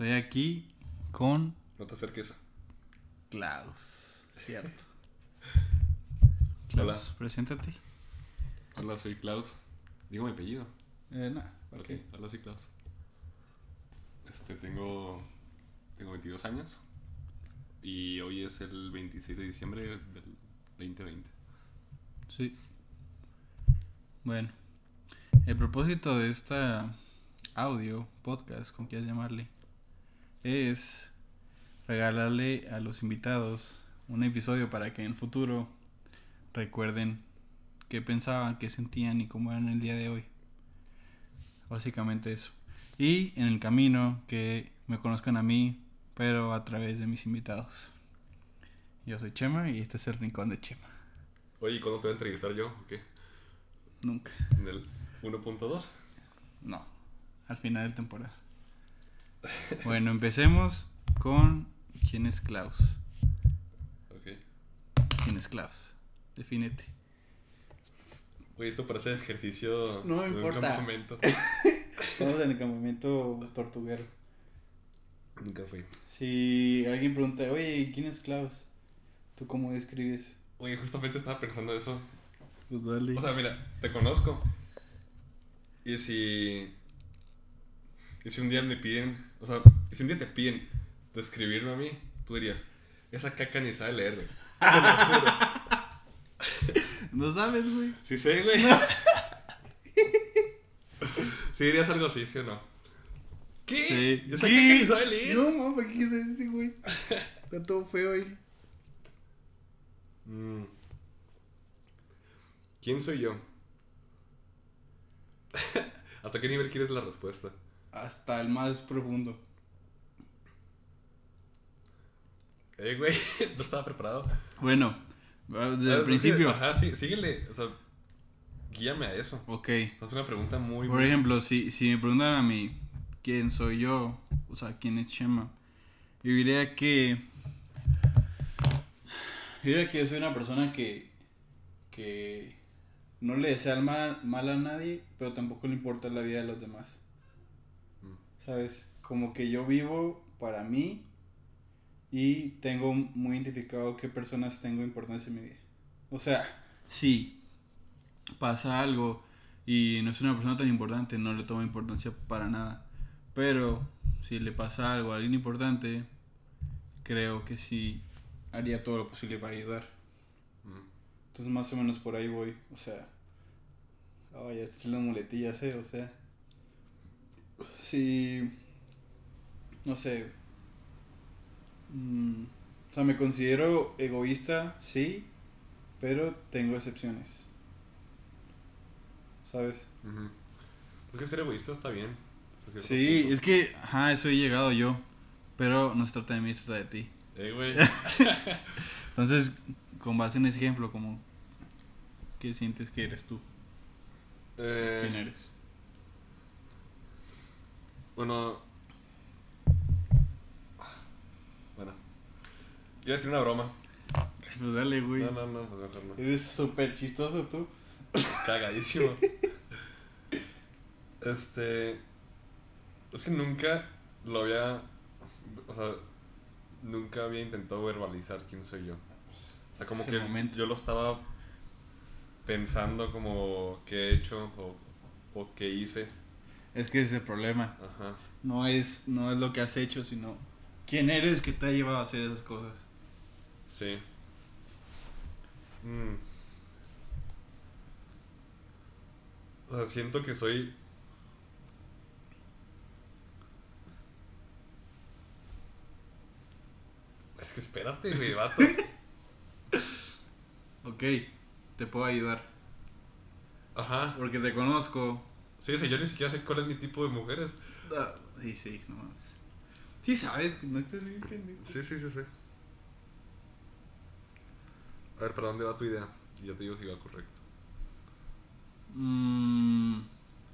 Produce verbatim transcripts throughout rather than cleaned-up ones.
Estoy aquí con No te acerques. Klaus, cierto. Klaus, Hola. preséntate. Hola, soy Klaus. Digo mi apellido. Eh, no, Ok, okay. hola, soy Klaus. Este, tengo, tengo veintidós años. Y hoy es el veintiséis de diciembre del veinte veinte. Sí. Bueno, el propósito de esta audio, podcast, como quieras llamarle, es regalarle a los invitados un episodio para que en el futuro recuerden qué pensaban, qué sentían y cómo eran el día de hoy. Básicamente eso. Y en el camino que me conozcan a mí, pero a través de mis invitados. Yo soy Chema y este es el rincón de Chema. Oye, ¿y cuándo te voy a entrevistar yo? ¿O qué? Nunca. ¿En el uno punto dos? No, al final de temporada. Bueno, empecemos con ¿quién es Klaus? Ok. ¿Quién es Klaus? Defínete. Oye, esto parece ejercicio No me de un importa. campamento. Estamos en el campamento tortuguero. Nunca fui. Si alguien pregunta, oye, ¿quién es Klaus? ¿Tú cómo describes? Oye, justamente estaba pensando eso. Pues dale. O sea, mira, te conozco. Y si... Y si un día me piden... O sea, y si un día te piden describirme a mí, tú dirías, esa caca ni sabe leer, güey. Te lo juro. ¿No sabes, güey? Sí sé, güey. Sí dirías algo así, ¿sí o no? ¿Qué? Sí. ¿Esa ¿Qué? caca ni sabe leer? No, mamá, ¿para qué se dice, güey? Está todo feo ahí. Mm. ¿Quién soy yo? ¿Hasta qué nivel quieres la respuesta? Hasta el más profundo. Eh, güey, no estaba preparado. Bueno, desde el Ah, principio. sí, ajá, sí, síguele, o sea, guíame a eso. Ok. Es una pregunta muy... Por muy... ejemplo, si, si me preguntan a mí quién soy yo, o sea, quién es Chema, yo diría que. Yo diría que yo soy una persona que. que no le desea el mal, mal a nadie, pero tampoco le importa la vida de los demás. Mm. ¿Sabes? Como que yo vivo para mí y tengo muy identificado qué personas tengo importancia en mi vida. O sea, si pasa algo y no es una persona tan importante, no le tomo importancia para nada. Pero si le pasa algo a alguien importante, creo que sí haría todo lo posible para ayudar. Mm. Entonces más o menos por ahí voy. O sea, oh, ya estas son las muletillas, eh. O sea, sí, no sé. Mm, o sea, me considero egoísta, sí, pero tengo excepciones. ¿Sabes? Ujú. Es que ser egoísta está bien. hasta cierto Sí, punto. es que, ajá, eso he llegado yo. Pero no se trata de mí, se trata de ti. Eh, güey. Entonces, con base en ese ejemplo, como, ¿qué sientes que eres tú? Eh, ¿Quién eres? Bueno... Bueno. Iba a decir una broma. Pues dale, güey. No, no, no, pues mejor no. Eres súper chistoso tú. Cagadísimo. Este... Es que nunca lo había... O sea, nunca había intentado verbalizar quién soy yo. O sea, como Es que el momento. yo lo estaba pensando como qué he hecho o, o qué hice. Es que ese es el problema. Ajá. No es, no es lo que has hecho, sino quién eres que te ha llevado a hacer esas cosas. Sí. Mm. O sea, siento que soy... Es que espérate, güey, vato. Ok, te puedo ayudar. Ajá. Porque te conozco. Sí, o sea, yo ni siquiera sé cuál es mi tipo de mujeres. Ah, sí, sí, no mames. Sí sabes, no estés bien pendejo. Sí, sí, sí, sí. A ver, ¿para dónde va tu idea? Y yo te digo si va correcto. Mm,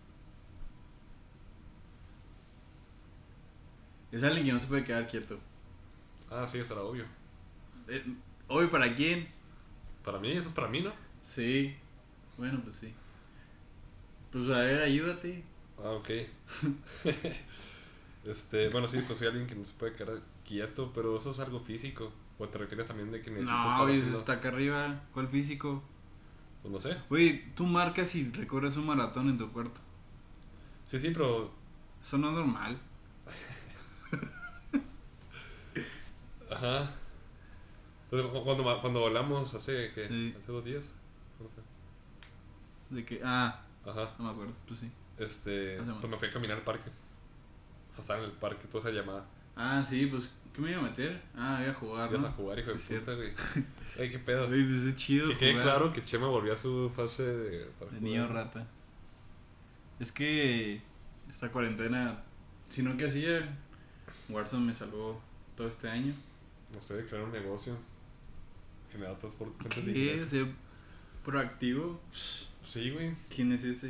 es alguien que no se puede quedar quieto. Ah, sí, eso era obvio. Eh, ¿Hoy para quién? Para mí, eso es para mí, ¿no? Sí. Bueno, pues sí. Pues a ver, ayúdate. Ah, ok. Este, bueno, sí, pues soy alguien que no se puede quedar quieto, pero eso es algo físico. ¿O te refieres también de que necesito No, estar güey, eso haciendo? está acá arriba. ¿Cuál físico? Pues no sé. Güey, tú marcas y recorres un maratón en tu cuarto. Sí, sí, pero... Eso no es normal. Ajá. Pues cu- cuando, ma- cuando volamos hace, ¿qué? Sí. Hace dos días. ¿Cuándo fue? De que, ah, Ajá. no me acuerdo, pues sí. Este, Hace más. pues me fui a caminar al parque. O sea, estaba en el parque, toda esa llamada. Ah, sí, pues, ¿qué me iba a meter? Ah, iba a jugar, Ibas ¿no? a jugar, hijo Sí, de puta, güey. Ay, qué pedo. Güey, pues es chido Que quede jugar. claro que Chema volvió a su fase de estar De niño jugando. rata. Es que esta cuarentena, si no, ¿qué hacía? Warzone me salvó todo este año. No sé, crear un negocio. Generar transporte de ¿Qué? ingresos. ¿Ser proactivo? Sí, güey. ¿Quién es ese?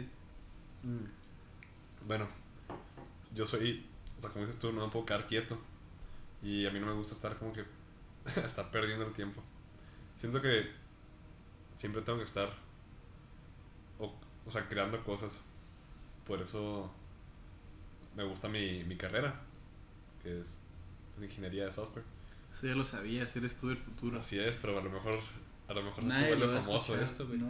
Bueno, yo soy, o sea, como dices tú, no me puedo quedar quieto. Y a mí no me gusta estar como que, estar perdiendo el tiempo. Siento que siempre tengo que estar, o, o sea, creando cosas. Por eso me gusta mi, mi carrera, que es pues, ingeniería de software. Eso ya lo sabías, eres tú del futuro. Así es, pero a lo mejor, a lo mejor no se Nadie lo vuelve va a famoso escuchar, esto, güey. no.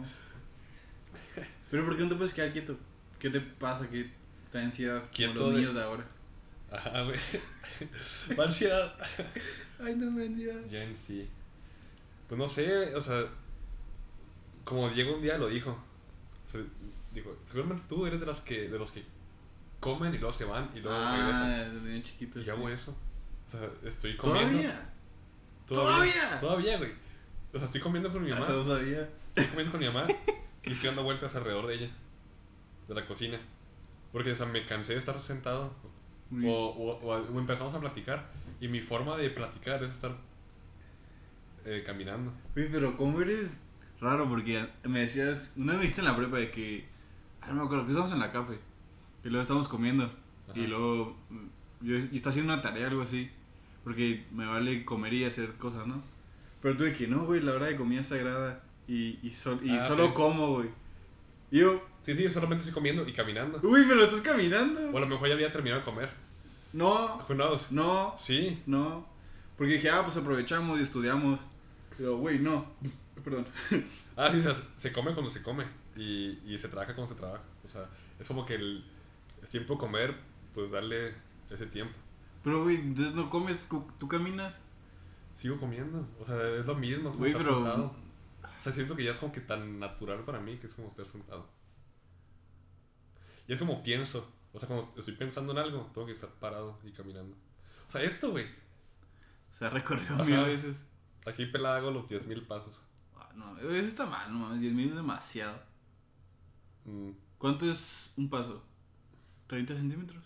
Pero ¿por qué no te puedes quedar quieto? ¿Qué te pasa? ¿Qué te da ansiedad? Quieto Como los de- niños de ahora. Ajá, güey. Va ansiedad. Ay, no me ansiedad. Gen Z. Pues no sé, o sea, como Diego un día lo dijo. O sea, dijo, seguramente tú eres de las que, de los que comen y luego se van y luego regresan. Ah, desde niño chiquito. Y sí. hago eso. O sea, estoy comiendo. ¿Todavía? Todavía. ¿Todavía? Todavía, güey. O sea, estoy comiendo con mi mamá. Eso no sabía. Estoy comiendo con mi mamá y estoy dando vueltas alrededor de ella, de la cocina. Porque, o sea, me cansé de estar sentado. O, o, o, o empezamos a platicar. Y mi forma de platicar es estar eh, caminando. Uy, pero ¿cómo eres raro? Porque me decías, una vez me dijiste en la prepa de que, ah, no me acuerdo, que estamos en la café y luego estamos comiendo Ajá. y luego mm, yo, y está haciendo una tarea algo así, porque me vale comer y hacer cosas, ¿no? Pero tú de que no, güey, la hora de comida es sagrada y, y, sol- y Ah, solo sí. como, güey. Y yo, Sí, sí, yo solamente estoy comiendo y caminando. uy, pero estás caminando. O a lo mejor ya había terminado de comer. No, Who knows? no, Sí. no. Porque dije, ah, pues aprovechamos y estudiamos. Pero, güey, no. Perdón. Ah, sí, o sea, se come cuando se come. Y, y se trabaja cuando se trabaja. O sea, es como que el, el tiempo de comer, pues darle ese tiempo. Pero, güey, entonces no comes, tú, tú caminas. Sigo comiendo. O sea, es lo mismo. Como Güey, estar pero- sentado. O sea, siento que ya es como que tan natural para mí que es como estar sentado. Y es como pienso. O sea, como estoy pensando en algo, tengo que estar parado y caminando. O sea, esto, güey. Se ha recorrido Ajá. mil veces. Aquí pelada hago los diez mil pasos. Ah, no, eso está mal, no mames, diez mil es demasiado. Mm, ¿Cuánto es un paso? ¿treinta centímetros?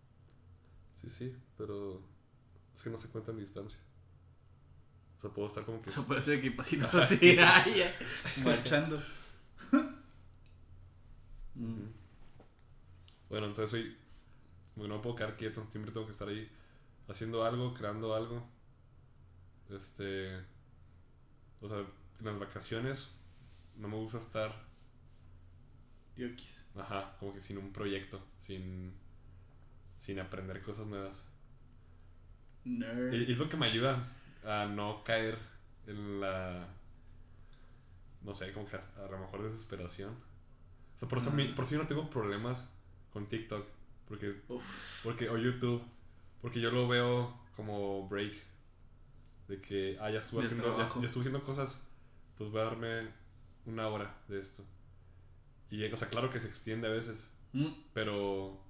sí, sí, pero es que no se cuenta en distancia. O sea, puedo estar como que... O sea, puede ser que pasitos así, ay, ya, marchando. Mm. Ujú. Bueno, entonces soy... Como que no me puedo quedar quieto, siempre tengo que estar ahí haciendo algo, creando algo. Este... O sea, en las vacaciones no me gusta estar, Yokis. ajá, como que sin un proyecto, sin, sin aprender cosas nuevas. Nerd. Y, y es lo que me ayuda a no caer en la, no sé, como que a, a lo mejor desesperación. O sea, por eso, Ah. mi- por eso yo no tengo problemas con TikTok, porque, Uf. porque, o YouTube, porque yo lo veo como break. De que, ah, ya estuve De haciendo, ya, trabajo. ya estuve haciendo cosas, pues voy a darme una hora de esto. Y, o sea, claro que se extiende a veces, Mm. pero...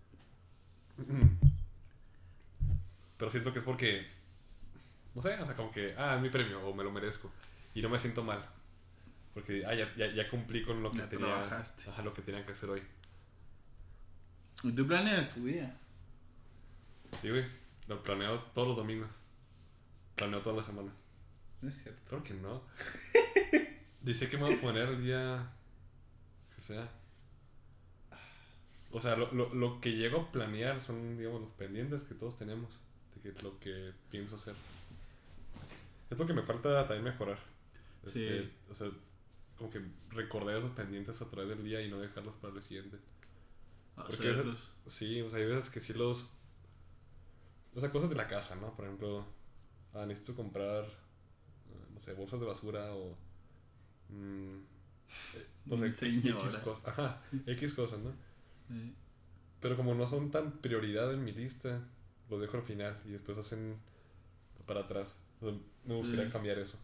Pero siento que es porque, no sé, o sea, como que, ah, es mi premio o me lo merezco. Y no me siento mal. Porque, ah, ya, ya, ya cumplí con lo que Ya tenía, trabajaste. ajá, lo que tenía que hacer hoy. ¿Y tú planeas tu día? Sí, güey, lo planeo todos los domingos. Planeo toda la semana. No es cierto. Claro que no. Dice que me voy a poner el día que sea. O sea, lo, lo, lo que llego a planear son, digamos, los pendientes que todos tenemos. De que lo que pienso hacer. Es lo que me falta también mejorar. Este, Sí. O sea, como que recordar esos pendientes a través del día y no dejarlos para el siguiente. Porque Hacerlos. Sí, o sea, hay veces que sí los, O sea, cosas de la casa, ¿no? Por ejemplo, ah, necesito comprar, eh, no sé, bolsas de basura o... mm, eh, no sé, Señora. X cosas. Ajá, X cosas, ¿no? Sí. Pero como no son tan prioridad en mi lista, los dejo al final y después hacen para atrás. O sea, me gustaría Sí. cambiar eso.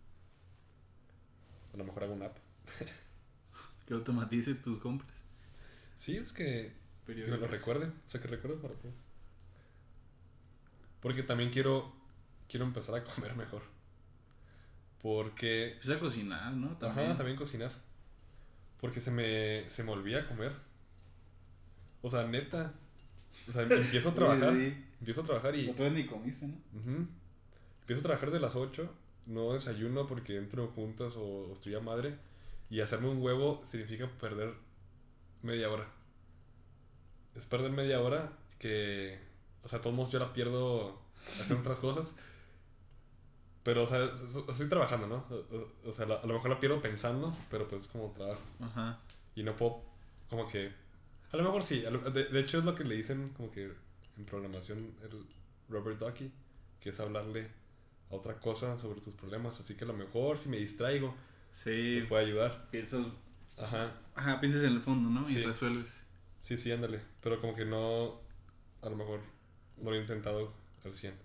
A lo mejor hago una app. Que automatice tus compras. Sí, es que, que me lo Periódicas. recuerde. O sea, que recuerde para todo. Porque también quiero, quiero empezar a comer mejor. Porque... Empieza a cocinar, ¿no? También. Ajá, también cocinar. Porque se me, se me olvida comer. O sea, neta. O sea, empiezo a trabajar. Sí, sí. Empiezo a trabajar y... La otra vez ni comiste, ¿no? Ujú. Empiezo a trabajar de las ocho. No desayuno porque entro juntas o, o estoy a madre. Y hacerme un huevo significa perder media hora. Es perder media hora que... O sea, todos modos yo la pierdo haciendo otras cosas. Pero, o sea, estoy trabajando, ¿no? O, o sea, a lo mejor la pierdo pensando, pero pues es como trabajo. Ajá. Y no puedo, como que... A lo mejor sí. A lo- de, de hecho es lo que le dicen como que en programación el Robert Ducky, que es hablarle a otra cosa sobre tus problemas. Así que a lo mejor si me distraigo, me Sí. puede ayudar. Piensas. Ajá. Ajá, piensas en el fondo, ¿no? Sí. Y resuelves. Sí, sí, ándale. Pero como que no... A lo mejor no lo he intentado al cien.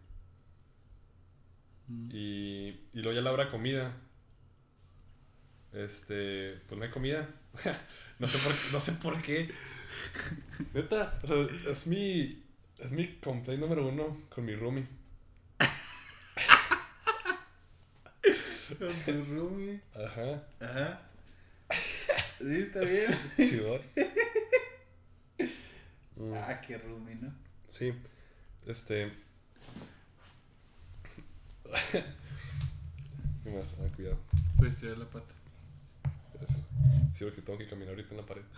Mm. Y, y luego ya la hora de comida. Este... Pues no hay comida. no, sé por, no sé por qué. Neta, o sea, es mi... Es mi complaint número uno con mi roomie. Con tu roomie. Ajá. Ajá. Sí, está bien. Sí, ¿verdad? Mm, Ah, qué roomie, ¿no? sí. Este... ¿Qué más? Ah, cuidado. Puedes tirar la pata. Gracias. Sí, porque tengo que caminar ahorita en la pared.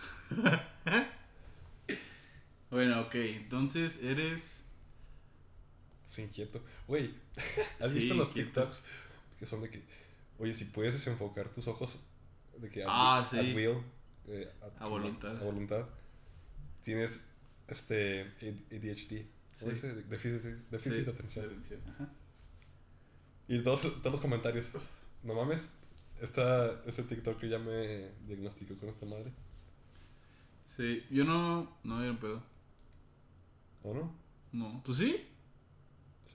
Bueno, ok. Entonces eres. Es inquieto. Güey, ¿has Sí, visto los inquieto. TikToks? Que son de que, oye, si puedes desenfocar tus ojos, de que at, Ah, at sí. will, eh, at A voluntad. A voluntad, tienes este A D H D. ¿Cómo Sí. dice? Déficit, déficit Sí, de atención. de atención. Ajá. Y todos, todos los comentarios, no mames, esta, este TikTok ya me diagnosticó con esta madre. Sí, yo no. No, yo no puedo. ¿O no? No. ¿Tú sí? Sí,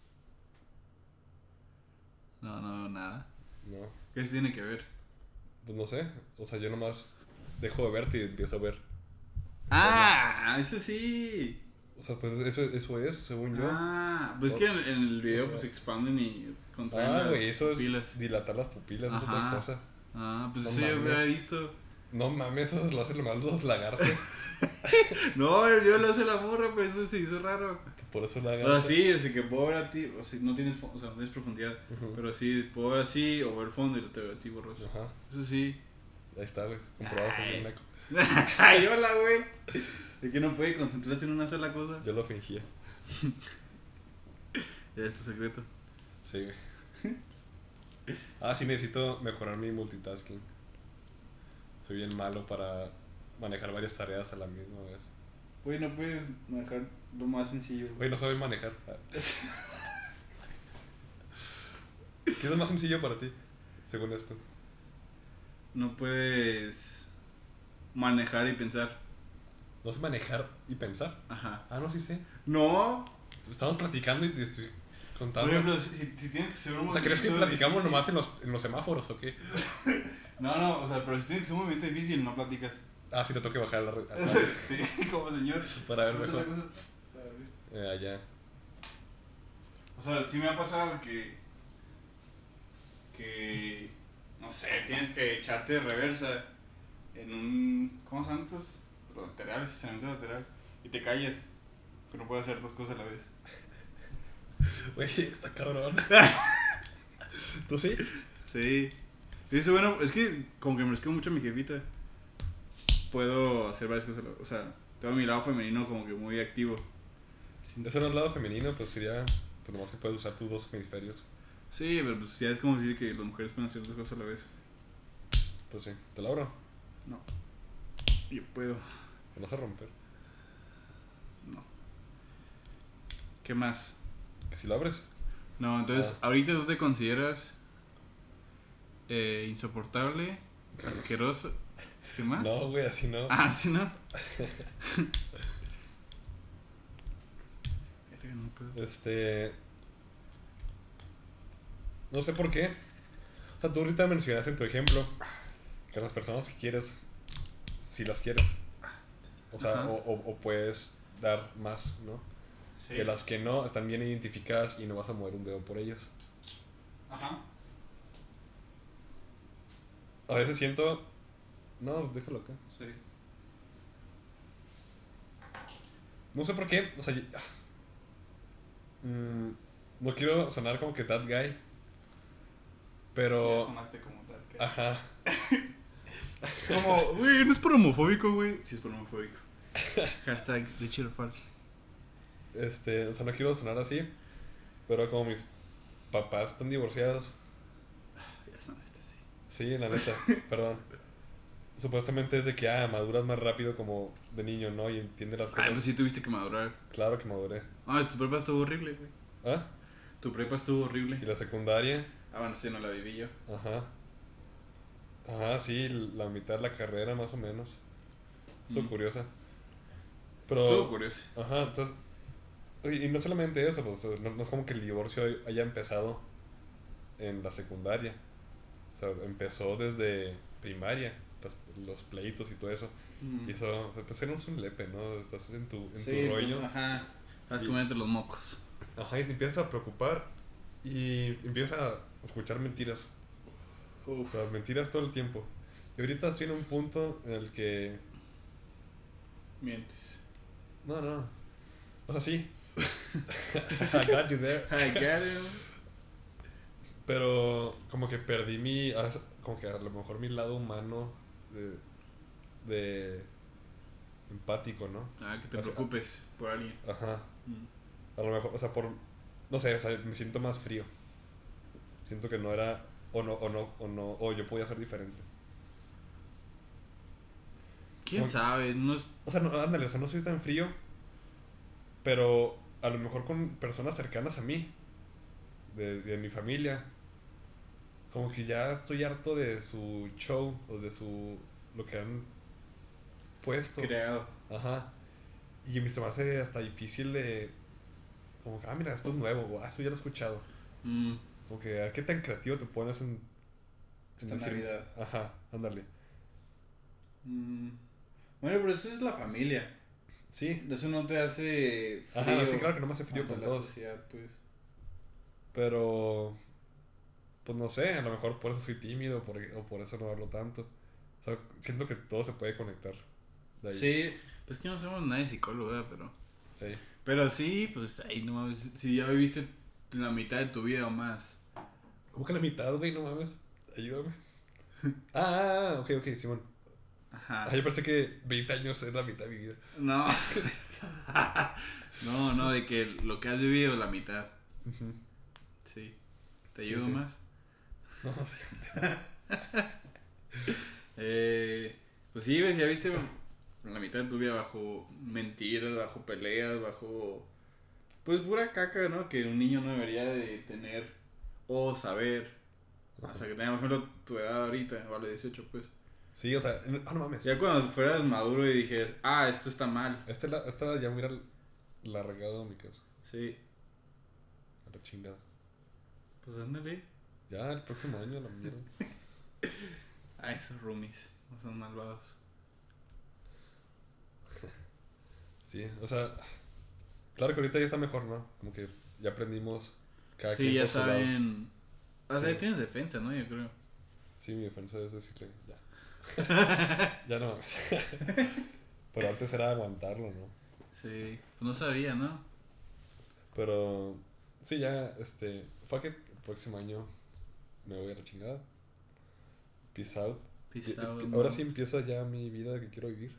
No, no, nada. no. ¿Qué se tiene que ver? Pues no sé, o sea, yo nomás dejo de verte y empiezo a ver. Ah, eso sí. O sea, pues eso, eso es, según yo. Ah, pues O- que en, en el video o sea- pues se expanden y contraen Ah, las güey, eso pupilas. es dilatar las pupilas, es otra Ajá. cosa. Ah, pues No eso yo mames. había visto. No mames, eso lo hacen mal los lagartos. No, el video lo hace la morra, pues eso se hizo raro. Por eso O lagartos. sea, sí, así que puedo ver a ti, o sea, no tienes, fo- o sea, no tienes profundidad. Ujú. Pero sí, puedo ver así o ver el fondo y lo te veo a ti borroso. Ajá, Eso sí. ahí está, güey. Comprobado, soy Ay. bien naco. Ay, hola, güey. Es que no puede concentrarse en una sola cosa. Yo lo fingía. Ya es tu secreto. Sí, güey. Ah, sí, necesito mejorar mi multitasking. Soy bien malo para manejar varias tareas a la misma vez. Güey, no puedes manejar lo más sencillo. Güey, no sabes manejar. Ah. ¿Qué es lo más sencillo para ti, según esto? No puedes manejar y pensar. No sé manejar y pensar. Ajá. Ah, no, sí sé. No. Estamos platicando y te estoy contando. Por ejemplo, si, si, si tienes que ser un O sea, ¿crees que movimiento platicamos difícil- nomás en los, en los semáforos o qué? No, no, o sea, pero si tienes que ser un movimiento difícil, no platicas. Ah, sí, te tengo que bajar la red. Sí, como señor. Para ver ¿Cómo está mejor. la cosa? A ver. Eh, allá. O sea, sí me ha pasado que. Que. No sé, tienes que echarte de reversa en un. ¿Cómo se llaman estos? Lateral, estacionamiento lateral. Y te calles. Que no puedes hacer dos cosas a la vez. Güey, está cabrón. ¿Tú sí? Sí. Y eso, bueno, es que como que me respeto mucho a mi jefita. Puedo hacer varias cosas a la vez. O sea, tengo mi lado femenino como que muy activo. Eso no es lado femenino, pues sería. Pues nomás que puedes usar tus dos hemisferios. Sí, pero pues ya es como decir que las mujeres pueden hacer dos cosas a la vez. Pues sí, te la abro. No. Yo puedo. Te vas a romper. No. ¿Qué más? Que si lo abres. No, entonces, Ah. ahorita tú te consideras eh, insoportable, asqueroso. ¿Qué más? No, güey, así no. Ah, sí, ¿no? Verga, no puedo. Este. No sé por qué. O sea, tú ahorita mencionaste en tu ejemplo que las personas que quieres, si las quieres. O sea, Ajá. o, o, o puedes dar más, ¿no? Sí. Que las que no están bien identificadas y no vas a mover un dedo por ellas. Ajá. A veces siento. No, déjalo acá. Sí. No sé por qué. O sea, y- ah. Mm, no quiero sonar como que that guy. Ya Pero. sonaste como tal. que- Ajá. Es como, güey, no es por homofóbico, güey. Sí, es por homofóbico. Hashtag Richie Rafal. Este, o sea, no quiero sonar así. Pero como mis papás están divorciados. Ya sonaste así. Sí, la neta, perdón. Supuestamente es de que, ah, maduras más rápido como de niño, ¿no? Y entiende las Ah, cosas. pues sí tuviste que madurar. Claro que maduré. Ah, tu prepa estuvo horrible, güey. ¿Ah? Tu prepa estuvo horrible. Y la secundaria, Ah, bueno, sí, no la viví yo. ajá. Ajá, sí, la mitad de la carrera más o menos. Estuvo Mm. curiosa. Estuvo Pero, curioso. ajá, entonces. Y y no solamente eso, pues, no, no es como que el divorcio haya empezado en la secundaria. O sea, empezó desde primaria, los, los pleitos y todo eso. Mm. Y eso, pues era un lepe, ¿no? Estás en tu, en Sí, tu rollo. pues, ajá. Estás Y- comiendo entre los mocos. Ajá, y te empiezas a preocupar y empiezas a escuchar mentiras. O Uf. sea, mentiras todo el tiempo. Y ahorita estoy en un punto en el que... Mientes. No, no. O sea, sí. I got you there. I got him. Pero como que perdí mi... a- Como que a lo mejor mi lado humano de... de empático, ¿no? Ah, que te O sea, preocupes por alguien. Ajá. Mm. A lo mejor, o sea, por... No sé, o sea, me siento más frío. Siento que no era... O no, o no, o no... O yo podía ser diferente. ¿Quién Como- sabe? No es... O sea, no, ándale, o sea, no soy tan frío. Pero a lo mejor con personas cercanas a mí. De, de mi familia. Como que ya estoy harto de su show. O de su... Lo que han puesto. creado. Ajá. Y me se me hace hasta difícil de... Como que, ah, mira, esto es nuevo. O, ah, esto ya lo he escuchado. Mm. Como que, ¿a qué tan creativo te pones en... en Esta Navidad. Ajá, ándale. Mm. Bueno, pero eso es la familia. Sí. Eso no te hace frío. Ajá, sí, claro que no me hace frío ante con la todos. sociedad, pues. Pero... Pues no sé, a lo mejor por eso soy tímido por, o por eso no hablo tanto. O sea, siento que todo se puede conectar. De ahí. Sí, pues que no somos nadie psicólogo, ¿verdad? Pero... Sí. Pero sí, pues ahí no mames. Si ya viviste la mitad de tu vida o más. ¿Cómo que la mitad, güey? No mames. Ayúdame. Ah, ah, ah, ok, ok, Simón. Ajá. Ah, yo pensé que veinte años es la mitad de mi vida. No. No, no, de que lo que has vivido la mitad. Ujú. Sí. ¿Te Sí, ayudo sí. más? No, sí. Eh, pues sí, ves, ya viste la mitad de tu vida bajo mentiras, bajo peleas, bajo... Pues pura caca, ¿no? Que un niño no debería de tener o saber. Ajá. O sea, que tenga, por ejemplo, tu edad ahorita, o a los dieciocho, pues. Sí, o sea, ah, no mames. Ya cuando fueras maduro y dijes, ah, esto está mal. Esta, la, esta ya me hubiera largado a mi casa. Sí, A la chingada. pues ándale. Ya, el próximo año la mierda. Ah, esos roomies, no son malvados. Sí, o sea, claro que ahorita ya está mejor, ¿no? Como que ya aprendimos cada Sí, quien ya por su lado. saben. O sea, Sí. ya tienes defensa, ¿no? Yo creo. Sí, mi defensa es decirle, ya. Ya no mames. Pero antes era aguantarlo, ¿no? Sí, pues no sabía, ¿no? Pero, sí, ya, este, fuck it, el próximo año me voy a la chingada. Peace out. Peace Y- out, y- ¿no? ahora sí empieza ya mi vida que quiero vivir.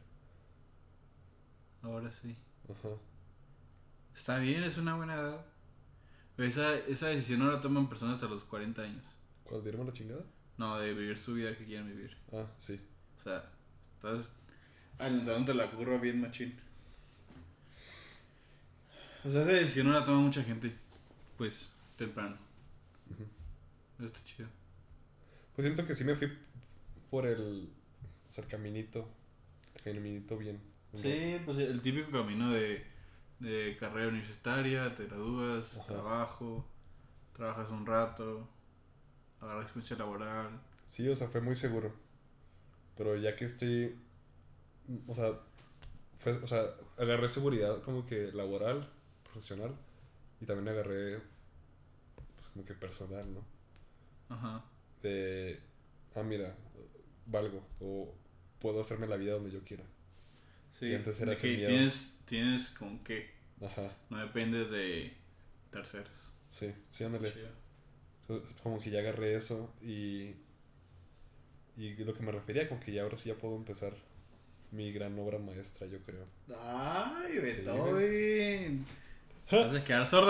Ahora sí. Ajá. Está bien, es una buena edad. Pero esa, esa decisión no la toman personas hasta los cuarenta años. ¿Cuál dirme la chingada? No, de vivir su vida que quieren vivir. Ah, sí. O sea, estás alentándote la curva bien machín. O sea, esa decisión no la toma mucha gente. Pues, temprano. Ujú. Eso está chido. Pues siento que sí me fui por el, o sea, el caminito, el caminito bien. un rato. Sí, pues el típico camino de, de carrera universitaria, te gradúas, Ajá. trabajo, trabajas un rato, agarras experiencia laboral. Sí, o sea, fue muy seguro. Pero ya que estoy, o sea, fue, o sea, agarré seguridad como que laboral, profesional, y también agarré, pues como que personal, ¿no? Ajá. De, ah, mira, valgo, o puedo hacerme la vida donde yo quiera. Sí, Y antes era de ese que miedo. tienes, tienes con qué, Ajá, no dependes de terceros. sí, sí, Está ándale. chido. Como que ya agarré eso y, y lo que me refería, con que ya ahora sí ya puedo empezar mi gran obra maestra, yo creo. Ay, Beethoven. Te vas a quedar sordo.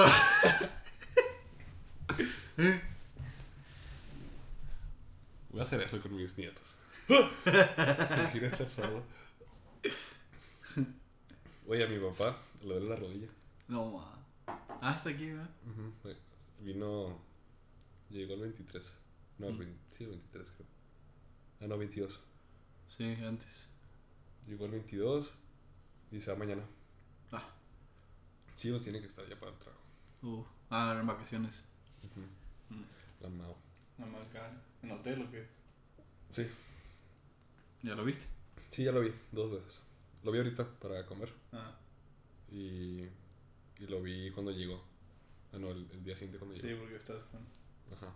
Voy a hacer eso con mis nietos. Fingir estar sordo. Oye, a mi papá le duele la rodilla. No, ma. Ah, hasta aquí, ¿verdad? Ujú. Vino. Llegó el veintitrés. No, el Mm. veinte, sí, el veintitrés creo. Ah, no, veintidós. Sí, antes. Llegó el veintidós y se va mañana. Ah, Sí, pues tiene que estar ya para el trabajo. uh. Ah, eran vacaciones. Ujú. Mm. La Mao. Nada más cara. ¿En hotel o qué? Sí, ¿Ya lo viste? sí, ya lo vi dos veces. Lo vi ahorita para comer Ah, y, y lo vi cuando llegó. Ah, no, el, el día siguiente cuando sí, llegó. porque estás con. Ajá.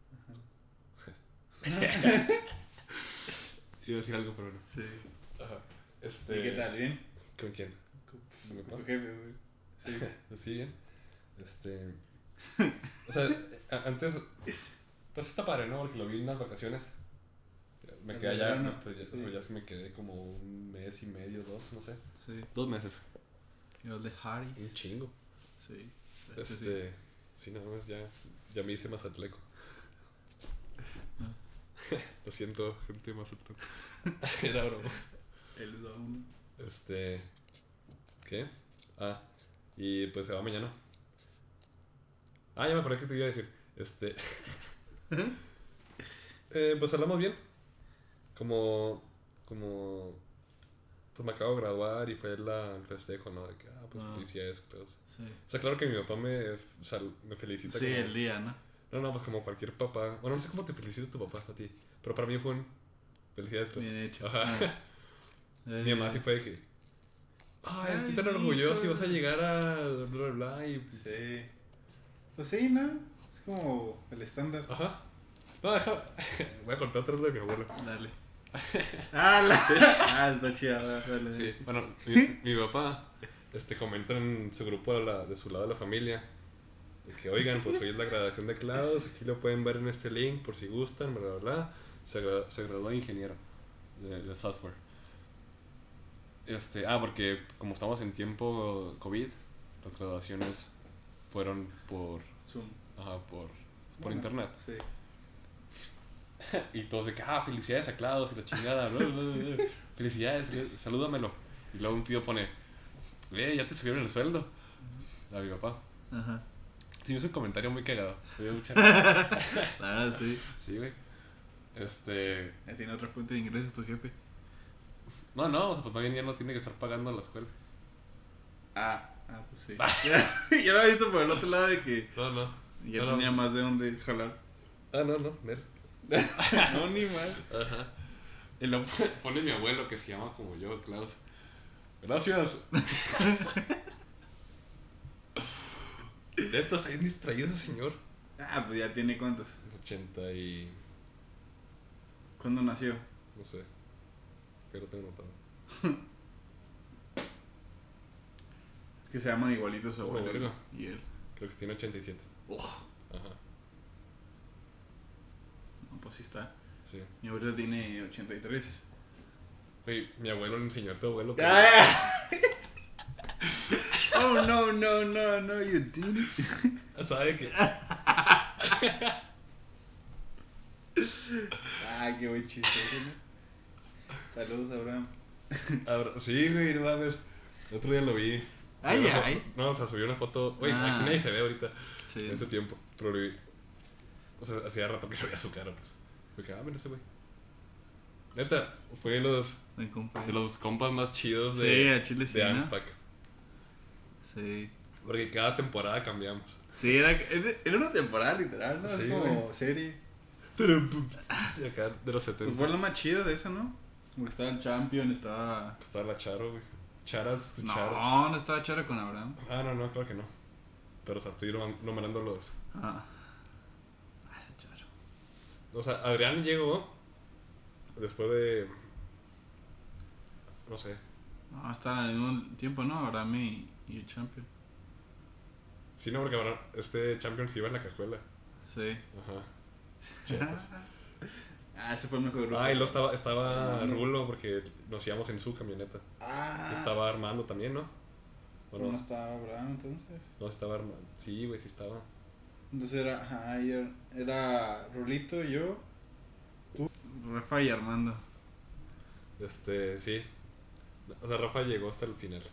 Ajá. Iba a decir algo, pero no. Sí. Ajá. Este... ¿Y qué tal? ¿Bien? ¿Con quién? Con, ¿Mi con papá? tu jefe, güey. Sí. Sí, bien. Este... O sea, a- antes... Pues está padre, ¿no? Porque lo vi en unas vacaciones. Me Las quedé de allá, verano, pues ya, sí. pues ya se me quedé como un mes y medio, dos, no sé. Sí. Dos meses. Y los de Harris. Un chingo. Sí. Este, Este... Sí, nada más ya, ya me hice mazatleco. Ah. Lo siento, gente de Mazatlán. Era broma. sí. Él es a uno. Este... ¿Qué? Ah, y pues se va mañana. Ah, ya me acordé que te iba a decir. Este... eh, pues hablamos bien. Como... Como... Pues me acabo de graduar y fue la, el festejo, ¿no? De que, ah, pues Ah. felicidades, creo. Sí. O sea, claro que mi papá me, o sea, me felicita. Sí, como... el día, ¿no? No, no, pues como cualquier papá. Bueno, no sé cómo te felicita tu papá a ti. Pero para mí fue un... Felicidades, creo. Bien hecho. Ajá. Ah. Mi mamá sí fue de que... Ay, estoy tan Ay, orgulloso y hijo. vas a llegar a... Bla, bla, bla, y... Sí. Pues sí, ¿no? Es como el estándar. Ajá. No, deja... Voy a contar otra vez de mi abuelo. Dale. ah, la... ah, está chida. va, Dale. Sí, bueno, mi, mi papá este, comenta en su grupo de, la, de su lado de la familia de que, oigan, pues hoy es la graduación de Klaus, aquí lo pueden ver en este link por si gustan, bla, bla, bla. Se, gra- se graduó de ingeniero de, de software. Este, ah, porque como estamos en tiempo COVID, las graduaciones fueron por, Zoom. ajá, por, por Bueno, internet. Sí. Y todos de que, ah, felicidades a Klaus y la chingada, bla, bla, bla, bla. Felicidades, felicidades, salúdamelo. Y luego un tío pone, eh, ya te subieron el sueldo. A mi papá. Ajá. Sí, es un comentario muy cagado. Me dio mucha risa. La verdad, sí. Sí, güey. Este. Ya tiene otra fuente de ingresos tu jefe. No, no, o sea, pues más bien ya no tiene que estar pagando la escuela. Ah, ah, pues sí. Yo lo he visto por el otro lado de que No, no. ya No, tenía no. más de dónde jalar. Ah, no, no, ver. no, ni mal. Ajá. Y lo pone mi abuelo que se llama como yo, Klaus. Gracias. Neta, está bien distraído ese señor. Ah, pues ya tiene cuántos. ochenta y... ¿Cuándo nació? no sé. Pero tengo notado. Es que se llaman igualitos su Oh, abuelo verga. y él. Creo que tiene ochenta y siete. Oh, Ajá. no, pues sí está. Sí. Mi abuelo tiene ochenta y tres. Güey, mi abuelo le enseñó a tu abuelo que... Ah. Oh, no, no, no, no, you didn't. ¿Sabe que? Ah, qué buen chiste, ¿no? Saludos, Abraham. Ahora, sí, güey, no mames. El otro día lo vi Ay, Subió una ay. foto- No, o sea, subió una foto. Güey, Ah. aquí nadie se ve ahorita. Sí. En ese tiempo. Pero lo vi. O sea, hacía rato que no veía su cara, pues. Me quedaba, ah, mira ese güey. Neta, fue de los, Mi compa. de los compas más chidos Sí, de, a Chile sí, de ¿no? Amspac. Sí. Porque cada temporada cambiamos. Sí, era, era era una temporada literal, ¿no? Sí, es como güey. serie. De acá, de los Pues setenta. fue lo más chido de eso, ¿no? Porque estaba el Champion, estaba... Estaba la Charo, güey. Charas, tu No, Charo. no estaba Chara con Abraham. Ah, no, no, creo que no. Pero, o sea, estoy nom- nombrando los. Ah. Ah, ese Charo. O sea, Adrián llegó después de. No sé. No, estaba al mismo tiempo, ¿no? Abraham y, y el Champion. Sí, no, porque ahora este Champions se iba en la cajuela. Sí. Ajá. Chetos. Ah, ese fue el mejor grupo. Ah, y luego estaba, estaba Armando. Rulo porque nos íbamos en su camioneta. Ah. Estaba Armando también, ¿no? ¿O Pero no no? estaba Abraham entonces. No, estaba Armando. Sí, güey, sí estaba. Entonces era, ajá, yo- era Rulito, yo, tú, Rafa y Armando. Este, sí. O sea, Rafa llegó hasta el final.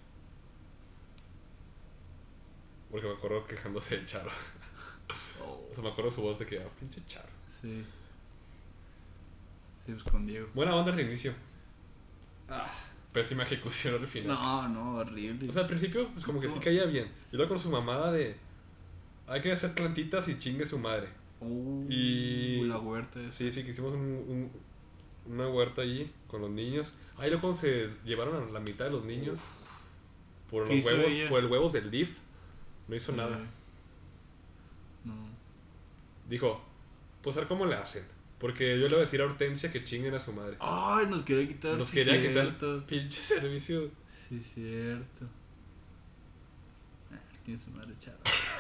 Porque me acuerdo quejándose del Charo. O sea, me acuerdo su voz de que, ah, pinche Charo. Sí. Sí, pues con Diego. Buena onda al inicio. Ah, Pésima ejecución al final. no, no, horrible. O sea, al principio, pues como que sí Estuvo- caía bien. Y luego con su mamada de. Hay que hacer plantitas y chingue su madre. Uh, y- la huerta esa. Sí, sí, que hicimos un, un- una huerta allí con los niños. Ahí luego se llevaron a la mitad de los niños. Por ¿Qué los hizo huevos, ella? por el huevos del D I F. No hizo Sí. nada. No. Dijo, pues a ver cómo le hacen. Porque yo le voy a decir a Hortensia que chinguen a su madre. Ay, nos quería quitar. Nos sí, quería quitar cierto. el pinche servicio. Sí, cierto. Ah, ¿quién es su madre, chava?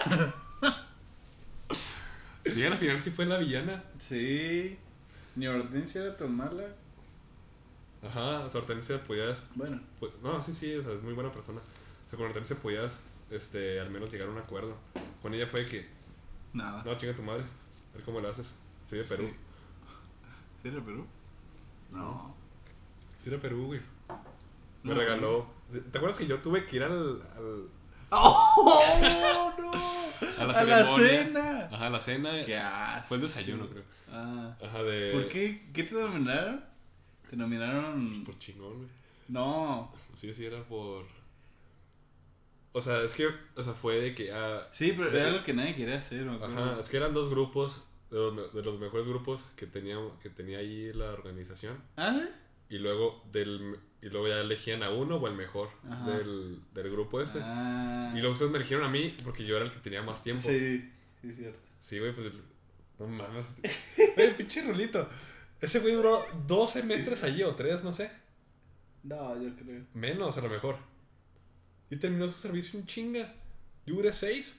Sí, al final sí fue la villana. Sí. Ni Hortensia era tan mala. Ajá, o sea, Hortensia podías. Bueno. Pues, no, sí, sí, o sea, es muy buena persona. O sea, con Hortensia podías, este, al menos llegar a un acuerdo. Con ella fue que, Nada. no, chinga tu madre, a ver cómo le haces. Soy de Perú. Sí. ¿Sí era Perú? No. Sí, era Perú, güey. Me No, regaló. ¿Te acuerdas que yo tuve que ir al. al ¡Oh, no! a la ¡A la ceremonia? cena! Ajá, a la cena. ¡Qué asco! Fue el desayuno, creo. Ah. Ajá, de. ¿Por qué? ¿Qué te nominaron? Te nominaron... Por chingón, güey. No. Sí, sí, era por. O sea, es que. O sea, fue de que. Ah, Sí, pero de- era lo que nadie quería hacer, me acuerdo. Ajá, es que eran dos grupos. De los, me- de los mejores grupos que tenía, que tenía ahí la organización. ¿Ah, sí? Y luego del y luego ya elegían a uno o al mejor Ajá. del, del grupo este. Ah. Y luego ustedes me eligieron a mí porque yo era el que tenía más tiempo. Sí, sí, es cierto. Sí, güey, pues no mames. Oye, pinche Rulito. Ese güey duró dos semestres allí o tres, no sé. No, yo creo. Menos a lo mejor. Y terminó su servicio en chinga. Yo duré seis.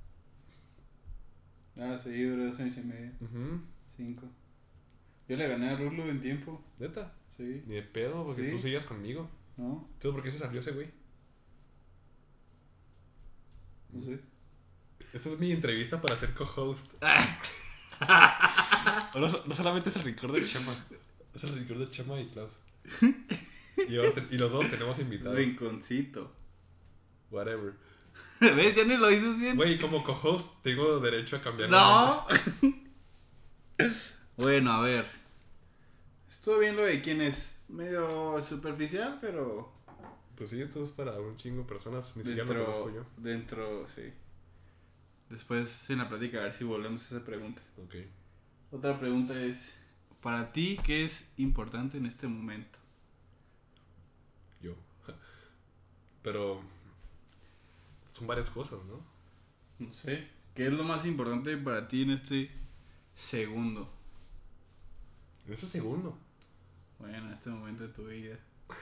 Ah, sí, duró dos años y medio. Ujú. Cinco. Yo le gané a Rulo en tiempo. Neta. Sí. Ni de pedo, porque Sí. tú seguías conmigo. ¿No? Entonces, ¿por qué se salió ese güey? No sé. Esta es mi entrevista para ser co-host. no, no solamente es el record de Chema, es el record de Chema y Klaus. Y, ahora te- y los dos tenemos invitados. Rinconcito. Whatever. ¿Ves? Ya ni lo dices bien. Güey, como co-host tengo derecho a cambiar. No. Bueno, a ver. Estuvo bien lo de quién es. Medio superficial, pero Pues sí, esto es para un chingo de personas. Ni siquiera lo conozco dentro, yo. dentro, sí. Después en la plática a ver si volvemos a esa pregunta. Ok. Otra pregunta es, para ti, ¿qué es importante en este momento? Yo. Pero. Son varias cosas, ¿no? No sé. ¿Qué es lo más importante para ti en este segundo? En ese segundo. Bueno, en este momento de tu vida.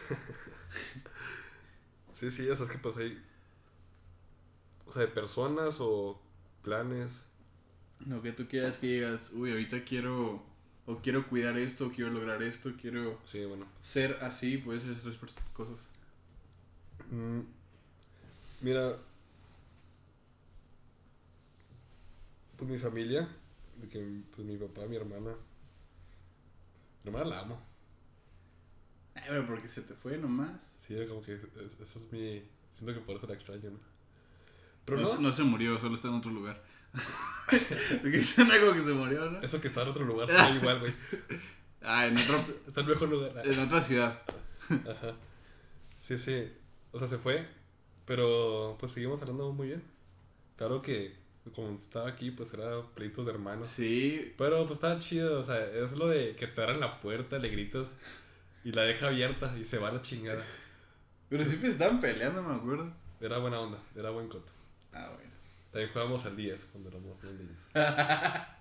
Sí, sí, o sea, es que pues hay. O sea, de personas o planes. Lo que tú quieras que digas, uy, ahorita quiero, o quiero cuidar esto, o quiero lograr esto, quiero Sí, bueno. ser así, puede ser esas tres pers- cosas. Mm, Mira, pues mi familia, de que pues mi papá, mi hermana, mi hermana la amo. Ay, pero porque se te fue nomás. Sí, como que es- es- esa es mi, Siento que por eso la extraño, ¿no? Pero no, no, no se murió, solo está en otro lugar. Es que suena como que se murió, ¿no? eso que está en otro lugar está igual, güey. Ah, en otro, Está en mejor lugar. en otra ciudad. Ajá. Sí, sí. O sea, se fue. Pero pues seguimos hablando muy bien. Claro que como estaba aquí, pues era pleitos de hermanos. Sí. Pero pues estaba chido. O sea, es lo de que te abran la puerta, le gritas y la deja abierta y se va a la chingada. Pero siempre estaban peleando, me acuerdo. Era buena onda, era buen coto. Ah, bueno. También jugábamos al diez cuando éramos más niños. Ajá.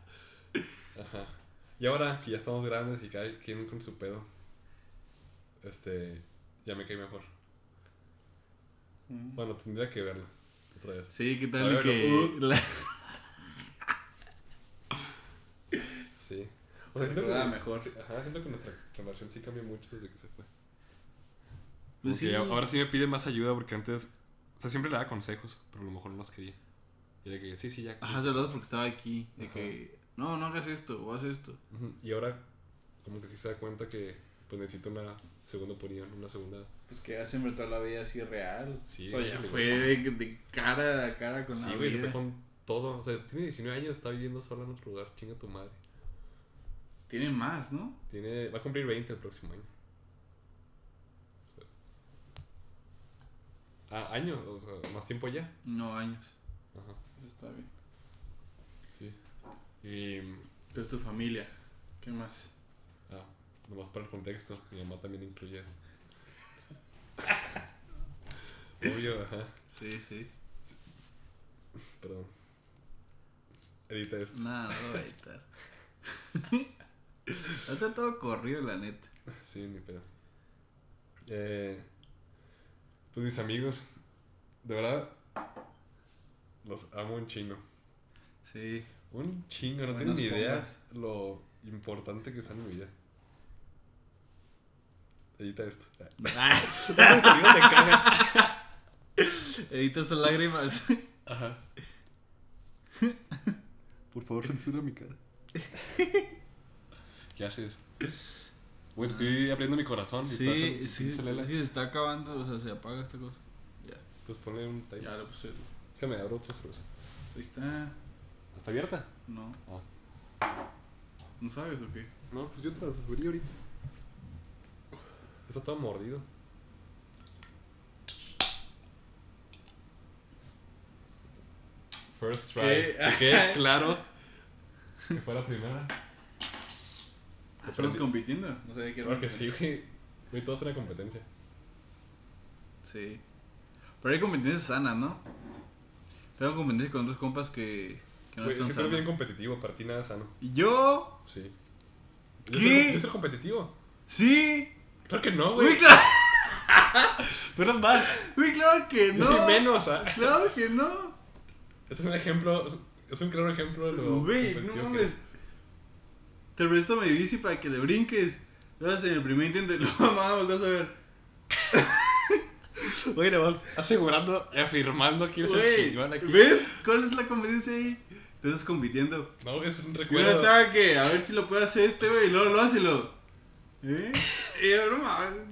Y ahora que ya estamos grandes y cada quien con su pedo, este, ya me cae mejor. Mm. Bueno, tendría que verlo otra vez. Sí, ¿qué A tal ver, que uh. la... Sí. O Se sea, siento recordaba que, mejor. sí, ajá, siento que nuestra relación sí cambió mucho desde que se fue. Pues Como sí. que ahora sí me pide más ayuda porque antes, o sea, siempre le daba consejos, pero a lo mejor no los quería. Y era que, sí, sí, ya. Ajá, se lo porque estaba aquí. De Ajá. que, no, no hagas esto, o haz esto. Ujú. Y ahora, como que sí se da cuenta que pues necesito una segunda opinión, una segunda. Pues que ya siempre toda la vida así real. Sí, Eso ya güey. fue de, de cara a cara con Sí, la güey, se fue vida. con todo. O sea, tiene diecinueve años, está viviendo sola en otro lugar, chinga tu madre. Tiene más, ¿no? Tiene, va a cumplir veinte el próximo año. O sea, ah, años, o sea, más tiempo ya. No, años. Ajá, Eso está bien. sí. Y, Es tu familia. ¿Qué más? ah, nomás para el contexto, mi mamá también incluye eso. Obvio, ajá, Sí, sí. pero edita esto. Nada, no lo voy a editar. Está todo corrido, la neta. Sí, ni pedo. Eh, pues mis amigos, de verdad, los amo un chingo. Sí. Un chingo, no Buenos tienen ni idea compas. lo importante que son en mi vida. Edita esto. Ah, Me salió de caga. edita tus lágrimas. Ajá. Por favor, censura mi cara. ¿Qué haces? Güey, te estoy abriendo mi corazón. y Sí, estás en- sí, sí, se lee la- se está acabando, o sea, se apaga esta cosa. Ya, Pues ponle un time. ya lo puse. Déjame abrir otra cerveza. Ahí está. ¿Está abierta? No, Ah. ¿no sabes o qué? No, pues yo te la abrí ahorita. Está todo mordido. First try. ¿Qué? Que quede claro que fue la primera. ¿Estamos compitiendo? No sabía que era. Claro que sí, güey. Güey, todo es una competencia. Sí. Pero hay competencias sanas, ¿no? Tengo competencias con otros compas que, que no Güey, es están que tú eres bien sanos. competitivo, para ti nada sano. ¿Y yo? Sí. ¿Qué? Yo soy, yo soy competitivo. Sí. Claro que no, Uy, güey. claro, Tú eres más. uy, claro que no. Yo soy menos, ¿ah? Claro que no. Este es un ejemplo. Es un claro ejemplo de lo. Güey, no competitivo que mames. Te presto mi bici para que le brinques. Lo haces en el primer intento y luego mamá volteas a ver. eres. Güey, le vas asegurando y afirmando que eres el Güey, chingón aquí. ¿ves? ¿Cuál es la competencia ahí? Te estás compitiendo. No, es un Y uno recuerdo. estaba que a ver si lo puede hacer este, güey, y luego lo hace y lo. ¿Eh? Y yo, no mames.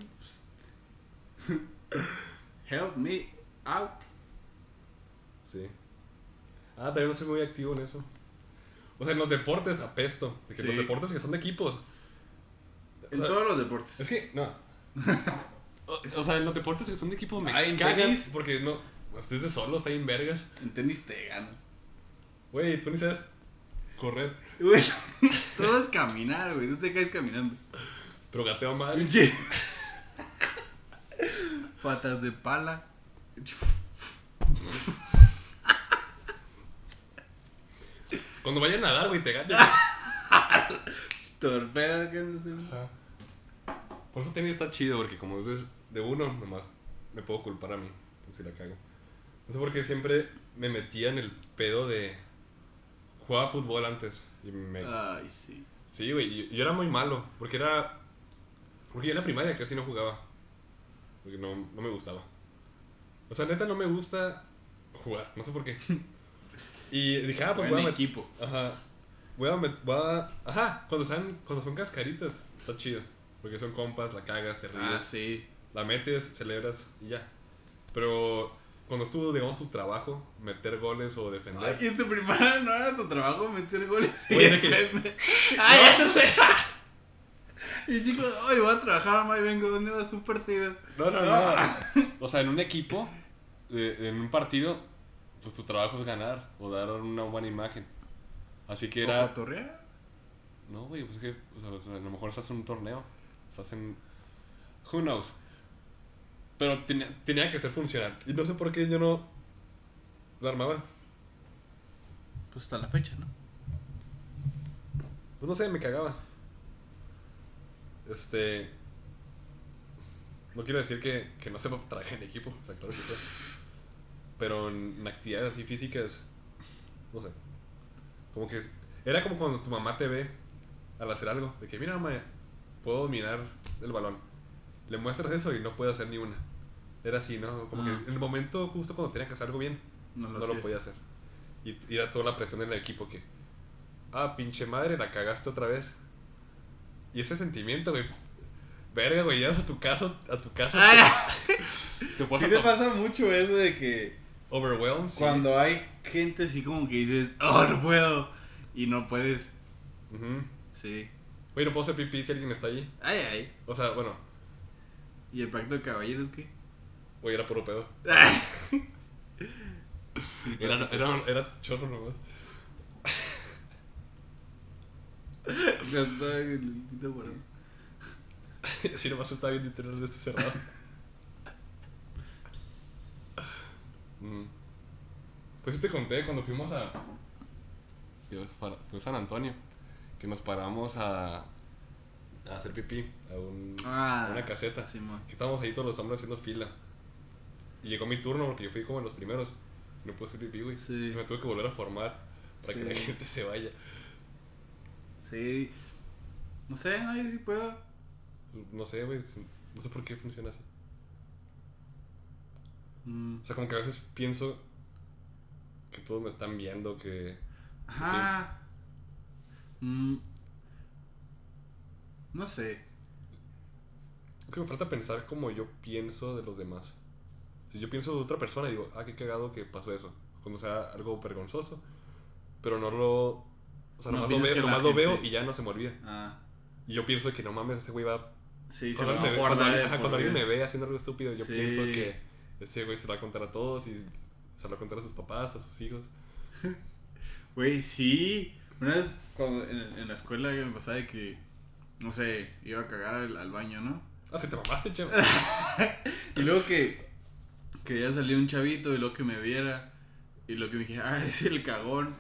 Help me out. Sí. Ah, también no soy muy activo en eso. O sea, en los deportes apesto. De que Sí. los deportes que son de equipos. En O sea, todos los deportes. Es que, no. o, o sea, en los deportes que son de equipos me Ah, ¿en cagan. tenis? Porque no. Estés de solo, está bien vergas. En tenis te gano. Güey, tú ni sabes correr. Güey, todo es caminar, güey. Tú te caes caminando. Pero gateo mal. Pinche. Patas de pala. Cuando vayan a nadar, güey, te ganas. Torpedo, que no sé. Por eso tenis está chido, porque como es de uno, nomás me puedo culpar a mí. Pues si la cago. No sé por qué siempre me metía en el pedo de. Jugaba fútbol antes. Y me. Ay, sí. Sí, güey, yo, yo era muy malo. Porque era. Porque yo en la primaria casi no jugaba. Porque no, no me gustaba. O sea, neta no me gusta jugar. No sé por qué. Y dije, ah, pues voy a Buen meter. equipo. Ajá. Voy a, met- voy a. Ajá, cuando son, cuando son cascaritas, está chido. Porque son compas, la cagas, te ríes. Ah, sí. La metes, celebras y ya. Pero cuando estuvo, digamos, tu trabajo, meter goles o defender. Ay, en tu primaria no era tu trabajo meter goles. Oye, era que- Ay, ya no sé. Y chicos, hoy voy a trabajar, mamá, y vengo, ¿dónde vas a un partido? No, no, no. O sea, en un equipo, eh, en un partido, pues tu trabajo es ganar o dar una buena imagen. Así que ¿O era. cotorrear? No, güey, pues es que o sea, o sea, a lo mejor estás en un torneo. Estás en. Who knows. Pero tenía, tenía que ser funcional. Y no sé por qué yo no. Lo armaba. Pues hasta la fecha, ¿no? Pues no sé, me cagaba. Este. No quiero decir que, que no sepa trabajar en equipo, o sea, claro que sí. Pero en actividades así físicas, no sé. Como que es- era como cuando tu mamá te ve al hacer algo, de que mira, mamá, puedo dominar el balón. Le muestras eso y no puede hacer ni una. Era así, ¿no? Como Ah. que en el momento justo cuando tenía que hacer algo bien, No lo, no lo sé. podía hacer. Y, y era toda la presión en el equipo que, ah, pinche madre, la cagaste otra vez. Y ese sentimiento, güey, verga, güey, llegas a tu casa, a tu casa, Ah, te, te sí pones te a pasa mucho eso de que overwhelmed. Sí. cuando hay gente así como que dices, oh, no puedo, y no puedes. Ujú. Sí. Güey, no puedo hacer pipí si alguien está allí. Ay, ay. O sea, bueno, ¿Y el pacto de caballeros qué? güey, era puro pedo. Sí, Era, clásico. era, era chorro nomás. Ya está el pito guardado. Si nomás estaba viendo internet de este cerrado. Mm. Pues sí te conté cuando fuimos a. Yo, para- fue San Antonio. Que nos paramos a. A hacer pipí. A, un, Ah, a una caseta. Simón. Que estábamos ahí todos los hombres haciendo fila. Y llegó mi turno porque yo fui como en los primeros. No pude hacer pipí, güey. Sí. Y me tuve que volver a formar para que Sí. la gente se vaya. Sí. No sé, no, yo sí puedo. No sé, güey. No sé por qué funciona así. Mm. O sea, como que a veces pienso que todos me están viendo, que... Ajá. Mm. No sé. Es que me falta pensar como yo pienso de los demás. Si yo pienso de otra persona y digo, ah, qué cagado que pasó eso. Cuando sea algo vergonzoso. Pero no lo... O sea, No nomás, lo, piensas veo, que la nomás lo veo gente- y ya no se me olvida. Ah. Y yo pienso que no mames, ese güey va... Sí, se Cuando, va me a ve- guardar cuando, de ajá, por cuando alguien me vida. ve haciendo algo estúpido, yo Sí. pienso que ese güey se lo va a contar a todos y se lo va a contar a sus papás, a sus hijos. Güey, sí. Una vez cuando en, en la escuela me pasaba de que, no sé, iba a cagar al, al baño, ¿no? Ah, si te mamaste, che. Y luego que, que ya salió un chavito y luego que me viera y luego que me dije, ah, es el cagón.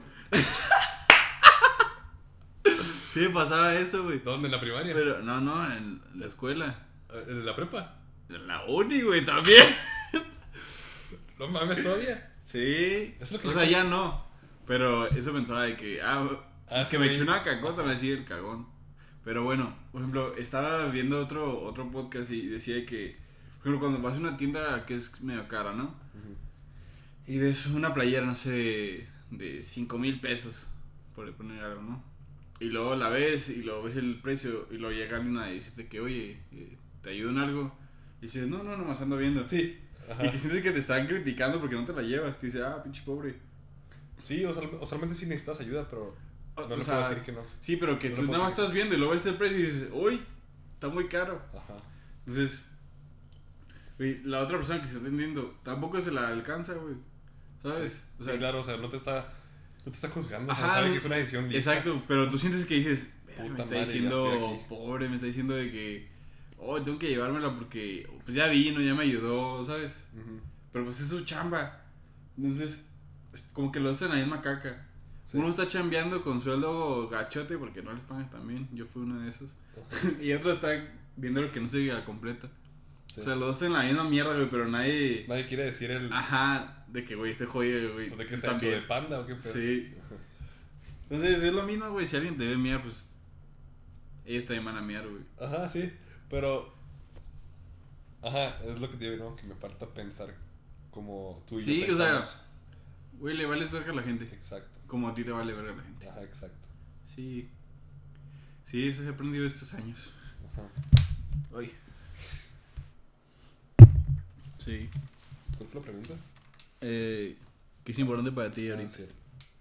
Sí me pasaba eso, güey. ¿Dónde? ¿En la primaria? Pero no, no, en la escuela. ¿En la prepa? En la uni, güey, también. No mames, todavía. Sí. Es lo que O yo- sea, ya no. Pero eso pensaba de que, ah, Ah, que sí, me güey. eché una cacota, me decía el cagón. Pero bueno, por ejemplo, estaba viendo otro, otro podcast y decía que, por ejemplo, cuando vas a una tienda que es medio cara, ¿no? Ujú. Y ves una playera, no sé, de, de cinco mil pesos, por poner algo, ¿no? Y luego la ves y luego ves el precio y luego llega alguien a decirte que, oye, eh, ¿te ayudo en algo? Y dices, no, no, nomás ando viendo. Sí. Ajá. Y que sientes que te están criticando porque no te la llevas, que dices, ah, pinche pobre. Sí, o, sol- o solamente si necesitas ayuda, pero O- no o le sea, puedo decir que no. Sí, pero que No tú lo puedo nada más decir. estás viendo y luego ves el precio y dices, uy, está muy caro. Ajá. Entonces, güey, la otra persona que está atendiendo tampoco se la alcanza, güey. ¿Sabes? Sí. O sea, Sí, claro, o sea, no te está, no te está juzgando, o sea, Ajá, sabe que es una decisión lista. exacto, pero tú sientes que dices, "Verga, me Puta está madre, ya diciendo estoy aquí". pobre, me está diciendo de que, oh, tengo que llevármela porque, pues ya vino, ya me ayudó, ¿sabes? Ujú. Pero pues es su chamba. Entonces, es como que lo hacen la misma caca. Sí. Uno está chambeando con sueldo gachote porque no les pagan también. Yo fui uno de esos. Ajá. Y otro está viendo lo que no se la completa. Sí. O sea, los dos en la misma mierda, güey, pero nadie. Nadie quiere decir el... Ajá, de que, güey, este jodido, güey. ¿De qué tú está hecho? también. ¿De panda o qué pedo? Sí. Entonces es lo mismo, güey. Si alguien te ve miar, pues. Ellos también van a miar, güey. Ajá, sí, pero... Ajá, es lo que te digo, ¿no? Que me falta pensar como tú y Sí, yo o sea, pensamos. güey, le vales verga a la gente. Exacto. Como a ti te vale verga a la gente. Ajá, exacto. Sí. Sí, eso se ha aprendido estos años. Ajá. Hoy. Sí. ¿Cuál fue la pregunta? Eh, ¿Qué es importante para ti Ah, ahorita? sí.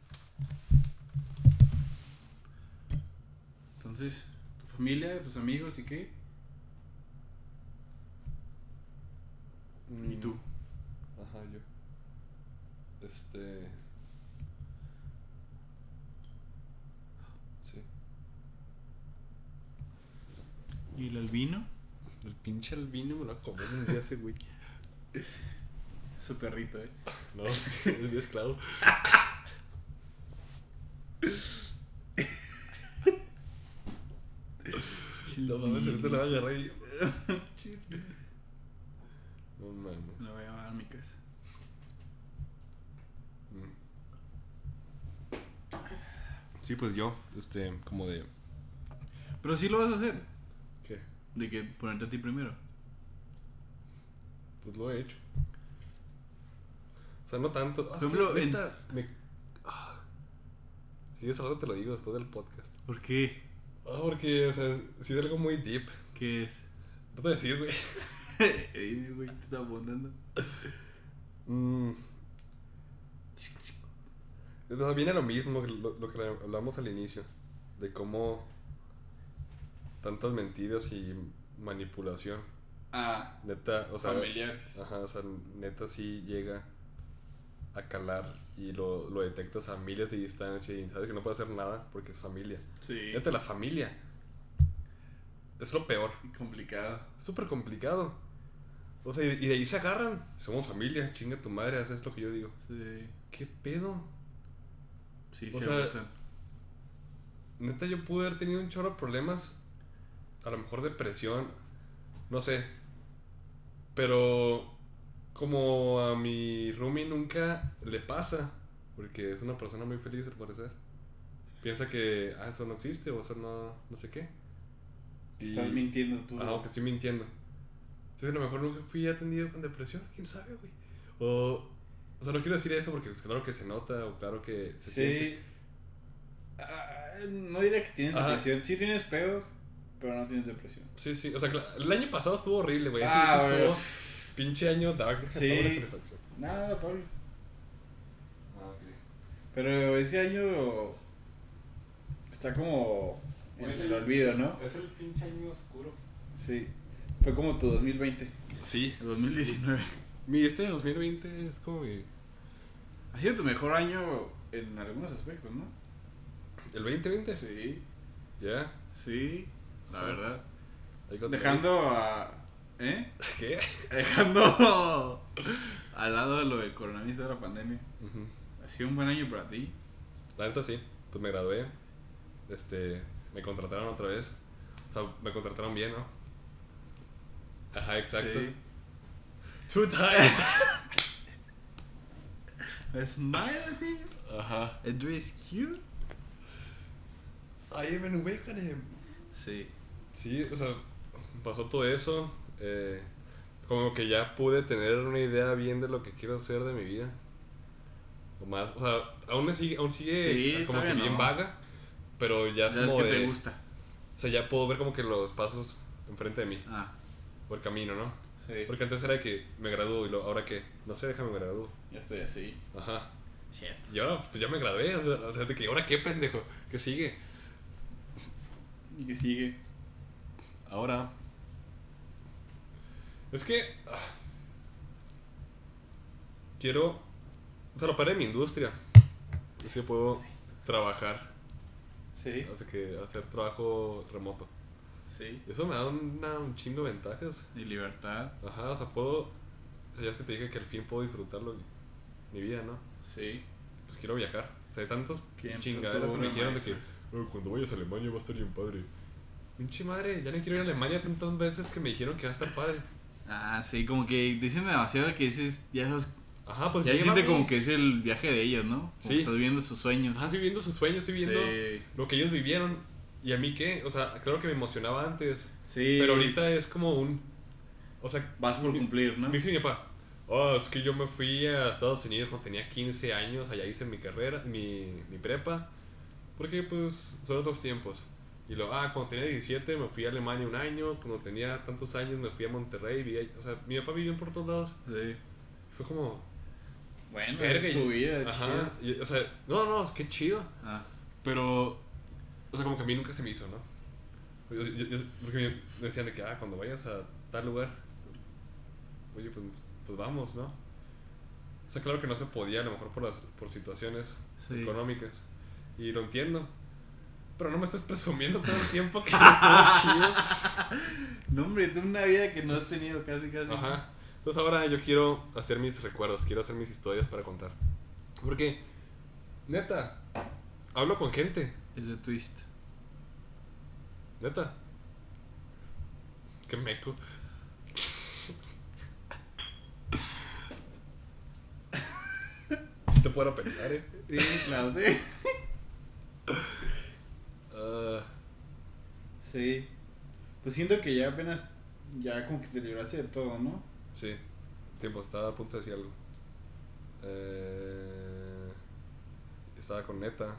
Entonces, tu familia, tus amigos y qué. ¿Y tú? Ajá, yo. Este. Sí. ¿Y el albino? El pinche albino me lo va a comer un día ese güey. Su perrito, eh. No, es de esclavo. No mames, ahorita lo va a agarrar y. No mames. Lo voy a llevar a mi casa. Sí, pues yo, este, como de. Pero sí lo vas a hacer. ¿Qué? De que ponerte a ti primero. Pues lo he hecho. O sea, no tanto. Ah, Por ejemplo, sí, en- neta, me. Ah. Sí, eso ahora te lo digo después del podcast. ¿Por qué? Ah, porque, o sea, sí es algo muy deep. ¿Qué es? No te voy a decir, güey. Dime, güey, te está apuntando. Mm. No, viene a lo mismo, que lo, lo que hablamos al inicio. De cómo tantas mentiras y manipulación. Ah, Neta, o sea. familiares. Ajá, o sea, neta sí llega a calar y lo, lo detectas a miles de distancia y sabes que no puede hacer nada porque es familia. Sí. Neta, la familia es lo peor. Complicado. Es súper complicado. O sea, y y de ahí se agarran. Somos familia, chinga tu madre, haces lo que yo digo. Sí. ¿Qué pedo? Sí, O sí, sea, abusan. Neta, yo pude haber tenido un chorro de problemas. A lo mejor depresión. No sé. Pero como a mi roomie nunca le pasa. Porque es una persona muy feliz al parecer. Piensa que ah, eso no existe o eso no, no sé qué. Estás mintiendo tú. Ah, que estoy mintiendo. Entonces a lo mejor nunca fui atendido con depresión. ¿Quién sabe, güey? O... O sea, no quiero decir eso porque pues, claro que se nota o claro que se siente. Sí. Ah, no diría que tienes Ajá. depresión. Sí tienes pedos, pero no tienes depresión. Sí, sí. O sea, cla- el año pasado estuvo horrible, güey. Ese- Ah, ese bueno. estuvo pinche año dark. Sí. Estaba de calefacción. Nada, Pablo. Ah, ok. Pero ese año está como en el olvido, ¿no? Es el pinche año oscuro. Sí. Fue como tu dos mil veinte. Sí. El dos mil diecinueve. Mi este dos mil veinte es como mi... Ha sido tu mejor año en algunos aspectos, ¿no? ¿El veinte veinte? Sí. Ya. Sí. La verdad. Ahí con- Dejando a... ¿Eh? ¿Qué? Dejando al lado lo del coronavirus de la pandemia. Ujú. Ha sido un buen año para ti. La neta sí. Pues me gradué. Este... Me contrataron otra vez. O sea, me contrataron bien, ¿no? Ajá, exacto. Sí. Two times. A smile at him. Ajá. A dress cute. I even wake at him. Sí. Sí, o sea, pasó todo eso. Eh, como que ya pude tener una idea bien de lo que quiero hacer de mi vida. O más, o sea, aún me sigue, aún sigue Sí, como que todavía bien no. vaga. Pero ya es ¿Sabes como qué de, te gusta? o sea, ya puedo ver como que los pasos enfrente de mí. Ah, O el camino, ¿no? sí. Porque antes era de que me gradúo y lo, ahora que, no sé, déjame me gradúo. Ya estoy así. Ajá. Shit. Y ahora, pues ya me gradué. O sea, o sea, de que, ¿ahora qué, pendejo? ¿Qué sigue? ¿Y qué sigue? Ahora. Es que. ah, quiero. O sea, lo paré en mi industria. Es que puedo trabajar. Sí. Hace que hacer trabajo remoto. Sí. Eso me da una- un chingo de ventajas. Y libertad. Ajá, o sea, puedo. O sea, ya se te dije que al fin puedo disfrutarlo. Mi vida, ¿no? Sí. Pues quiero viajar. O sea, hay tantos ¿Quién chingaderas tuvo que me una dijeron de que. maestra? "Oh, cuando vayas a Alemania va a estar bien padre. Pinche madre, ya no quiero ir a Alemania tantas veces que me dijeron que va a estar padre. Ah, sí, como que dicen demasiado que ese es, ya esos, Ajá, pues ya se siente llévame. como que es el viaje de ellos, ¿no? Como Sí. que estás viviendo sus sueños. Ah, estoy viviendo sus sueños, estoy viendo Sí. lo que ellos vivieron. ¿Y a mí qué? O sea, claro que me emocionaba antes. Sí. Pero ahorita es como un... O sea, vas por mi- cumplir, ¿no? Me dice mi papá, oh, es que yo me fui a Estados Unidos cuando tenía quince años, allá hice mi carrera, mi, mi prepa, porque pues son otros tiempos. Y luego, ah, cuando tenía diecisiete me fui a Alemania un año, cuando tenía tantos años me fui a Monterrey, vi ahí- o sea, mi papá vivió por todos lados. Sí. Fue como... Bueno, verga, es tu y- vida, Ajá. Y, o sea, no, no, es que chido. Ah, Pero, o sea, como que a mí nunca se me hizo, ¿no? Yo, yo, yo- porque me decían de que, ah, cuando vayas a tal lugar, oye, pues, pues vamos, ¿no? O sea, claro que no se podía, a lo mejor por las por situaciones sí. económicas. Y lo entiendo. Pero no me estés presumiendo todo el tiempo que estuvo chido. No, hombre, tú una vida que no has tenido casi, casi. Ajá. Entonces ahora yo quiero hacer mis recuerdos, quiero hacer mis historias para contar. Porque, neta, hablo con gente. Es de twist. Neta. Qué meco. Sí te puedo pensar, eh. Sí, claro, sí. Ah, Sí. Pues siento que ya apenas, ya como que te libraste de todo, ¿no? sí. Tiempo, estaba a punto de decir algo. Eh, estaba con neta.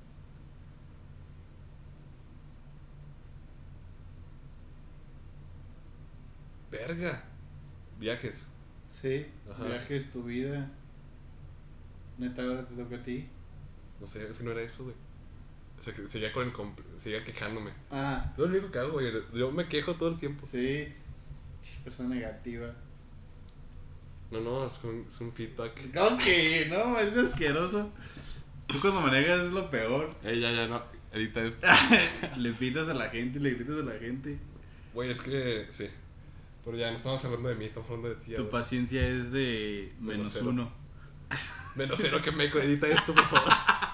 Verga. Viajes. Sí. Ajá. Viajes, tu vida. Neta, ahora te toca a ti. No sé, es que no era eso, güey. O sea, que seguía, con el compl- seguía quejándome. Ah, Es lo único que hago, güey. Yo me quejo todo el tiempo. sí. Persona negativa. No, no, es un, es un feedback. ¿Cómo que? No, es asqueroso. Tú cuando manejas es lo peor. Eh, ya, ya, no. Edita esto. Le pitas a la gente, le gritas a la gente. Güey, es que, sí. Pero ya no estamos hablando de mí, estamos hablando de ti. Tu güey. paciencia es de Menos menos cero. uno. Menos cero que me edita esto, por favor.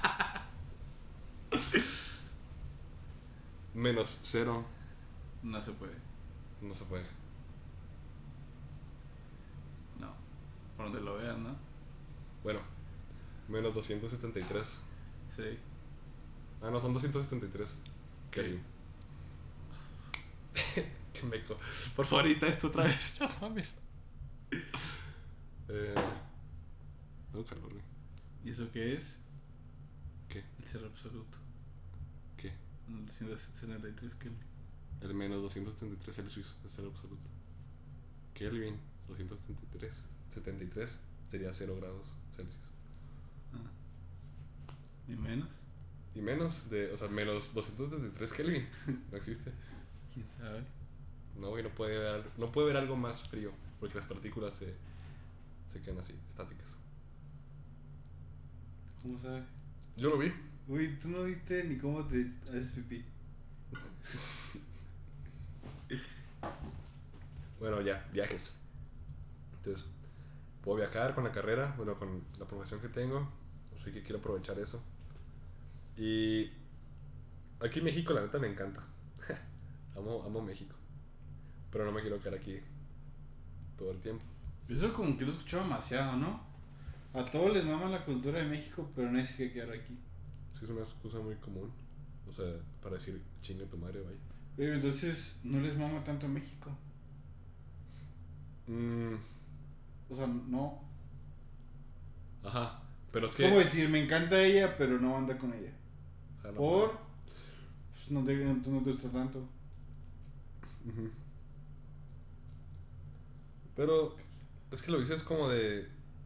Menos cero. No se puede. No se puede. No. Por donde lo veas, ¿no? Bueno, menos doscientos setenta y tres. Sí. Ah, no, son doscientos setenta y tres. Kelvin. Qué meco. Por favor, edita esto otra vez. No mames. Eh, tengo calor, güey. ¿Y eso qué es? ¿Qué? El cero absoluto. ¿Qué? doscientos setenta y tres Kelvin. El menos doscientos setenta y tres Celsius es cero absoluto. Kelvin, doscientos setenta y tres. setenta y tres sería cero grados Celsius. Ah. ¿Y menos? Y menos de, o sea, menos doscientos setenta y tres Kelvin. No existe. ¿Quién sabe? No, güey, no puede haber, no puede haber algo más frío. Porque las partículas se, se quedan así, estáticas. ¿Cómo sabes? Yo lo vi. Uy, tú no viste ni cómo te haces pipí. Bueno, ya, viajes. Entonces, puedo viajar con la carrera, bueno, con la profesión que tengo. Así que quiero aprovechar eso. Y aquí en México, la neta, me encanta. amo, amo México. Pero no me quiero quedar aquí todo el tiempo. Eso como que lo he escuchado demasiado, ¿no? A todos les mama la cultura de México, pero nadie se quiere quedar aquí. Es que es una excusa muy común. O sea, para decir chingue tu madre, vaya. Pero entonces no les mama tanto México. Mm, O sea, no. ajá. Pero es que. ¿Cómo decir? Me encanta ella, pero no anda con ella. Ah, no, Por. Pues no te, no, no te gusta tanto. Ujú. Pero es que lo dices como de.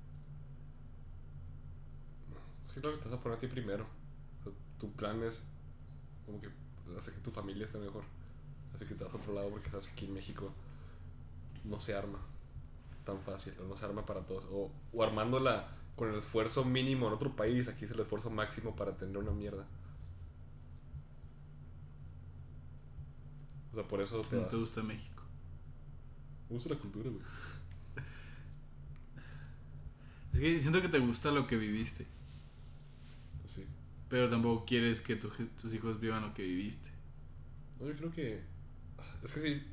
Es que creo que te vas a poner a ti primero. O sea, tu plan es como que hacer que tu familia esté mejor. Así que te vas a otro lado porque sabes que aquí en México no se arma tan fácil, o no se arma para todos. O, o armándola con el esfuerzo mínimo en otro país, aquí es el esfuerzo máximo para tener una mierda. O sea, por eso te No vas. te gusta México. Me gusta la cultura, güey. Es que siento que te gusta lo que viviste, Pues sí. pero tampoco quieres que tu, tus hijos vivan lo que viviste. No, yo creo que. Es que sí.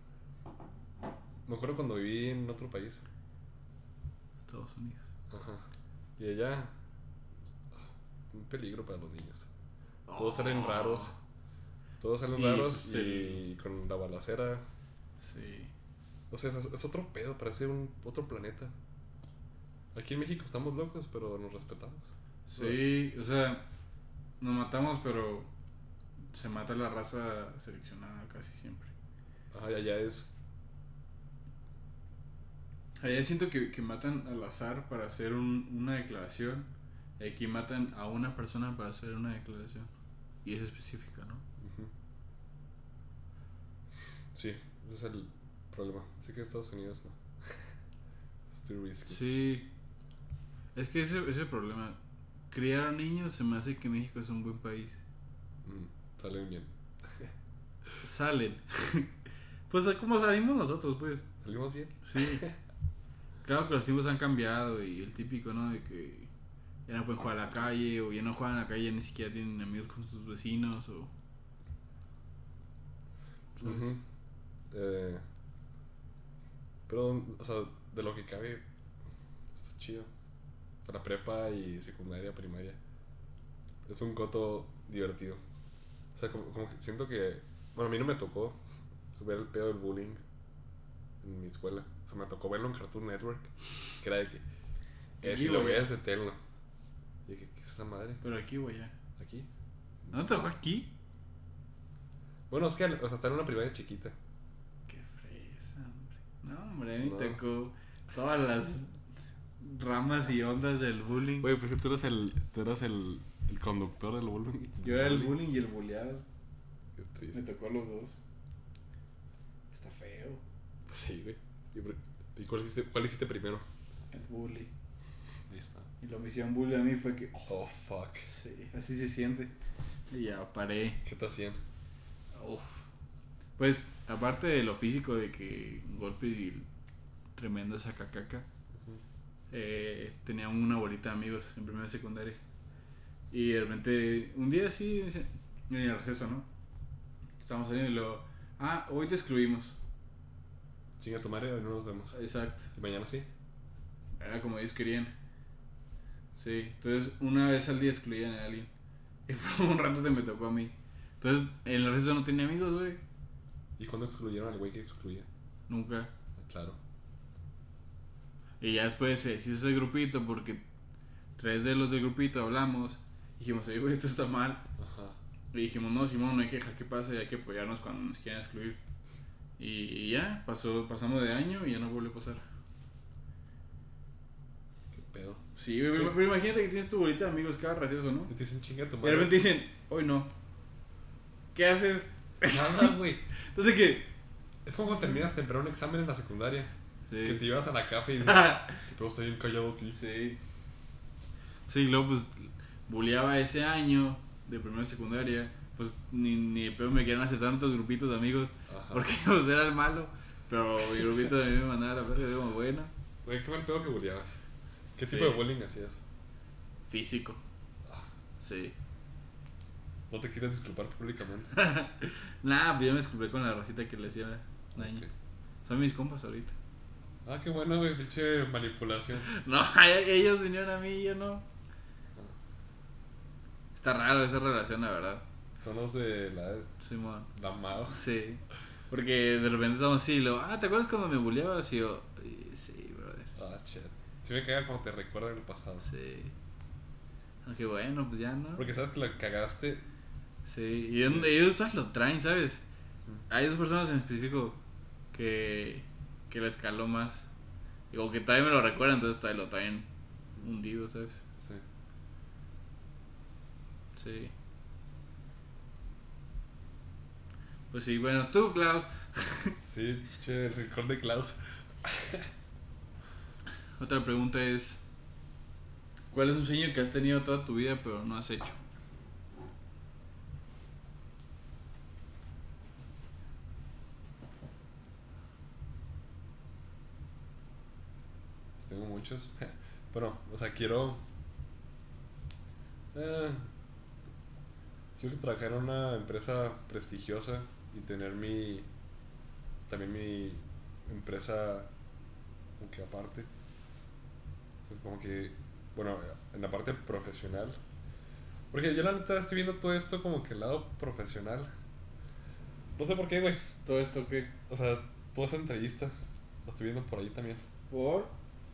Me acuerdo cuando viví en otro país. Estados Unidos. Ajá. Y allá. Un peligro para los niños. Todos salen raros. Todos salen Y, raros pues, y con la balacera. Sí. O sea, es, es otro pedo, parece un otro planeta. Aquí en México estamos locos, pero nos respetamos. Sí, o sea, nos matamos, pero se mata la raza seleccionada casi siempre. Ajá, y allá es. Allá siento que, que matan al azar para hacer un, una declaración. Y aquí matan a una persona para hacer una declaración. Y es específica, ¿no? Uh-huh. Sí, ese es el problema. Así que Estados Unidos no. Es too risky. Sí. Es que ese ese problema. Criar a niños se me hace que México es un buen país. Mm, salen bien. Salen. Pues como salimos nosotros, pues. ¿Salimos bien? Sí. Claro que los tiempos han cambiado y el típico, ¿no? De que ya no pueden jugar a la calle o ya no juegan a la calle, ni siquiera tienen amigos con sus vecinos o... ¿sabes? Uh-huh. Eh, pero, o sea, de lo que cabe, está chido. O sea, la prepa y secundaria, primaria. Es un coto divertido. O sea, como, como que siento que... Bueno, a mí no me tocó ver el pedo del bullying en mi escuela. O sea, me tocó verlo en Cartoon Network. Que era de que... Eh, Aquí, si lo güey. veas, deténlo. Y dije, ¿qué es esa madre? Pero aquí, güey, ya. ¿Aquí? ¿No te tocó aquí? Bueno, es que, o sea, está en una primaria chiquita. Qué fresa, hombre. No, hombre, a mí No. me tocó todas las ramas y ondas del bullying. Güey, pues tú eras el, tú eras el, el conductor del bullying. Yo era el bullying y el bulleado. Qué Me triste. tocó a los dos. Está feo. Sí, güey. ¿Y, por- y cuál, hiciste, cuál hiciste primero? El bully. Ahí está. Y lo que me hicieron bully a mí fue que... Oh, fuck. Sí, así se siente. Y ya paré. ¿Qué te hacían? Uf. Pues, aparte de lo físico, de que golpes y tremendo sacacaca, eh, tenía una bolita de amigos en primera y secundaria. Y de repente, un día así, en el receso, ¿no? Estábamos saliendo y luego, ah, hoy te excluimos. Chinga tu madre, hoy no nos vemos. Exacto. ¿Y mañana sí? Era como ellos querían. Sí, entonces una vez al día excluían a alguien. Y por un rato te me tocó a mí. Entonces, en el receso no tenía amigos, güey. ¿Y cuándo excluyeron al güey que excluía? Nunca. Ah, claro. Y ya después se hizo ese grupito porque tres de los del grupito hablamos. Y dijimos, oye, güey, esto está mal. Ajá. Y dijimos, no, Simón, no hay que dejar que pase, hay que apoyarnos cuando nos quieran excluir. Y ya, pasó, pasamos de año y ya no volvió a pasar. ¿Qué pedo? Sí, güey, pero, pero imagínate que tienes tu bolita de amigos cada receso, ¿no? Y te dicen chinga tu Y de madre. repente dicen, hoy no. ¿Qué haces? Nada, güey. Entonces, ¿qué? Es como cuando terminas temprano un examen en la secundaria. Que te Sí. ibas a la café y dices, ¿qué pedo? Estoy bien callado aquí. Sí. Sí, luego pues buleaba ese año de primera y secundaria. Pues ni, ni de pedo me querían aceptar en otros grupitos de amigos. Ajá. Porque pues era el malo. Pero mi grupito de mí me mandaba a la verga. Yo como, bueno, Güey, qué mal pedo que bulleabas. ¿Qué Sí. tipo de bullying hacías? físico. Ah, Sí. no te quieres disculpar públicamente. Nah, pues yo me disculpé con la racita que le hacía daño. Ok. Son mis compas ahorita. Ah, qué bueno, güey, pinche manipulación. No, ellos vinieron a mí y yo no. Está raro esa relación, la verdad. Son los de la Simón. la Mao. Sí. Porque de repente estamos así y luego, ah, ¿te acuerdas cuando me bulleabas? Y yo, "Y sí, brother. Ah, shit. Sí me caga cuando te recuerdan el pasado. Sí. Aunque bueno, pues ya no. Porque sabes que la cagaste. Sí. Y ellos, ellos todas lo traen, ¿sabes? Hay dos personas en específico que, que la escaló más. O que todavía me lo recuerdan, entonces todavía lo traen hundido, ¿sabes? Sí. Sí. Pues sí, bueno, tú, Klaus. Sí, che, el record de Klaus. Otra pregunta es, ¿cuál es un sueño que has tenido toda tu vida pero no has hecho? Tengo muchos. Bueno, o sea, quiero. Eh, quiero trabajar en una empresa prestigiosa y tener mi. También mi empresa. Como que aparte. O sea, como que. Bueno, en la parte profesional. Porque yo la neta estoy viendo todo esto como que el lado profesional. No sé por qué, güey. ¿Todo esto qué? O sea, toda esa entrevista la estoy viendo por ahí también. ¿Por?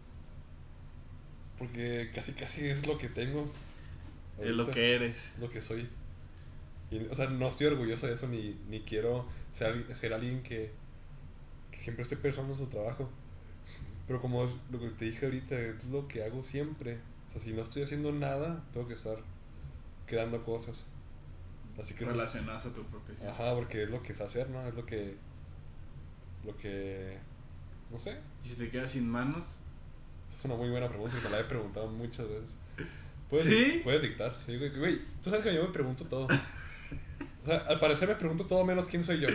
Porque casi casi es lo que tengo. Es lo ahorita, que eres. lo que soy. Y, o sea, no estoy orgulloso de eso ni, ni quiero ser, ser alguien que, que siempre esté pensando en su trabajo. Pero como es lo que te dije ahorita, es lo que hago siempre. O sea, si no estoy haciendo nada, tengo que estar creando cosas. Así que eso es- Relacionadas a tu profesión. Ajá, porque es lo que sé hacer, ¿no? Es lo que... Lo que... No sé. Y si te quedas sin manos, Es una muy buena pregunta y me la he preguntado muchas veces. ¿Puedes, ¿Sí? puedes dictar? Sí, güey. Güey, tú sabes que yo me pregunto todo. O sea, al parecer me pregunto todo menos quién soy yo.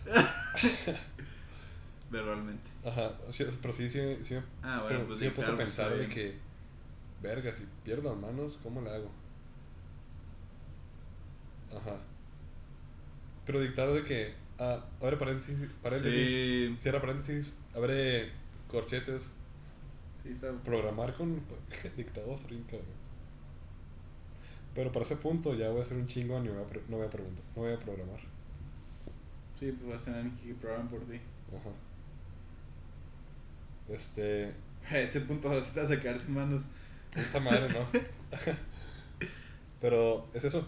verbalmente. Ajá, sí, pero sí, sí, sí, me- Ah, bueno, pero pues sí me puse a dictar, pues, pensar está de bien. que, verga, si pierdo manos, ¿cómo le hago? Ajá. Pero dictar de que, ah, abre paréntesis, paréntesis, Sí. cierra paréntesis, abre corchetes, Sí, está. programar con dictado está bien cabrón. Pero para ese punto ya voy a hacer un chingón y no voy a, pre- no voy a preguntar, no voy a programar. Sí, pues vas a tener que programar por ti. Ajá. Este, A ese punto vas a sacar sin manos. puta madre, ¿no? Pero es eso.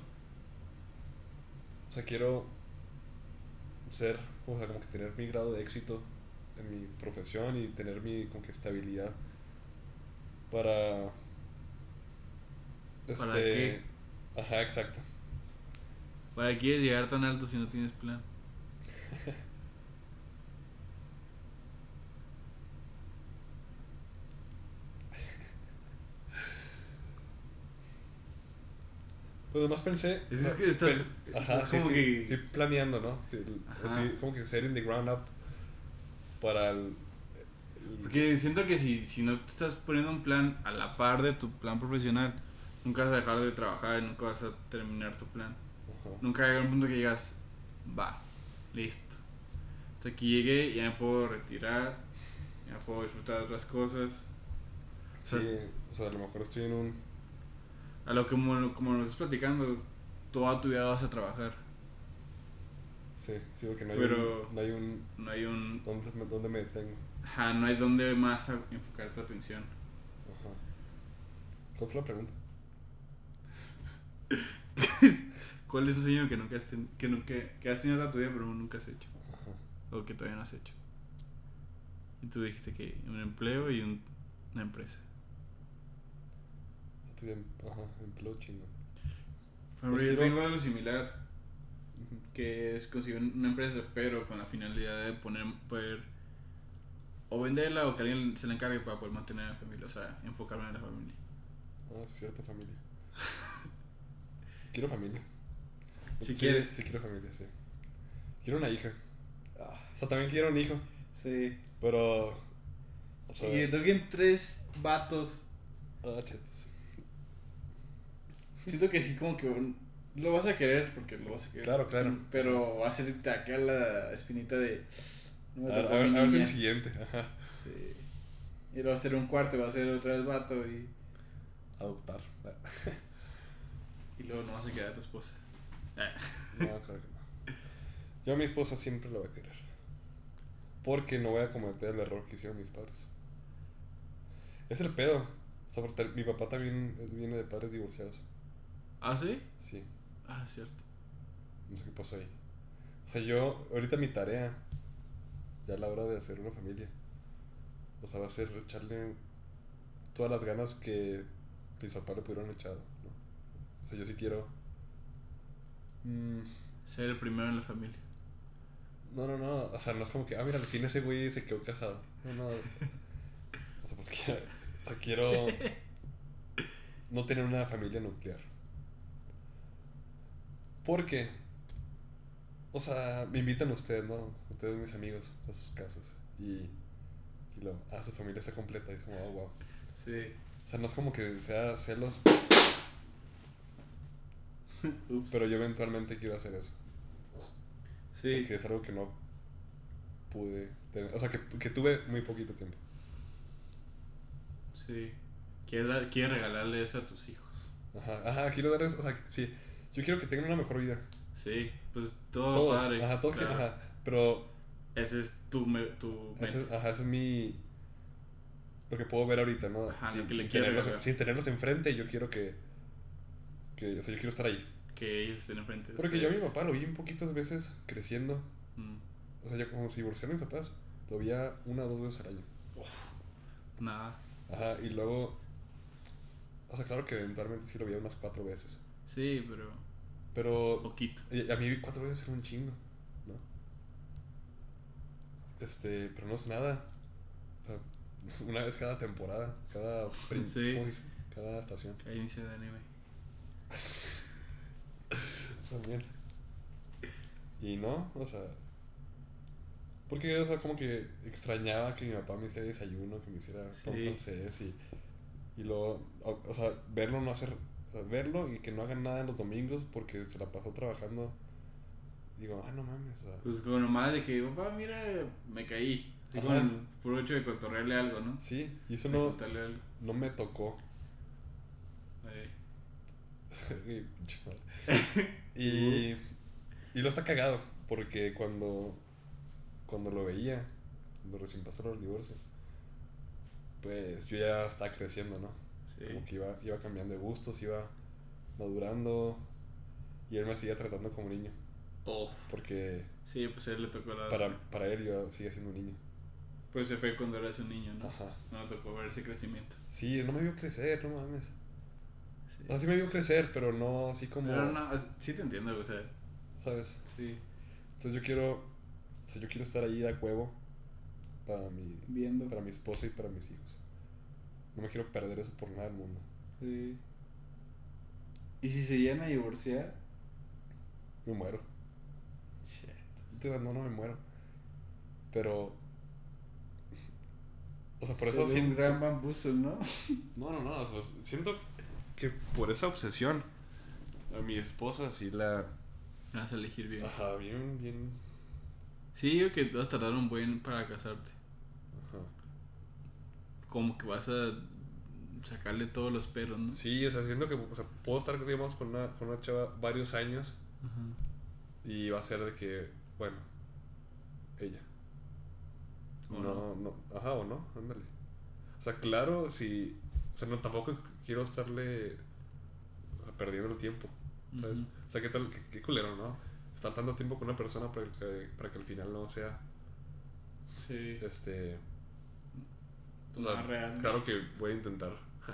O sea, quiero ser, o sea, como que tener mi grado de éxito en mi profesión y tener mi como que estabilidad para este ¿Para qué? ajá, exacto. ¿Para qué quieres llegar tan alto si no tienes plan? Pues nomás pensé, Es o sea, que estás- pen- ajá, estás sí, como sí, que- estoy planeando, ¿no? Sí, Ajá. así como que ser in the ground up para el, el- Porque siento que si, si no te estás poniendo un plan a la par de tu plan profesional, nunca vas a dejar de trabajar y nunca vas a terminar tu plan. ajá. Nunca llega un punto que digas, va, listo. Hasta aquí llegué, ya me puedo retirar, ya puedo disfrutar de otras cosas. O sea, Sí, o sea, a lo mejor estoy en un a lo que como, como nos estás platicando, toda tu vida vas a trabajar. sí, sí, porque no hay Pero- un, no hay un No hay un... ¿dónde, me- dónde me detengo? Ajá, no hay donde más a- enfocar tu atención. Ajá. ¿Cuál fue la pregunta? ¿Cuál es un sueño que nunca has, ten- que nunca, que has tenido toda tu vida pero nunca has hecho? Ajá. O que todavía no has hecho. Y tú dijiste que un empleo y un- una empresa. Pues, em- ajá, empleo chingón. Por ejemplo, Pues yo quiero- tengo algo similar, Ujú. que es conseguir una empresa, pero con la finalidad de poner, poder o venderla o que alguien se la encargue para poder mantener a la familia, o sea, enfocarme en la familia. Ah, cierta familia. Quiero familia. Si Sí, quieres. Sí, quiero familia, sí. Quiero una hija. O sea, también quiero un hijo. Sí. Pero. O sea, Y que toquen tres vatos. ah, chetos. Siento que sí, como que un- lo vas a querer porque lo vas a querer. Claro, claro. Sí, pero va a ser acá la espinita de. No me A, a, tocó ver- mi a ver si niña. el siguiente. Ajá. Sí. Y luego va a ser un cuarto y va a ser otra vez vato y. Adoptar. Y luego no vas a quedar a tu esposa. Ah. No, claro que no. Yo a mi esposa siempre la voy a querer. Porque no voy a cometer el error que hicieron mis padres. Es el pedo. O sea, porque mi papá también es- viene de padres divorciados. ¿Ah, sí? Sí. Ah, cierto. No sé qué pasó ahí. O sea, yo, ahorita mi tarea, ya a la hora de hacer una familia, o sea, va a ser echarle todas las ganas que mis papás le pudieron echado, ¿no? O sea, yo sí quiero... mm, Ser el primero en la familia. no, no, no, o sea, no es como que, ah, mira, al fin ese güey se quedó casado. No, no. O sea, pues que, o sea, quiero no tener una familia nuclear. Porque, o sea, me invitan ustedes, ¿no? Ustedes, mis amigos, a sus casas. Y, y lo, ah, su familia está completa. Y es como, oh, wow. Sí. O sea, no es como que sea celos, Ups. pero yo eventualmente quiero hacer eso. Sí. Porque es algo que no pude tener. O sea, que, que tuve muy poquito tiempo. Sí. ¿Quieres, dar- quieres regalarle eso a tus hijos? Ajá, ajá, quiero darles, o sea, sí. Yo quiero que tengan una mejor vida. Sí, pues todo Todos, padre. ajá, todos, claro. ajá. Pero, Ese es tu, me- tu ese, meta. es- ajá, ese es mi. Lo que puedo ver ahorita, ¿no? Ajá, sin, lo que le sin quieres tenerlos, regalar. sin tenerlos enfrente, yo quiero que, que. O sea, yo quiero estar ahí. Que ellos estén enfrente de Porque yo a mi ustedes. papá lo vi un poquitas veces creciendo. Mm. O sea, yo como se divorciaron mis papás, lo veía una o dos veces al año. Nada. Ajá, y luego, o sea, claro que eventualmente sí lo vi unas cuatro veces. Sí, pero Pero poquito. y a mí cuatro veces era un chingo, ¿no? Este, pero no es nada. O sea, una vez cada temporada, cada prim- Sí. ¿cómo se dice? Cada estación. Cada inicio de anime. También. Y no, o sea, porque, o sea, como que extrañaba que mi papá me hiciera desayuno, que me hiciera pan Sí. francés y, y luego, o, o sea, verlo no hacer, o sea, verlo y que no hagan nada en los domingos porque se la pasó trabajando. Digo, ah, no mames, o sea, Pues como nomás de que, papá, mira, me caí. Así Ajá. como el puro hecho de cotorrearle algo, ¿no? sí, y eso De no, contarle algo. no me tocó. Ahí. Y pinche madre. y, y lo está cagado porque cuando, cuando lo veía, cuando recién pasaron el divorcio, pues yo ya estaba creciendo, ¿no? Sí. Como que iba, iba cambiando de gustos, iba madurando y él me seguía tratando como niño. Oh. Porque Sí, pues a él le tocó la para, otra. para él yo sigue siendo un niño. Pues se fue cuando eras un niño, ¿no? Ajá. No le tocó ver ese crecimiento. Sí, no me vio crecer, no mames. Sí. No, sí me vio crecer, pero no así como... Pero no, es- sí te entiendo, o sea, ¿Sabes? sí. Entonces yo quiero... O sea, yo quiero estar ahí de huevo para mi, Viendo. para mi esposa y para mis hijos. No me quiero perder eso por nada del mundo. Sí. ¿Y si se llegan a divorciar? Me muero. Shit. Digo, no, no me muero. Pero... O sea, por Sería eso un siento... gran bambuzo, ¿no? No, no, no. Pues siento que por esa obsesión a mi esposa sí la... Vas a elegir bien. Ajá, bien, bien... Sí, yo que vas a tardar un buen para casarte. Ajá. Como que vas a sacarle todos los pelos, ¿no? Sí, o sea, siento que, o sea, puedo estar, digamos, con una, con una chava varios años Ajá. y va a ser de que, bueno, ella. O No, no, ajá, o no, ándale. O sea, claro, si, o sea, no, tampoco quiero estarle o sea, perdiendo el tiempo, ¿sabes? Ujú. O sea, qué tal, qué, qué culero, ¿no? Estar tanto tiempo con una persona para que, para que al final no sea, Sí. este... O Más sea, real. claro que voy a intentar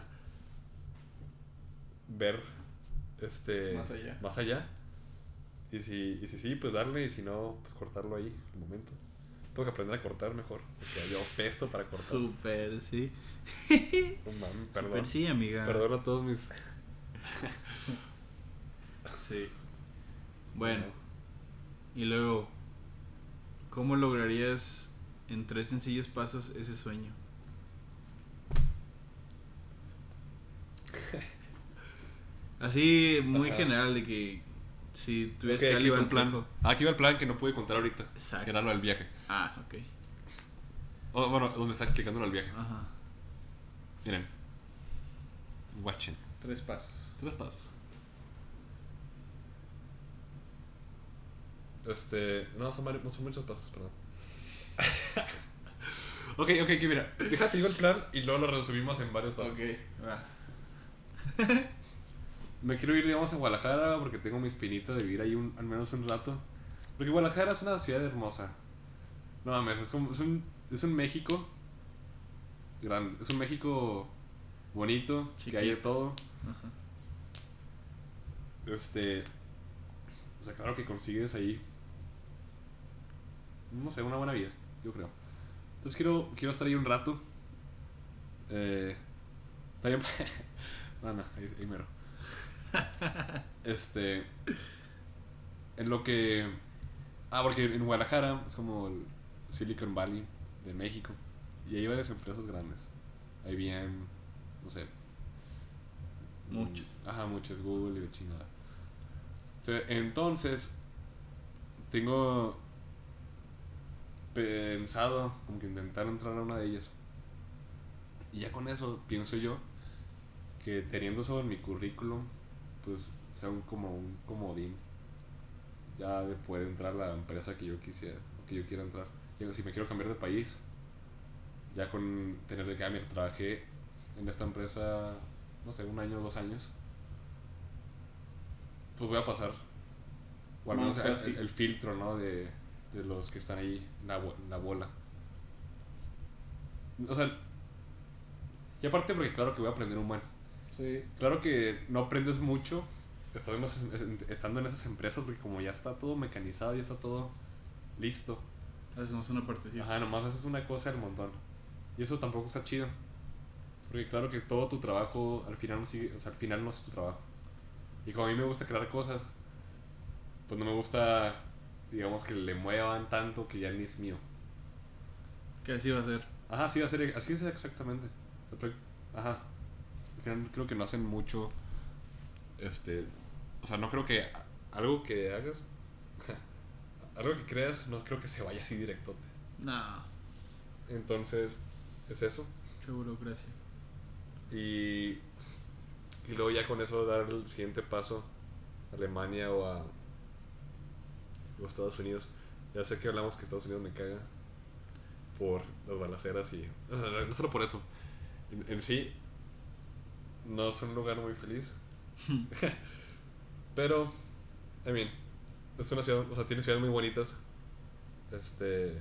ver este Más allá. más allá. Y si, y si sí, pues darle, y si no, pues cortarlo ahí, el momento. Tengo que aprender a cortar mejor, porque yo pesto para cortar. Super, sí. No mames, perdón. Super, sí, amiga. Perdón a todos mis... Sí. Bueno, y luego, ¿cómo lograrías en tres sencillos pasos ese sueño? Así, muy Ajá. general, de que si tuvieras Ok, que aquí darle va el plan. consejo. Ah, aquí va el plan que no pude contar ahorita. Exacto. Que era lo del viaje. Ah, ok. Oh, bueno, donde está explicando lo del viaje. Ajá. Miren. Watchen. Tres pasos. Tres pasos. Este. No, son, varios, son muchos pasos, perdón. ok, ok, ok, mira. Déjate, digo el plan y luego lo resumimos en varios pasos. Ok, va. Me quiero ir, digamos, a Guadalajara porque tengo mi espinita de vivir ahí un, al menos un rato. Porque Guadalajara es una ciudad hermosa. No mames, es un, es un, es un México grande. Es un México bonito, Chiquito. que hay de todo. Ajá. Este. O sea, claro que consigues ahí. No sé, una buena vida, yo creo. Entonces quiero, quiero estar ahí un rato. Eh. También. No, no, ahí, ahí mero. Este. En lo que. Ah, porque en Guadalajara es como el Silicon Valley de México. Y hay varias empresas grandes. I B M, no sé. Muchos. Ajá, muchos, Google y de chingada. Entonces, tengo pensado como que intentar entrar a una de ellas. Y ya con eso pienso yo que teniendo eso en mi currículum, pues sea un, como un comodín ya de poder entrar a la empresa que yo quisiera, o que yo quiera entrar. Y si me quiero cambiar de país, ya con tener de que, ah, mira, trabajé en esta empresa, no sé, un año o dos años, pues voy a pasar, o al menos Más el, fácil. el, el filtro, ¿no? De, de los que están ahí, la, la bola. O sea, Y aparte porque claro que voy a aprender un buen. Sí. Claro que no aprendes mucho estando en, esas, estando en esas empresas porque como ya está todo mecanizado, ya está todo listo. Hacemos una partecita. Ajá, nomás haces una cosa del montón. Y eso tampoco está chido. Porque claro que todo tu trabajo al final no sigue, o sea, al final no es tu trabajo. Y como a mí me gusta crear cosas, pues no me gusta, digamos, que le muevan tanto que ya ni es mío. Que así va a ser. Ajá, sí, va a ser, así es exactamente. O sea, ajá. Creo que no hacen mucho. Este. O sea, no creo que algo que hagas. Algo que creas, no creo que se vaya así directote. No. Entonces, es eso. Qué burocracia. Y. Y luego ya con eso dar el siguiente paso a Alemania o a. O a Estados Unidos. Ya sé que hablamos que Estados Unidos me caga. Por las balaceras y. O sea, no solo por eso. En, en sí. No es un lugar muy feliz. Pero, I mean, es una ciudad, o sea, tiene ciudades muy bonitas. Este.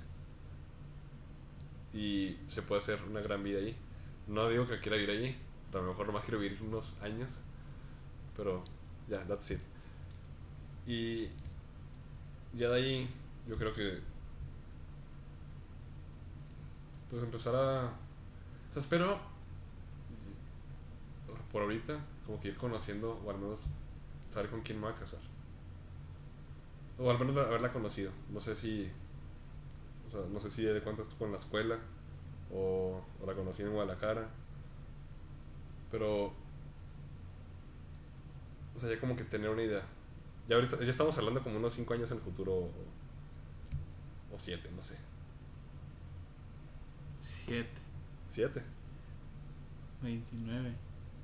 Y se puede hacer una gran vida allí. No digo que quiera vivir allí. A lo mejor nomás quiero vivir unos años. Pero, ya, yeah, that's it. Y. Ya de ahí, yo creo que. Pues empezar a. O sea, espero. Por ahorita, como que ir conociendo, o al menos saber con quién me voy a casar. O al menos haberla conocido. No sé si. O sea, no sé si de cuánto estuvo en la escuela. O, o la conocí en Guadalajara. Pero. O sea, ya como que tener una idea. Ya ahorita, ya estamos hablando como unos cinco años en el futuro. O, o siete, no sé. siete. ¿siete? veintinueve.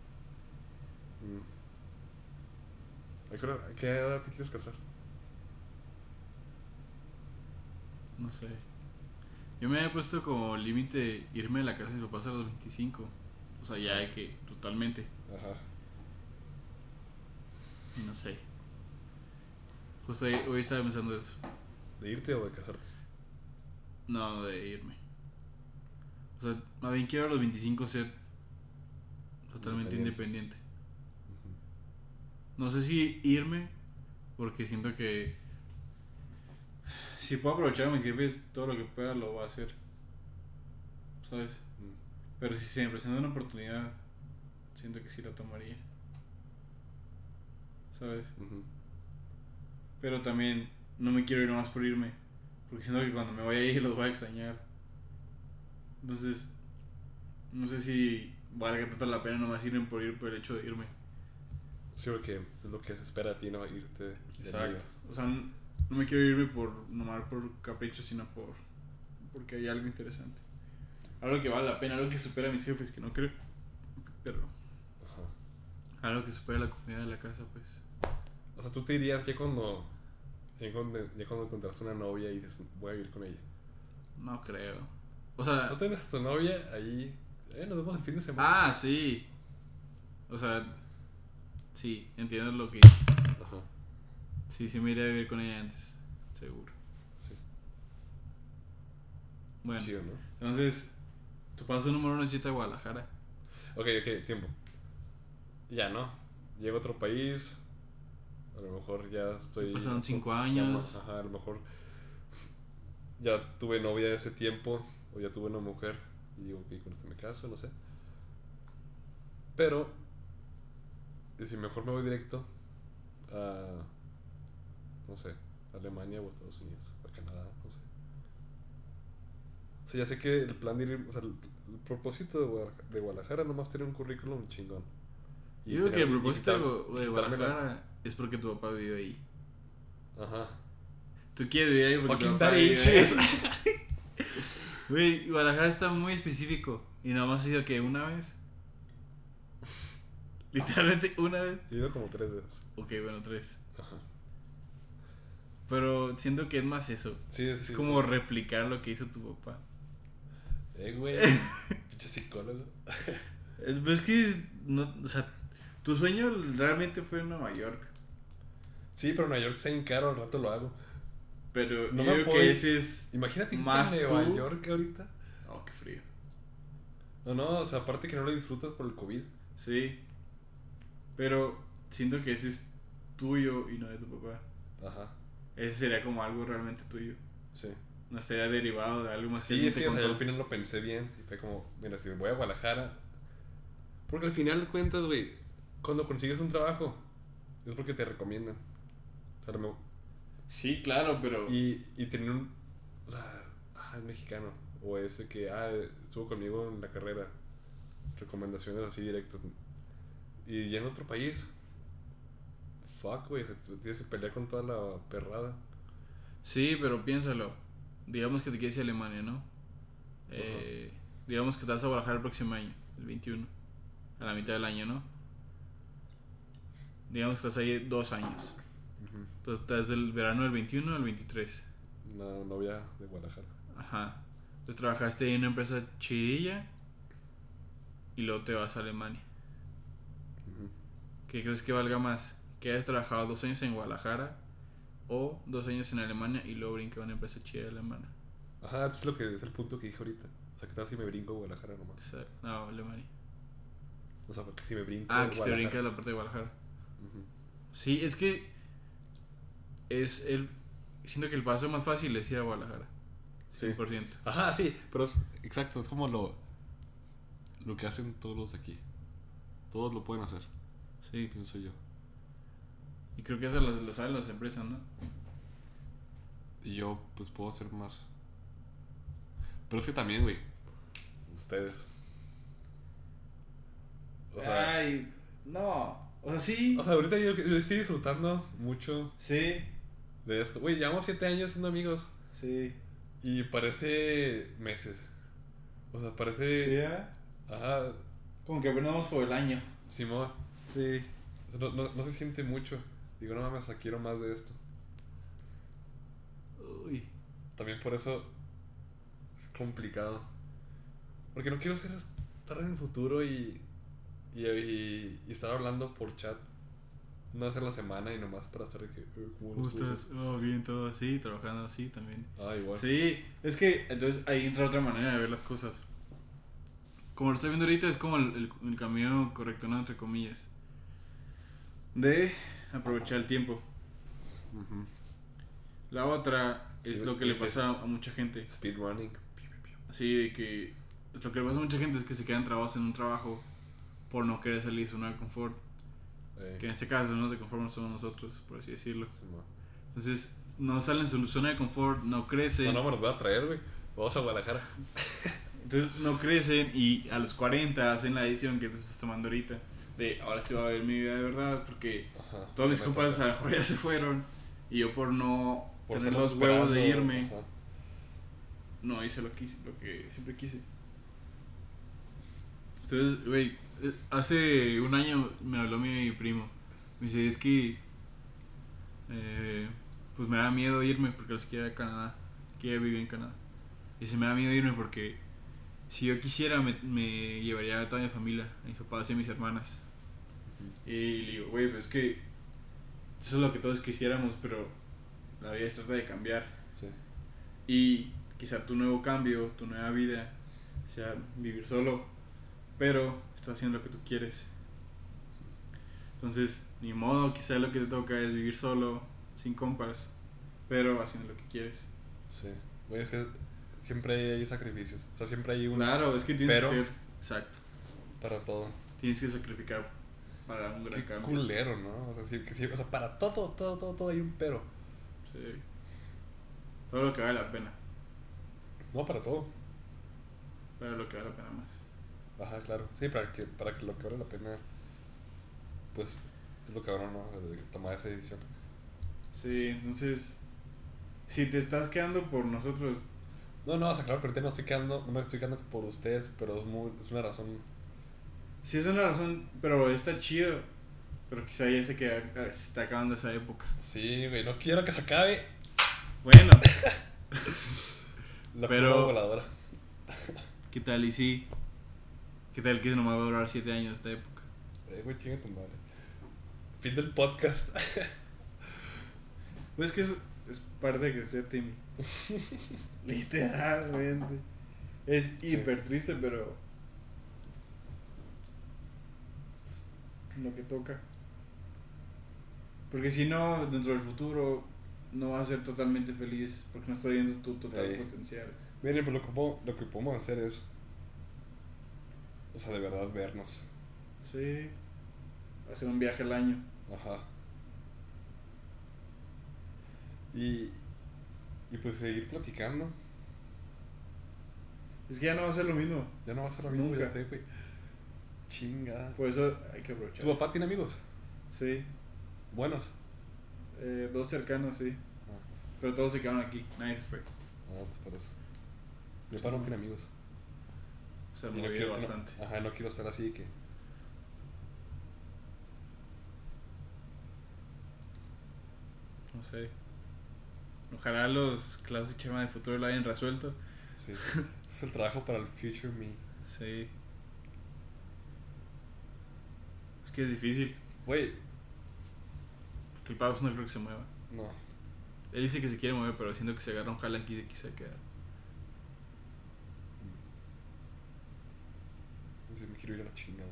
¿A qué, hora, ¿A qué edad te quieres casar? No sé. Yo me había puesto como límite irme de la casa de mis papás a los veinticinco. O sea, ya de que totalmente. Ajá. Y no sé. Justo hoy, hoy estaba pensando eso. ¿De irte o de casarte? No, de irme. O sea, más bien quiero a los veinticinco ser totalmente independiente. independiente. No sé si irme, porque siento que si puedo aprovechar a mis jefes todo lo que pueda, lo voy a hacer. ¿Sabes? Mm. Pero si se me presenta una oportunidad, siento que sí la tomaría. ¿Sabes? Uh-huh. Pero también no me quiero ir nomás por irme, porque siento que cuando me vaya a ir los voy a extrañar. Entonces, no sé si valga tanto la pena nomás irme por ir por el hecho de irme. Sí, porque es lo que se espera a ti, ¿no? Irte. Exacto. O sea, no, no me quiero irme por nomás por capricho, sino por porque hay algo interesante. Algo que vale la pena, algo que supera a mis jefes, que no creo. Pero. Ajá. Algo que supera la comida de la casa, pues. O sea, tú te dirías ya cuando. Ya cuando, ya cuando encontraste una novia y dices, voy a vivir con ella. No creo. O sea. Tú tienes a tu novia ahí. Eh, nos vemos el fin de semana. Ah, sí. O sea. Sí, entiendo lo que. Ajá. Sí, sí me iría a vivir con ella antes. Seguro. Sí. Bueno. Chido, ¿no? Entonces. Tu paso número uno es irte a Guadalajara. Ok, ok, tiempo. Ya, ¿no? Llego a otro país. A lo mejor ya estoy. Pasaron cinco años. Ajá, a lo mejor. Ya tuve novia de ese tiempo. O ya tuve una mujer. Y digo, ok, con este me caso, no sé. Pero. Y si mejor me voy directo a. No sé. A Alemania o a Estados Unidos. O a Canadá, no sé. O sea, ya sé que el plan de ir. O sea, el, el propósito de Guadalajara, de Guadalajara nomás tener un currículum chingón. Y yo digo que el propósito de Guadalajara es porque tu papá vive ahí. Ajá. Tú quieres vivir ahí porque Fucking tu papá daddy vive ahí. Güey, Guadalajara está muy específico. Y nada más ha sido que una vez. Literalmente una vez. He ido como tres veces. Ok, bueno, tres. Ajá. Pero siento que es más eso. Sí, es sí, como sí. replicar lo que hizo tu papá. Eh, güey. Pinche psicólogo. Es, es que, no, o sea, tu sueño realmente fue en Nueva York. Sí, pero Nueva York está en caro, al rato lo hago. Pero no yo me creo puedo que ir. ese es. Imagínate más en Nueva tú. York ahorita. Oh, qué frío. No, no, o sea, aparte que no lo disfrutas por el COVID. Sí. Pero siento que ese es tuyo y no de tu papá. Ajá. Ese sería como algo realmente tuyo. Sí. No estaría derivado de algo más que Sí, alguien sí, te o sea, yo contó. al final lo pensé bien. Y fue como, mira, si me voy a Guadalajara. Porque al final de cuentas, güey, cuando consigues un trabajo, es porque te recomiendan. O sea, me- Sí, claro, pero... y, y tener un. O sea, ah, es mexicano. O ese que, ah, estuvo conmigo en la carrera. Recomendaciones así directas. Y ya en otro país. Fuck, güey, tienes que pelear con toda la perrada. Sí, pero piénsalo. Digamos que te quieres ir a Alemania, ¿no? Eh, digamos que te vas a Guadalajara el próximo año, el veintiuno. A la mitad del año, ¿no? Digamos que estás ahí dos años. Ujú. Entonces estás del verano del veintiuno al veintitrés. Una novia de Guadalajara. Ajá. Entonces trabajaste ahí en una empresa chidilla y luego te vas a Alemania. Ujú. ¿Qué crees que valga más? ¿Que hayas trabajado dos años en Guadalajara o dos años en Alemania y luego brincar a una empresa chida alemana? Ajá, es lo que es el punto que dije ahorita. O sea, que tal si me brinco a Guadalajara nomás. O sea, no, Alemania. O sea, porque si me brinco Ah, a que te Guadalajara. brincas la parte de Guadalajara. Ujú. Sí, es que es el... Siento que el paso más fácil es ir a Guadalajara. Sí. cien por ciento. Ajá, sí, pero es, exacto, es como lo, lo que hacen todos los de aquí. Todos lo pueden hacer, Sí. pienso yo. Y creo que eso lo, lo saben las empresas, ¿no? Y yo, pues puedo hacer más. Pero es que también, güey. Ustedes. O sea, Ay, no. O sea, sí. o sea, ahorita yo, yo estoy disfrutando mucho Sí, de esto. Güey, llevamos siete años siendo amigos. sí. Y parece meses. O sea, ¿Sí, parece. eh? Ajá, Como que apenas vamos por el año. Simón. Sí. O sea, no, no, no se siente mucho. Digo, no mames, quiero más de esto. Uy. También por eso es complicado. Porque no quiero ser estar en el futuro y, y, y, y estar hablando por chat una vez a la semana y nomás para estar de que, eh, ¿cómo ¿Cómo las cosas? estás? Oh, bien, todo así, trabajando así también. Ah, igual. Sí, es que entonces ahí entra otra manera de ver las cosas. Como lo estoy viendo ahorita, es como el, el, el camino correcto, ¿no? Entre comillas. De aprovechar el tiempo. Ujú. La otra es Sí, lo que le es- pasa a mucha gente. Speedrunning. Así de que lo que le pasa a mucha gente es que se quedan trabados en un trabajo por no querer salir de su zona de confort. Eh, Que en este caso no se conforman somos nosotros, por así decirlo. Simón. Entonces no salen de su zona de confort, no crecen. No, no me los voy a traer, güey. Vamos a Guadalajara. Entonces no crecen y a los cuarenta hacen la decisión que tú estás tomando ahorita. De ahora sí va a ver mi vida de verdad porque Ajá. todos mis Me compas toca. a lo mejor ya se fueron y yo por no Por tener estarlos los huevos de esperando, irme, ajá. no hice lo que, hice, lo que siempre quise. Entonces, güey, eh, hace un año me habló mi primo. Me dice, es que eh, pues me da miedo irme porque los quiero ir a Canadá, quiero vivir en Canadá. Y se me da miedo irme porque si yo quisiera me, me llevaría a toda mi familia, a mis papás y a mis hermanas. Ujú. Y le digo, güey, pues es que eso es lo que todos quisiéramos, pero la vida se trata de cambiar. Sí. Y quizá tu nuevo cambio, tu nueva vida, sea vivir solo, pero estás haciendo lo que tú quieres. Entonces, ni modo, quizá lo que te toca es vivir solo, sin compas, pero haciendo lo que quieres. Sí. Güey, es que siempre hay sacrificios. O sea, siempre hay un. Claro, es que tienes pero- que ser, exacto, Para todo. tienes que sacrificar para un gran Qué cambio. culero, ¿no? O sea, sí, que sí, o sea, para todo, todo, todo, todo hay un pero. Sí. Todo lo que vale la pena, No, para todo. pero lo que vale la pena más. Ajá, claro. Sí, para que, para que lo que vale la pena, pues, es lo cabrón, ¿no? De tomar esa decisión. Sí, entonces, si te estás quedando por nosotros, No, no, o sea, claro que ahorita no estoy quedando, no me estoy quedando por ustedes, pero es, muy, es una razón. sí es una razón, pero está chido. Pero quizá ya se, queda, se está acabando esa época. Sí, güey, no quiero que se acabe Bueno, la Pero- curva voladora. ¿qué tal? Y sí, ¿qué tal que nomás va a durar siete años esta época? Eh, güey, chinga tu madre. Fin del podcast. Pues que es, es parte de crecer, Timmy. Literalmente. Es Sí. hiper triste, pero en lo que toca. Porque si no, dentro del futuro no vas a ser totalmente feliz porque no estás viendo tu total Ey. potencial. Miren, pues lo que, puedo- lo que podemos hacer es, o sea, de verdad vernos. Sí, hacer un viaje al año. Ajá. Y, y pues seguir platicando. Es que ya no va a ser lo mismo. Ya no va a ser lo mismo, Nunca. ya sé, güey. Chinga. Por eso hay que aprovechar. ¿Tu papá tiene amigos? Sí, Buenos. eh, dos cercanos, sí. Ah, Pero todos se quedaron aquí, nadie se fue. ah, pues por eso. Mi papá no tiene amigos. Se Y movió no quiero, no- bastante. ajá, no quiero estar así que. No sé. Ojalá los Klaus y Chema del futuro lo hayan resuelto. Sí. Ese es el trabajo para el future me. Sí. Es que es difícil. Güey, Porque el Paps no creo que se mueva. no. Él dice que se quiere mover, pero siento que se agarra un jala aquí de quizá quedar. Yo me quiero ir a la chingada.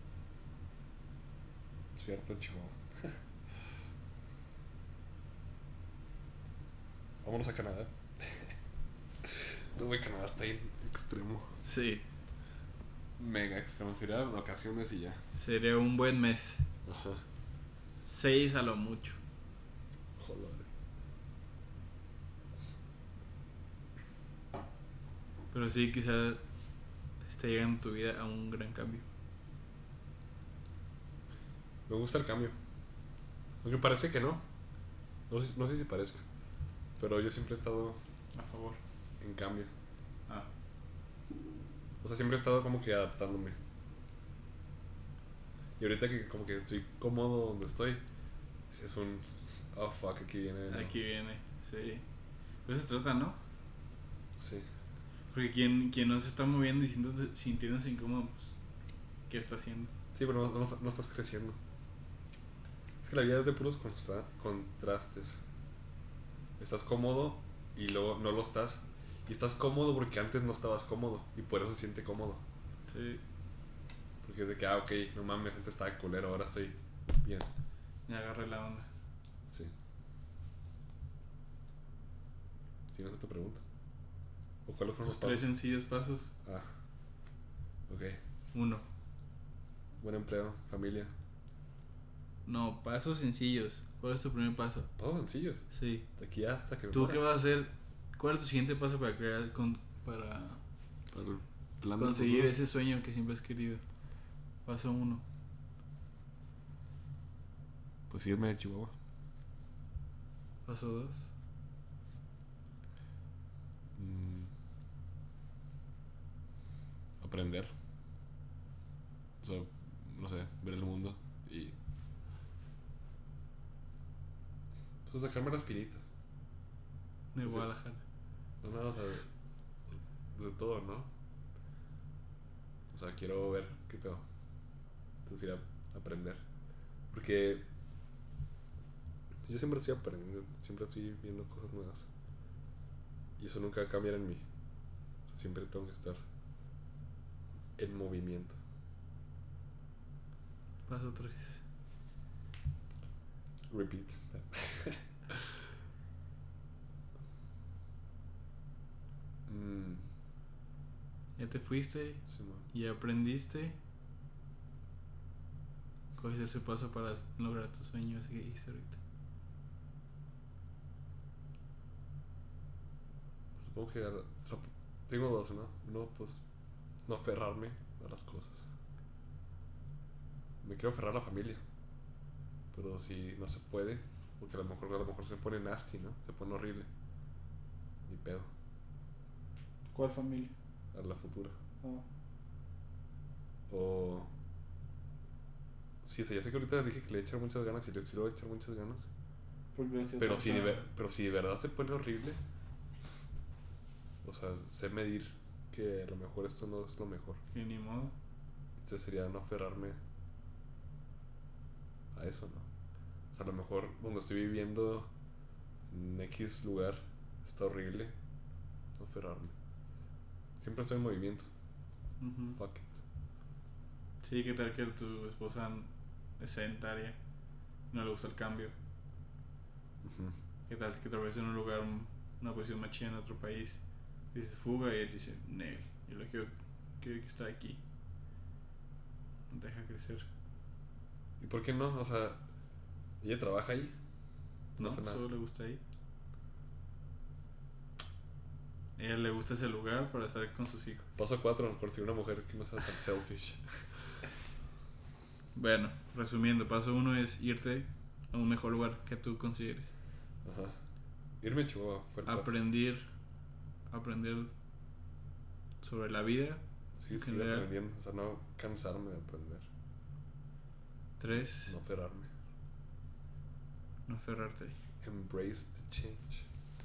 Estoy harto de Chihuahua. Vámonos a Canadá. No, güey, Canadá está ahí extremo. Sí. Mega extremo. Sería vacaciones y ya. Sería un buen mes. Ajá. Seis a lo mucho. Joder. Pero sí, quizá esté llegando tu vida a un gran cambio. Me gusta el cambio. Aunque parece que no. No sé, no sé si parezca. Pero yo siempre he estado A favor. en cambio. Ah. O sea, siempre he estado como que adaptándome. Y ahorita que como que estoy cómodo donde estoy, es un... Oh, fuck, aquí viene... de nuevo. Aquí viene, sí. Pues se trata, ¿no? Sí. Porque quien, quien no se está moviendo y sintiéndose, sintiéndose incómodo, pues, ¿qué está haciendo? Sí, pero no, no- no estás creciendo. Es que la vida es de puros constra- contrastes. Estás cómodo y luego no lo estás. Y estás cómodo porque antes no estabas cómodo y por eso se siente cómodo. Sí, Porque es de que, ah, ok, no mames, antes estaba culero, ahora estoy bien. ya agarré la onda. Sí. Si no se te pregunta. ¿O cuáles fueron Tus los tres pasos? sencillos pasos. Ah, ok. Uno. Buen empleo, familia. No, pasos sencillos. ¿Cuál es tu primer paso? Todos sencillos. Sí. De aquí hasta que me ¿Tú muera. qué vas a hacer? ¿Cuál es tu siguiente paso para crear con, para Para el plan del conseguir futuro. ese sueño que siempre has querido? Paso uno. Pues irme de Chihuahua. Paso dos. Mm. Aprender. O sea, no sé, ver el mundo y... Pues sacarme la espinita. De Sí. Guadalajara. No, no, o sea, de, de todo, ¿no? O sea, quiero ver qué pedo. Entonces ir a aprender. Porque yo siempre estoy aprendiendo, siempre estoy viendo cosas nuevas. Y eso nunca va a cambiar en mí. O sea, siempre tengo que estar en movimiento. Paso tres. Repeat. mm, Ya te fuiste, sí, man. ya aprendiste. Coges ese paso para lograr tus sueños que dijiste ahorita. Supongo que o sea, tengo dos, ¿no? Uno, pues, no aferrarme a las cosas. Me quiero aferrar a la familia. Pero si no se puede, porque a lo mejor, a lo mejor se pone nasty, ¿no? Se pone horrible. Ni pedo. ¿Cuál familia? A la futura. Oh. O... Sí, o sea, ya sé que ahorita dije que le echan muchas ganas y le estoy echar muchas ganas. Porque Pero si, de ver- pero si de verdad se pone horrible, o sea, sé medir que a lo mejor esto no es lo mejor. Y ni modo. Este sería no aferrarme a eso, ¿no? O sea, a lo mejor donde estoy viviendo en X lugar está horrible, no aferrarme. Siempre estoy en movimiento. Ujú. Fuck it. Sí, ¿qué tal que tu esposa es sedentaria, no le gusta el cambio. Ujú. ¿Qué tal que trabajas en un lugar, una posición más chida en otro país? Dices fuga y él dice, Nel, yo lo quiero, quiero que está aquí. No te deja crecer. ¿Y por qué no? O sea, ¿ella trabaja ahí? No, No hace nada. solo le gusta ahí. A ella le gusta ese lugar para estar con sus hijos. Paso cuatro, conseguir una mujer que no sea tan selfish. Bueno, resumiendo, paso uno es irte a un mejor lugar que tú consideres. Ajá. Irme a Chihuahua fue el paso. Aprender, aprender sobre la vida. Sí, en seguir general. aprendiendo. O sea, no cansarme de aprender. Tres, No aferrarme. no aferrarte. Embrace the change.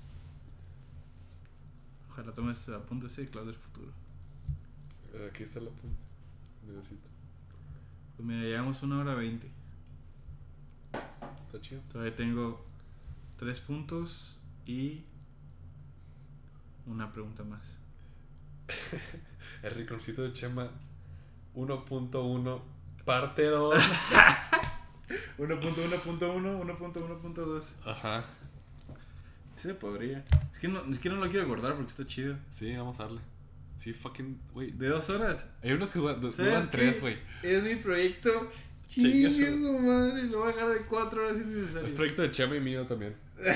Ojalá tomes apúntese clase del futuro. Eh, Aquí está la punta. Necesito. Pues mira, llevamos una hora veinte. Está chido. Todavía tengo tres puntos y una pregunta más. El rinconcito de Chema uno punto uno parte dos. uno punto uno punto uno, uno punto uno punto dos. Ajá. Se podría. Es que, no, es que no lo quiero acordar porque está chido. Sí, vamos a darle. Sí, fucking. Wey. De dos horas. Hay unos que juegan, ¿Sabes juegan qué? tres, güey. Es mi proyecto. Chingue Chingue su- su madre. Lo voy a dejar de cuatro horas Es innecesario. proyecto de Chema y mío también.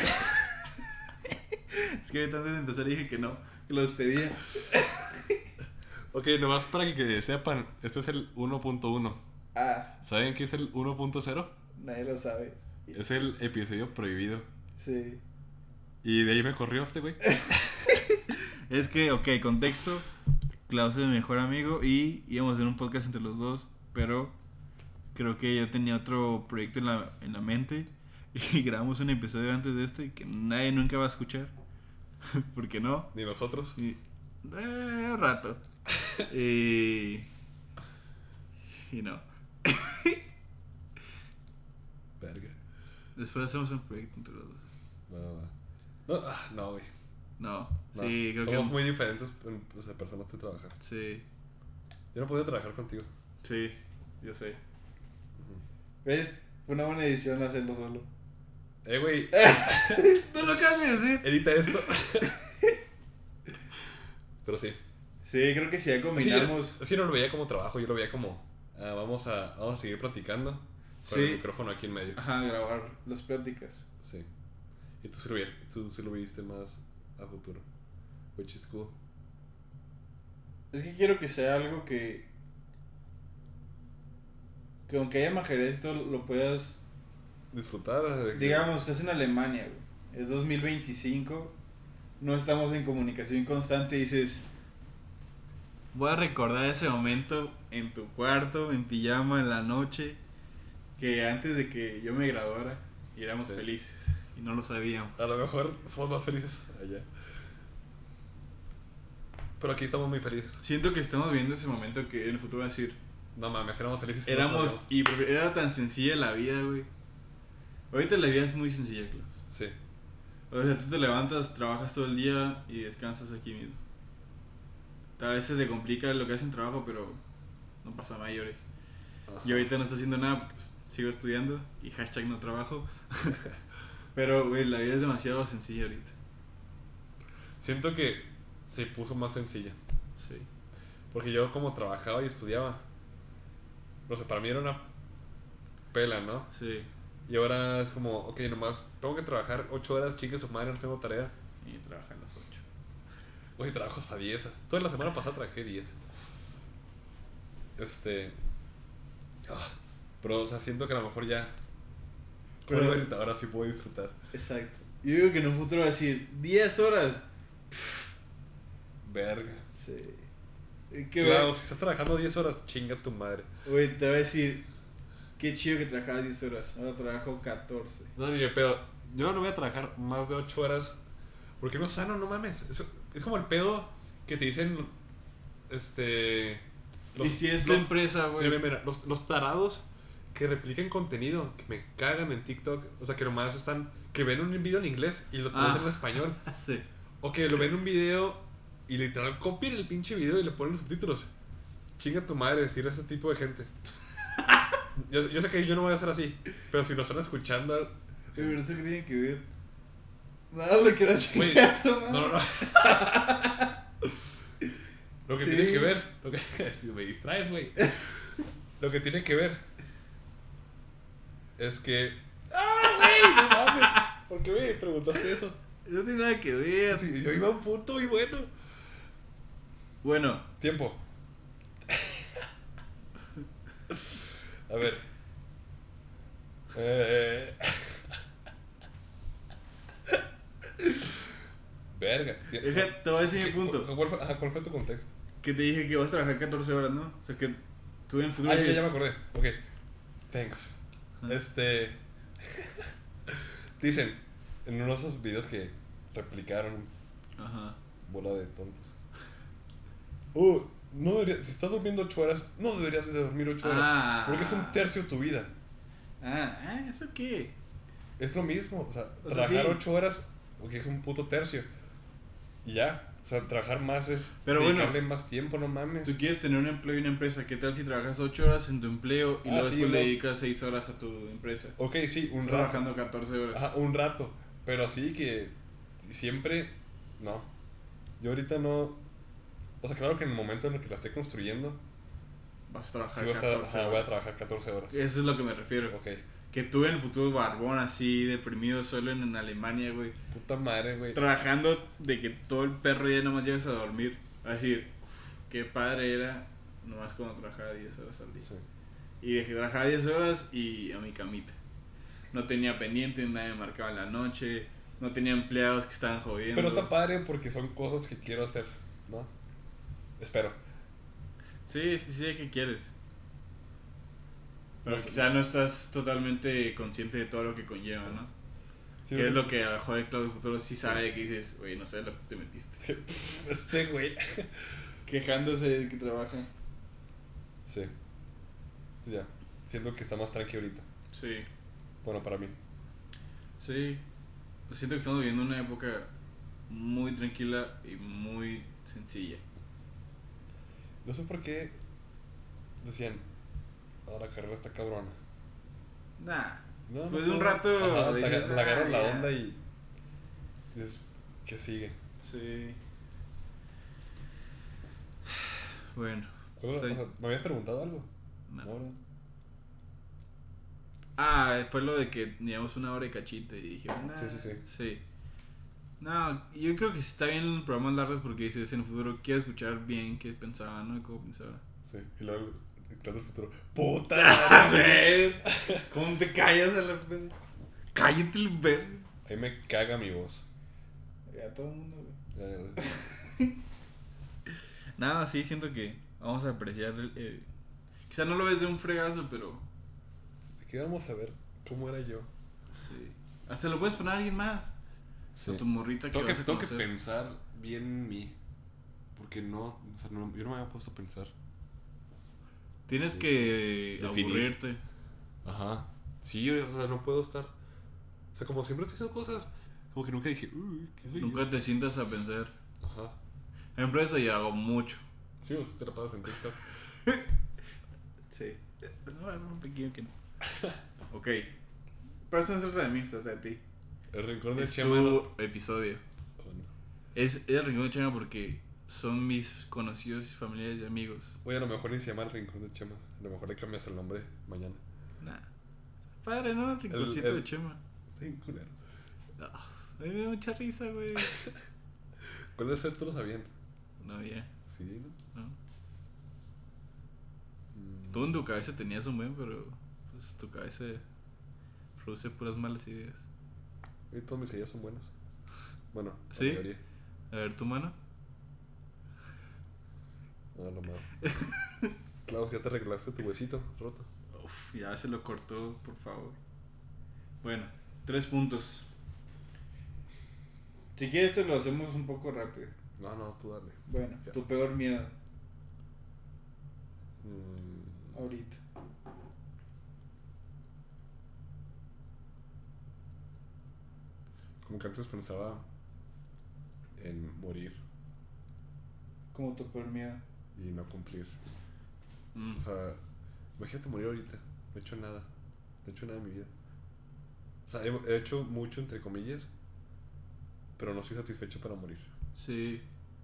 Es que ahorita antes de empezar dije que no. Que lo despedía. Ok, nomás para que, que sepan, este es el uno punto uno. Ah, ¿Saben qué es el uno punto cero? nadie lo sabe. Es el episodio prohibido. Sí. Y de ahí me corrió este güey. Es que, ok, contexto. Klaus es mi mejor amigo y íbamos a hacer un podcast entre los dos, pero creo que yo tenía otro proyecto en la, en la mente y grabamos un episodio antes de este que nadie nunca va a escuchar. ¿Por qué no? Ni nosotros. Y, eh, rato. y, y no. Verga. Después hacemos un proyecto entre los dos. No, no. No, ah, no, güey. No, No. sí, creo Somos que... muy diferentes en, o sea, personas de trabajar. Sí, Yo no podía trabajar contigo. sí, yo sé. Ujú. ¿Ves? Fue una buena edición hacerlo solo. Eh, güey. ¿Tú lo acabas de decir? Edita esto. Pero sí. Sí, creo que si ya combinamos... Sí, yo, es que yo no lo veía como trabajo, yo lo veía como. ah, vamos, a, vamos a seguir platicando. Con Sí. el micrófono aquí en medio. Ajá, grabar las pláticas. Sí. Y tú sí lo, veías, tú sí lo viste más a futuro. Which is cool. Es que quiero que sea algo que... Que aunque haya majeres, esto lo puedas... Disfrutar. de que- Digamos, estás en Alemania, güey. Es dos mil veinticinco. No estamos en comunicación constante y dices... Voy a recordar ese momento en tu cuarto, en pijama, en la noche. Que antes de que yo me graduara y éramos Sí. felices. Y no lo sabíamos. A lo mejor somos más felices allá. Pero aquí estamos muy felices. Siento que estamos viendo ese momento que en el futuro va a decir... No mames, éramos felices. Éramos... No Y era tan sencilla la vida, güey. Ahorita la vida es muy sencilla, Klaus. sí. O sea, tú te levantas, trabajas todo el día y descansas aquí mismo. A veces te complica lo que haces en trabajo, pero no pasa a mayores. Ajá. Yo ahorita no estoy haciendo nada porque pues, sigo estudiando y hashtag no trabajo. Pero, güey, la vida es demasiado sencilla ahorita. Siento que se puso más sencilla. Sí. Porque yo como trabajaba y estudiaba. O sea, para mí era una pela, ¿no? Sí. Y ahora es como, ok, nomás tengo que trabajar ocho horas, chingue su madre, no tengo tarea. Y trabajan las ocho. Oye, trabajo hasta diez. Toda la semana pasada trabajé diez. Este. ah, pero, o sea, siento que a lo mejor ya. Como Pero- ahorita, ahora sí puedo disfrutar. Exacto. Yo digo que en un futuro va a decir diez horas. Verga. Sí. Que Claro, si estás trabajando diez horas, chinga tu madre. güey, te va a decir, qué chido que trabajabas diez horas. Ahora trabajo catorce. No, ni de pedo. Yo no voy a trabajar más de ocho horas. Porque no es sano, no mames. Eso- es como el pedo que te dicen. Este. Y si es tu los- empresa, güey. Mira, mira, los, los tarados que replican contenido, que me cagan en TikTok. O sea, que nomás están. Que ven un video en inglés y lo traducen Ah. en español. Sí. O que lo ven un video y literal copian el pinche video y le ponen subtítulos. Chinga tu madre decir a ese tipo de gente. Yo, yo sé que yo no voy a hacer así, pero si lo están escuchando. Pero eso que tiene que ver. Nada, lo que era Güey, chingazo, man. no, no, no. Lo que Sí. tiene que ver. Lo que, si me distraes, güey. Lo que tiene que ver es que. ¡Ah, güey! No mames. ¿Por qué me preguntaste eso? No tiene nada que ver. Sí, yo iba a un punto muy bueno. Bueno, Tiempo. A ver. Eh... Verga. deja, te voy a decir mi punto. ¿Cuál fue, ajá, ¿cuál fue tu contexto? Que te dije que vas a trabajar catorce horas, ¿no? O sea, que tú en el futuro Ah, ya, ya, dices, ya me acordé. Ok. Thanks. Ajá. Este. Dicen en uno de esos videos que replicaron Ajá. bola de tontos. Uh, no debería, si estás durmiendo ocho horas, no deberías de dormir ocho horas. Ah. Porque es un tercio de tu vida. Ah, ah, ¿eso qué? Es lo mismo. O sea, O sea, trabajar sí. ocho horas, porque es un puto tercio. Y ya. O sea, trabajar más es Pero bueno, dedicarle más tiempo, no mames. Tú quieres tener un empleo y una empresa. ¿Qué tal si trabajas ocho horas en tu empleo y Ah, luego sí, después le unos- dedicas seis horas a tu empresa? Ok, sí, un Estás rato. trabajando catorce horas. Ajá, un rato. Pero sí que siempre. No. Yo ahorita no. O sea, claro que en el momento en el que la esté construyendo, Vas a trabajar sí voy a, estar, catorce ajá, horas. voy a trabajar catorce horas. Eso es lo que me refiero. Ok. Que tú en el futuro barbón así, deprimido solo en, en Alemania, güey. Puta madre, güey. Trabajando de que todo el perro ya nomás llegas a dormir. A decir, "Uf, qué padre era nomás cuando trabajaba diez horas al día". Sí. Y de que trabajaba diez horas y a mi camita. No tenía pendientes, nadie me marcaba en la noche. No tenía empleados que estaban jodiendo. Pero está padre porque son cosas que quiero hacer, ¿no? Espero. Sí, sí, sí, ¿qué quieres? Pero No sé. quizá no estás totalmente consciente de todo lo que conlleva, ¿no? Sí, Que es lo que a lo mejor el Claudio Futuro sí sabe, que dices, güey, no sabes lo que te metiste. Este güey. Quejándose de que trabaja. Sí. Ya. Siento que está más tranqui ahorita. Sí, Bueno, para mí. sí. Siento que estamos viviendo una época muy tranquila y muy sencilla. No sé por qué decían, oh, la carrera está cabrona. Nah. No, Después no de un sé. rato Ajá, te dices, aga- le agarras "Ah, la ya". onda y dices, ¿qué sigue? Sí. Bueno. ¿Cuál era? Sí. O sea, ¿me habías preguntado algo? No. ¿verdad? Ah, fue lo de que llevamos una hora y cachito y dije, nah, Sí, sí, sí. sí. No, yo creo que sí está bien los programas largos porque dices en el futuro quiero escuchar bien qué pensaba, ¿no? Y cómo pensaba. Sí. Y luego, el Claudio del futuro. ¡Puta! Sí. ¿Cómo te callas a la pe- Cállate el ver. Ahí me caga mi voz. A todo el mundo, güey. Ya, ya. Nada, sí, siento que vamos a apreciar el. el- Quizá no lo ves de un fregazo, pero. Aquí vamos a ver cómo era yo. Sí. Hasta lo puedes poner a alguien más. Sí. A tu morrita que Tengo que, vas a tengo que conocer. pensar bien en mí. Porque no, o sea, no, yo no me había puesto a pensar. Tienes Sí, que definir. aburrirte. Ajá. Sí, o sea, no puedo estar. O sea, como siempre estoy haciendo cosas, como que nunca dije, uy, ¿qué soy Nunca yo? te sientas a pensar. Ajá. En empresa ya hago mucho. Sí, o sea, te la pasas en TikTok. Sí. No, no, un pequeño que no. Ok. Pero esto no se trata de mí, se trata de ti. El rincón de Es Chema. ¿no? tu episodio. Oh, no. Es, es el rincón de Chema porque son mis conocidos, familiares y amigos. Oye, a lo mejor ni se llama el rincón de Chema. A lo mejor le cambias el nombre mañana. Nah. Padre, ¿no? El rinconcito el- de Chema. Sí, culero. Ah, a mí me da mucha risa, güey. ¿Cuál de ser tú lo sabían? No, ya. Sí, ¿no? No. Mm. Tú en tu cabeza tenías un buen, pero pues tu cabeza produce puras malas ideas. Y todas mis ideas son buenas. Bueno, la ¿Sí? mayoría. A ver, tu mano. No, lo malo. Klaus, ya te arreglaste tu huesito roto. Uf, ya se lo cortó, por favor. Bueno, tres puntos. Si quieres, te lo hacemos un poco rápido. No, no, tú dale. Bueno, Ya. tu peor miedo Mm, ahorita. Como que antes pensaba en morir Como tu peor miedo. y no cumplir. Mm. O sea, imagínate morir ahorita. No he hecho nada. No he hecho nada en mi vida. O sea, he, he hecho mucho, entre comillas, pero no estoy satisfecho para morir. Sí.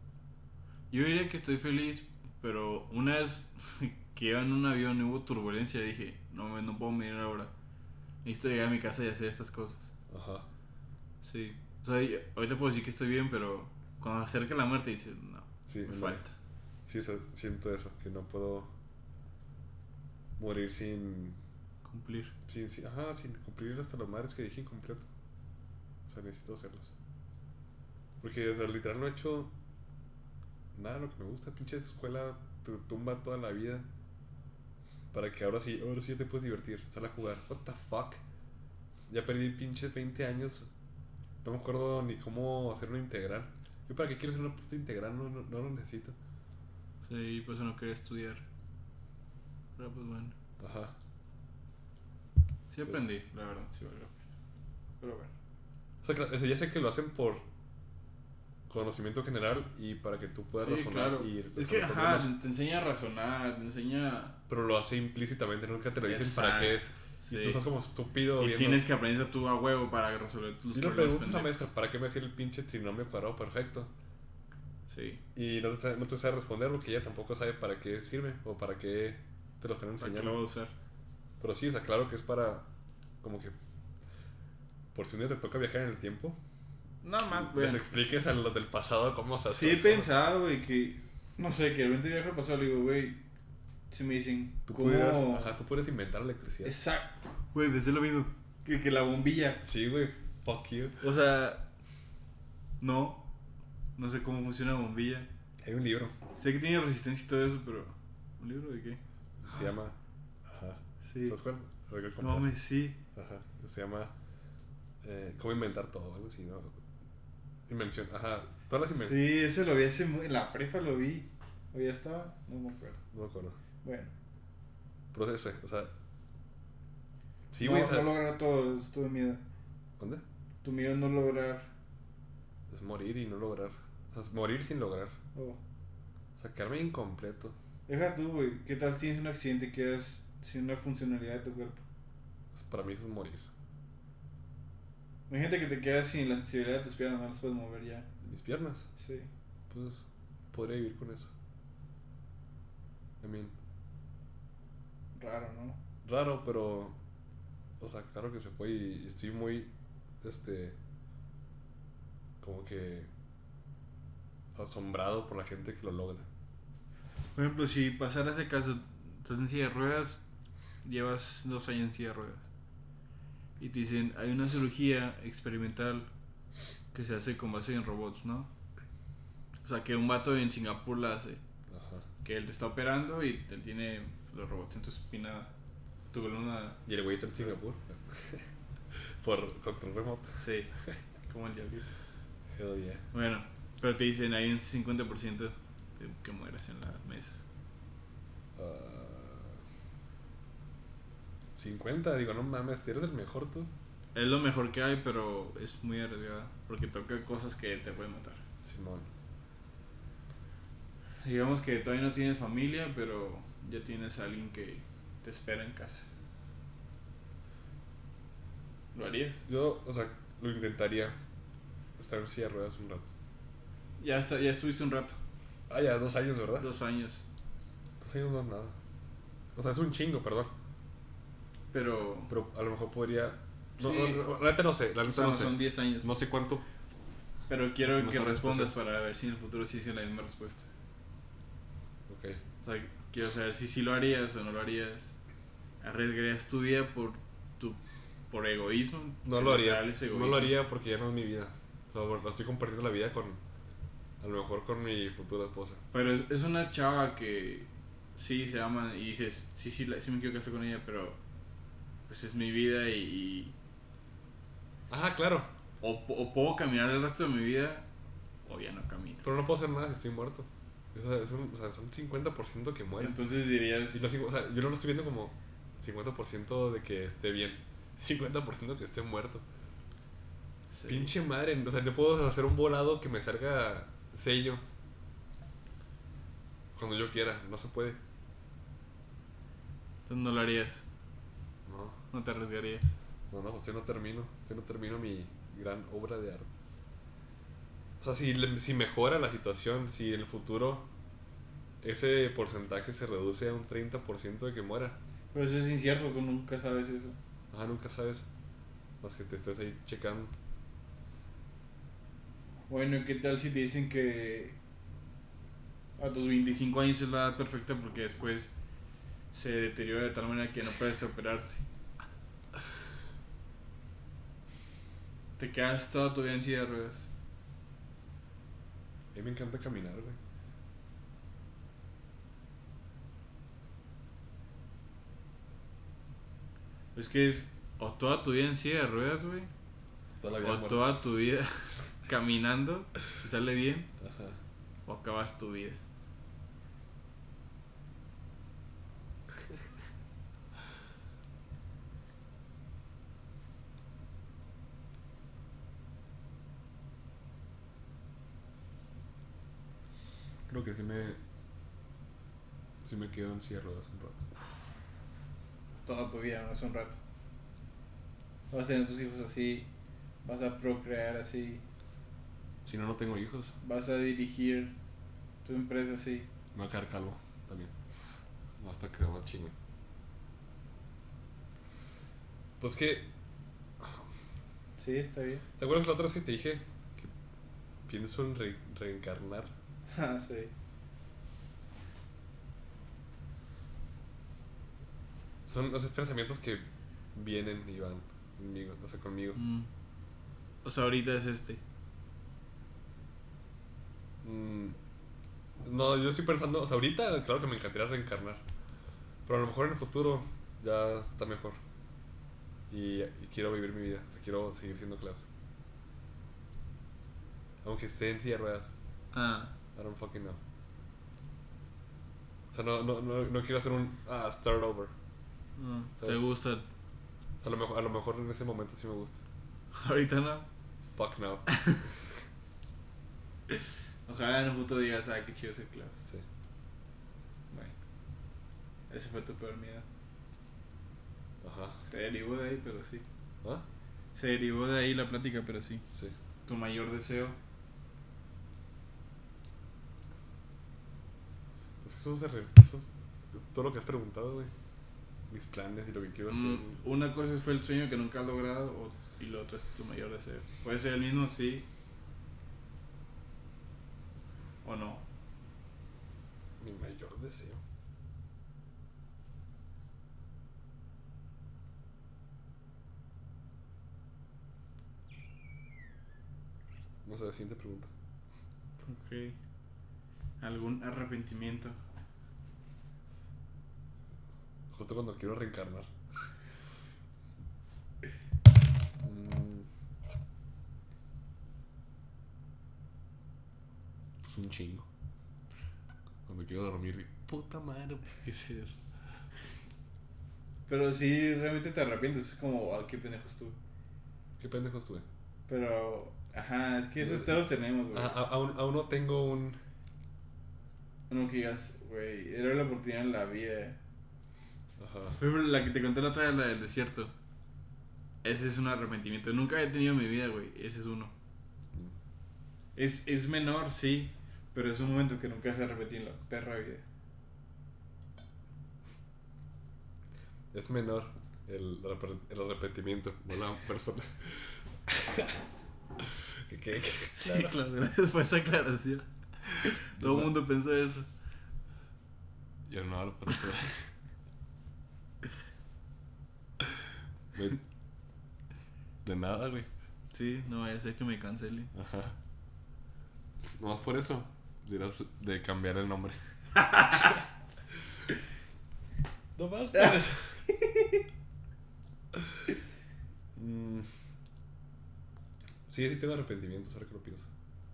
Yo diría que estoy feliz, pero una vez que iba en un avión y hubo turbulencia, dije, no, me- no puedo venir ahora. Necesito llegar a mi casa y hacer estas cosas. Ajá. Sí. O sea, yo- ahorita puedo decir que estoy bien, pero cuando se acerca la muerte dices, no, Sí, me no. falta. Sí, o sea, siento eso, que no puedo morir sin, Cumplir. sin, sin, ajá, sin cumplir hasta las madres que dije incompleto. O sea, necesito hacerlos. Porque, o sea, literal no he hecho nada de lo que me gusta. Pinche escuela te tumba toda la vida para que ahora sí, ahora sí te puedes divertir. Sal a jugar. What the fuck? Ya perdí pinches veinte años. No me acuerdo ni cómo hacer una integral. Yo para qué quiero hacer una puta integral, no, no, no lo necesito. Sí, por eso no quería estudiar. Pero pues bueno. Ajá. Sí aprendí, la verdad, sí valió la pena. Pero bueno. O sea, claro, eso ya sé que lo hacen por conocimiento general y para que tú puedas Sí, razonar claro. y Es que, resolver ajá, problemas. te enseña a razonar, te enseña... Pero lo hace implícitamente, nunca te lo dicen Exacto, para qué es. sí. Y tú estás como estúpido Y viendo. tienes que aprender tú a huevo para resolver tus Y le problemas preguntas a la pendejos. maestra, ¿para qué me hacía el pinche trinomio cuadrado perfecto? Sí, Y no te, sabe, no te sabe responder porque ella tampoco sabe para qué sirve o para qué te lo están ¿para qué enseñando. lo voy a usar? Pero sí, está claro que es para, como que, por si un día te toca viajar en el tiempo, Nada más, les bueno. expliques a los del pasado cómo se hace. Sí he pensado, güey, que... No sé, que de repente viajo al pasado y le digo, güey, se me dicen, Tú ¿cómo...? pudieras, ajá, tú puedes inventar electricidad. Exacto. Güey, desde lo mismo. Que, que la bombilla. Sí, güey, fuck you. O sea... No. No sé cómo funciona la bombilla. Hay un libro, Sé que tiene resistencia y todo eso, pero... ¿Un libro de qué? se llama, ajá, Sí. ¿sabes cuál? Lo que No comprar. mames, sí. Ajá, se llama eh, cómo inventar todo, algo así, ¿no? Invención, ajá, todas las invenciones. Sí, ese lo vi hace muy... En la prepa lo vi. ¿O ya estaba? No me acuerdo. No me acuerdo. Bueno. Pero ese, o sea, sí, no, güey, o sea, no lograr todo, es tu miedo. ¿dónde? Tu miedo es no lograr. Es morir y no lograr. O sea, es morir sin lograr. Oh. O sea, quedarme incompleto. Deja tú, güey. ¿Qué tal si tienes un accidente y quedas sin una funcionalidad de tu cuerpo? Pues, para mí eso es morir. Imagínate que te quedas sin la sensibilidad de tus piernas, no las puedes mover ya. Mis piernas, Sí. pues podría vivir con eso. I mean, Raro, ¿no? raro, pero. O sea, claro que se puede y estoy muy. Este. Como que. Asombrado por la gente que lo logra. Por ejemplo, si pasara ese caso, estás en silla de ruedas, llevas dos años en silla de ruedas. Y te dicen, hay una cirugía experimental que se hace con base en robots, ¿no? O sea, que un vato en Singapur la hace. Ajá. Que él te está operando y él tiene los robots en tu espina, tu columna. Y el güey está en Singapur. Por control remoto. Sí, como el diablito. Hell yeah. Bueno, pero te dicen, hay un cincuenta por ciento de que mueras en la mesa. Ah, cincuenta, digo, no mames, eres el mejor tú. Es lo mejor que hay, pero es muy arriesgada. Porque toca cosas que te pueden matar. Simón. Digamos que todavía no tienes familia, pero ya tienes a alguien que te espera en casa. ¿Lo harías? Yo, o sea, lo intentaría. Estar en silla de ruedas un rato. Ya, está, ya estuviste un rato. Ah, ya, dos años, ¿verdad? Dos años. Dos años no es nada. O sea, es un chingo, perdón. Pero... Pero a lo mejor podría. No, Sí. no, no, la neta no sé, la O neta sea, no no sé. son diez años. No sé cuánto. Pero quiero No que está la respondas situación. para ver si en el futuro sí es la misma respuesta. Ok. O sea, quiero saber si sí lo harías o no lo harías. ¿Arriesgarías tu vida por tu por egoísmo? No Que lo haría. literal es No egoísmo. lo haría porque ya no es mi vida. O sea, bueno, estoy compartiendo la vida con. A lo mejor con mi futura esposa. Pero es, es una chava que sí se aman y dices, sí, sí, la- sí me quiero casar con ella, pero pues es mi vida y... y Ajá, claro. o, po- o puedo caminar el resto de mi vida o ya no camino. Pero no puedo hacer nada si estoy muerto. O sea, es un, o sea son cincuenta por ciento que mueren. Entonces dirías... Y los cincu- o sea, yo no lo estoy viendo como cincuenta por ciento de que esté bien, cincuenta por ciento que esté muerto. sí. Pinche madre, o sea, no puedo hacer un volado que me salga sello cuando yo quiera, no se puede. Entonces no lo harías. no te arriesgarías. No, no, pues yo no termino. Yo no termino mi gran obra de arte. O sea, si, le- si mejora la situación, si en el futuro ese porcentaje se reduce a un treinta por ciento de que muera. Pero eso es incierto, tú nunca sabes eso. Ajá, nunca sabes. Más que te estés ahí checando. Bueno, ¿y qué tal si te dicen que a tus veinticinco años es la edad perfecta porque después se deteriora de tal manera que no puedes operarte? Te quedas toda tu vida en silla de ruedas. A mí me encanta caminar, güey. Es que es o toda tu vida en silla de ruedas, güey, Toda la vida o muerta. toda tu vida caminando, si sale bien, Ajá. o acabas tu vida. Creo que sí me. Sí me quedo en silla de ruedas un rato. Toda tu vida, no es un rato. Vas a tener tus hijos así, vas a procrear así, Si no, no tengo hijos. vas a dirigir tu empresa así. Me voy a quedar calvo también. Más para que se me chingue. Pues que. Sí, está bien. ¿Te acuerdas la otra vez que te dije que pienso en re- reencarnar? Ah, sí. Son esos pensamientos que vienen y van conmigo, o sea, conmigo. Mm. O sea, ahorita es este. Mm, no, yo estoy pensando, o sea, ahorita claro que me encantaría reencarnar. Pero a lo mejor en el futuro ya está mejor. Y, y quiero vivir mi vida, o sea, quiero seguir siendo Klaus. Aunque esté en silla de ruedas, Ah, I don't fucking know. O sea, no, no, no, no quiero hacer un ah, start over. no, te ¿Sabes? gusta. O sea, a lo mejor, a lo mejor en ese momento sí me gusta. Ahorita no. Fuck no. Ojalá en un futuro digas, ah, qué chido ser Klaus. Sí. Bueno, ese fue tu peor miedo. Ajá. Se derivó de ahí, pero sí. ¿Ah? Se derivó de ahí la plática, pero sí. Sí. Tu mayor deseo. Pues eso se re- eso es todo lo que has preguntado, güey. Mis planes y lo que quiero hacer. Mm, una cosa fue el sueño que nunca has logrado o, y lo otro es tu mayor deseo. Puede ser el mismo, sí. O no. Mi mayor deseo. No sé, la siguiente pregunta. Ok. ¿Algún arrepentimiento? Justo cuando quiero reencarnar. Mm. Pues un chingo. Cuando quiero dormir, puta madre, ¿qué es eso? Pero sí, realmente te arrepientes. Es como, ah, qué pendejo estuve. Qué pendejo estuve. Pero, ajá, es que esos todos tenemos, güey. A, a- aún, aún no tengo un. Uno que digas, güey, era la oportunidad en la vida. Ajá. Por ejemplo, la que te conté la otra vez, la del desierto. Ese es un arrepentimiento. Nunca he tenido en mi vida, güey. Ese es uno. Es, es menor, sí. Pero es un momento que nunca se ha repetido en la perra vida. Es menor el, arrep- el arrepentimiento de la persona. ¿Qué, qué, qué? Sí, claro, gracias por esa aclaración. Todo el mundo pensó eso. Yo no hablo por eso. Güey, de nada, güey. Sí, no vaya a ser que me cancele. Ajá. Nomás por eso dirás de cambiar el nombre. No más por eso. Mm. Sí, sí tengo arrepentimientos, ahora que lo pienso.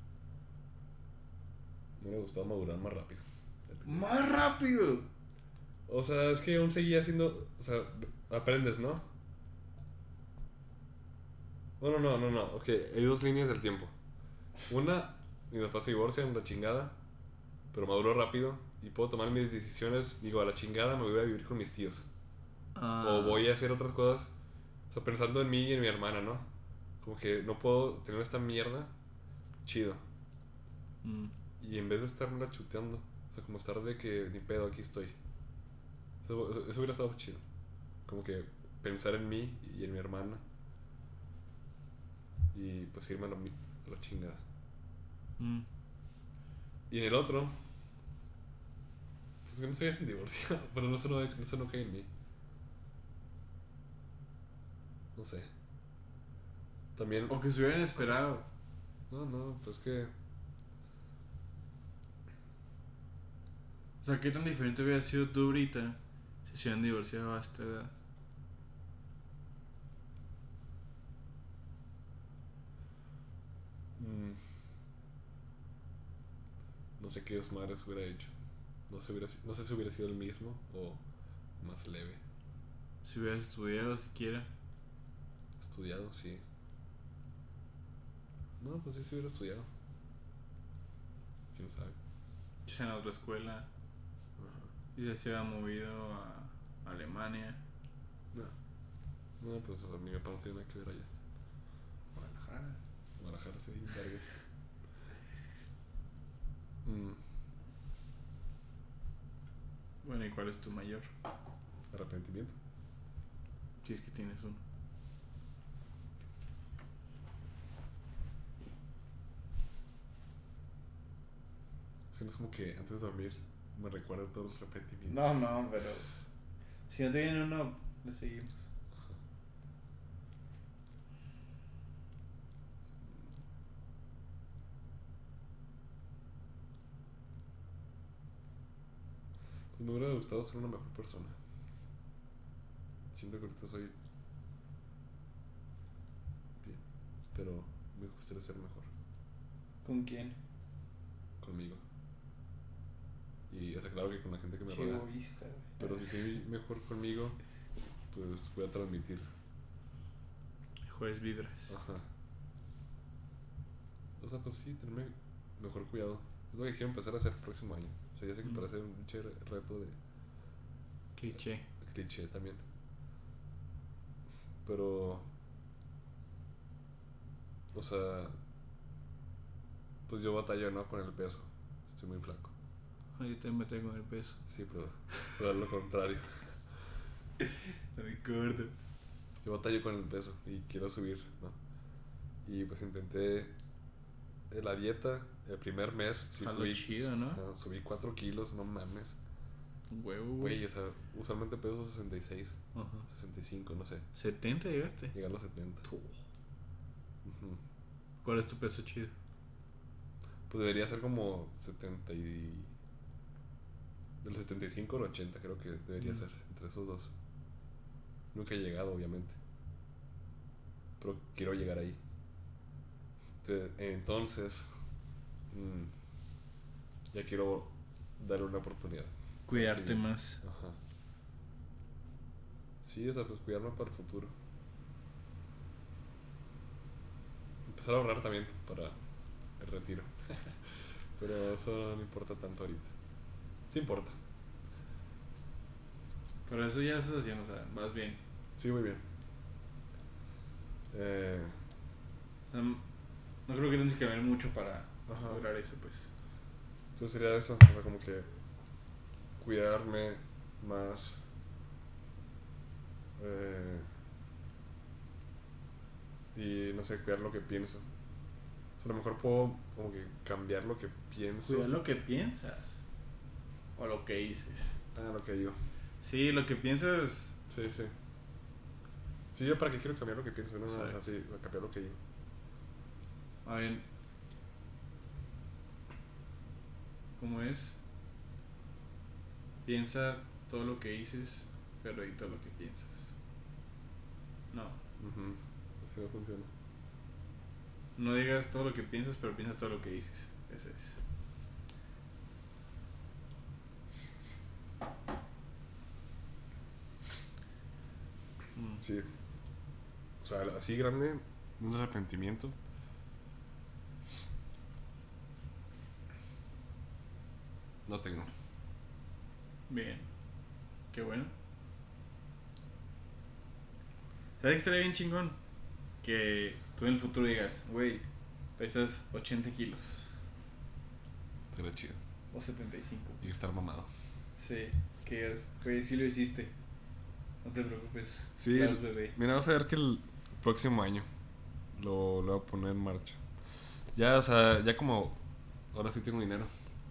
Me hubiera gustado madurar más rápido. ¡Más rápido! O sea, es que aún seguía haciendo. O sea, aprendes, ¿no? No, no, no, no, no. Ok, hay dos líneas del tiempo. Una, mis papás se divorcian, la chingada. Pero maduro rápido y puedo tomar mis decisiones. Digo, a la chingada me voy a vivir con mis tíos. Ah. O voy a hacer otras cosas. O sea, pensando en mí y en mi hermana, ¿no? Como que no puedo tener esta mierda. Chido. Mm. Y en vez de estarme chuteando, o sea, como estar de que ni pedo, aquí estoy. Eso, eso hubiera estado chido. Como que pensar en mí y en mi hermana. Y pues irme a la, a la chingada. Mm. Y en el otro, pues que no se hayan divorciado, pero no se no, no se enoje en mí. No sé. También. O que se hubieran esperado. No, no, pues que. O sea, ¿qué tan diferente hubiera sido tú ahorita si se hubieran divorciado a esta edad? Mmm, no sé qué Osmares hubiera hecho. No sé, hubiera, no sé si hubiera sido el mismo o más leve. Si hubieras estudiado siquiera. Estudiado, sí. No, pues sí se hubiera estudiado. Quién sabe. Quizá en otra escuela. Ajá. Y ya se hubiera movido a Alemania. No. No, pues a mi papá no tiene nada que ver allá. Guadalajara. Guadalajara, sí, vergas. Mm, Bueno, ¿y cuál es tu mayor? arrepentimiento. Si es que tienes uno. Es que no es como que antes de dormir me recuerda todos los arrepentimientos. No, no, pero si no te viene uno, le seguimos. Pues me hubiera gustado ser una mejor persona. Siento que ahorita soy bien, pero me gustaría ser mejor ¿Con quién? conmigo. Y o sea, claro que con la gente que me Qué rodea. egoísta, güey. Pero si soy mejor conmigo, pues voy a transmitir. Mejores vibras. Ajá. O sea, pues sí, tenerme mejor cuidado. Es lo que quiero empezar a hacer el próximo año. O sea, ya sé que Mm. para hacer un pinche reto de Cliché. cliché también. Pero, o sea, pues yo batallo, ¿no? Con el peso. Estoy muy flaco. Ay, yo también me tengo el peso. Sí, pero, pero es lo contrario. Estoy gordo. Yo batallo con el peso y quiero subir, ¿no? Y pues intenté eh, la dieta el primer mes. Sí, Algo subí, chido, ¿no? ajá, subí cuatro kilos, no mames. Un huevo, Güey, güey. o sea, usualmente peso sesenta y seis, Ajá. sesenta y cinco, no sé. ¿setenta llegaste? Llegar a los setenta. Tu. Ujú. ¿Cuál es tu peso chido? Pues debería ser como setenta y... Del setenta y cinco al ochenta creo que debería Mm. ser, entre esos dos. Nunca he llegado, obviamente. Pero quiero llegar ahí. Entonces, entonces mm, ya quiero darle una oportunidad. Cuidarte Sí. más. Ajá. Sí, o sea, pues cuidarme para el futuro. Empezar a ahorrar también para el retiro. Pero eso no importa tanto ahorita. Sí importa. Pero eso ya estás haciendo, o sea, vas bien. Sí, muy bien. Eh, O sea, no creo que tengas que ver mucho para Ajá. lograr eso, pues. Entonces sería eso, o sea, como que cuidarme más. Eh, y no sé, cuidar lo que pienso. O sea, a lo mejor puedo como que cambiar lo que pienso. Cuidar lo que piensas. O lo que dices. Ah, lo que digo. Sí, lo que piensas. Sí, sí. Sí, yo para qué quiero cambiar lo que pienso, no, no, o sea, Exacto. sí, cambiar lo que digo. A ver. ¿Cómo es? Piensa todo lo que dices, pero y todo lo que piensas. No. Ujú. Así no funciona. No digas todo lo que piensas, pero piensa todo lo que dices. Ese es. Mm. Sí. O sea, así grande, un arrepentimiento. No tengo. Bien. Qué bueno. ¿Sabes que estaría bien chingón? Que tú en el futuro digas, güey, pesas ochenta kilos Sería chido. o setenta y cinco. Y estar mamado. Sí, que digas, güey, sí lo hiciste. No te preocupes, Sí, vas bebé. mira, vas a ver que el próximo año lo, lo voy a poner en marcha. Ya, o sea, ya como ahora sí tengo dinero.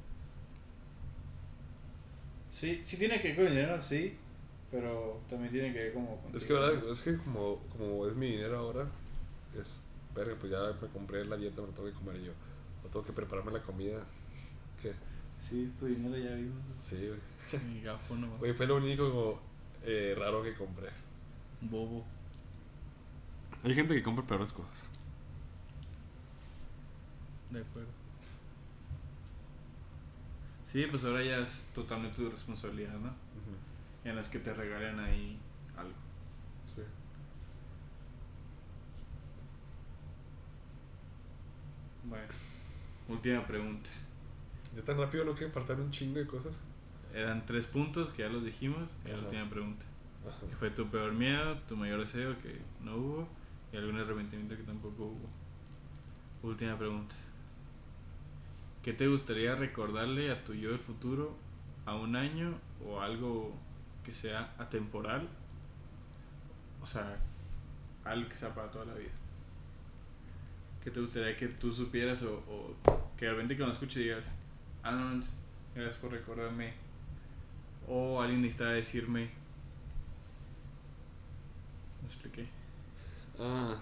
Sí, sí tiene que ver con dinero, sí, pero también tiene que ver como contigo. Es que ahora, es que como, como es mi dinero ahora, es, verga, pues ya me compré la dieta, me lo tengo que comer yo. O tengo que prepararme la comida. ¿Qué? Sí, tu dinero ya vimos. Sí, güey. Mi gafo no. Güey, fue lo único como, eh, raro que compré. Bobo. Hay gente que compra peores cosas. De acuerdo. Sí, pues ahora ya es totalmente tu responsabilidad, ¿no? Ujú. En las que te regalen ahí algo. Sí. Bueno, última pregunta. Ya tan rápido no que faltan un chingo de cosas. Eran tres puntos que ya los dijimos. Y la Ajá. última pregunta. Ajá. ¿Qué fue tu peor miedo, tu mayor deseo que no hubo y algún arrepentimiento que tampoco hubo? Última pregunta. ¿Qué te gustaría recordarle a tu yo del futuro a un año o algo que sea atemporal? O sea, algo que sea para toda la vida. ¿Qué te gustaría que tú supieras o, o que de repente que lo escuche digas, ah, no, gracias por recordarme? O alguien necesitaba decirme. ¿Me expliqué? Ah.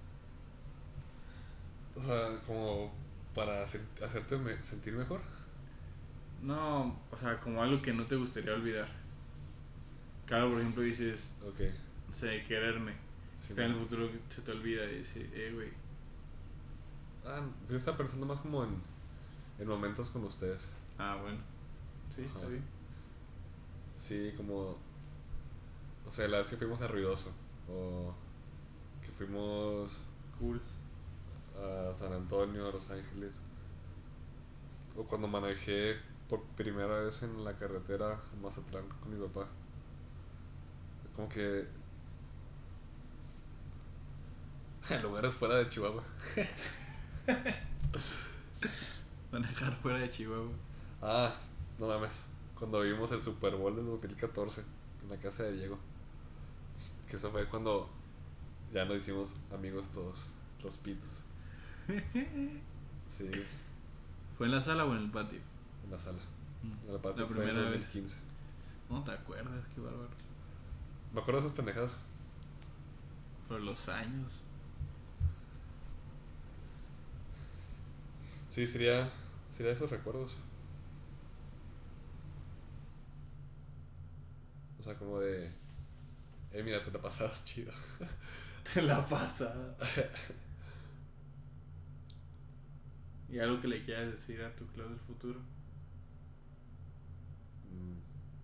O sea, como para hacer- hacerte me- sentir mejor. No, o sea, como algo que no te gustaría olvidar. Claro, por ejemplo, dices, Ok. no sé, quererme. Sí, Está en el no. futuro se te olvida y dices, eh, güey. Ah, yo estaba pensando más como en, en momentos con ustedes. Ah, bueno. Sí, está Ajá. bien. Sí, como. O sea, la vez que fuimos a Ruidoso. O que fuimos Cool. a San Antonio, a Los Ángeles. O cuando manejé por primera vez en la carretera a Mazatlán con mi papá. Como que. Lugares fuera de Chihuahua. Manejar fuera de Chihuahua. Ah, no mames. Cuando vimos el Super Bowl del dos mil catorce en la casa de Diego. Que eso fue cuando ya nos hicimos amigos todos, los pitos. Sí, ¿Fue en la sala o en el patio? en la sala. Mm. En el patio La fue en primera dos mil vez. quince. No te acuerdas, qué bárbaro. Me acuerdo de esas pendejadas. Por los años. Sí, sería, sería esos recuerdos. O sea, como de, eh, mira, te la pasabas chido. Te la pasada. ¿Y algo que le quieras decir a tu Clau del futuro? Mm.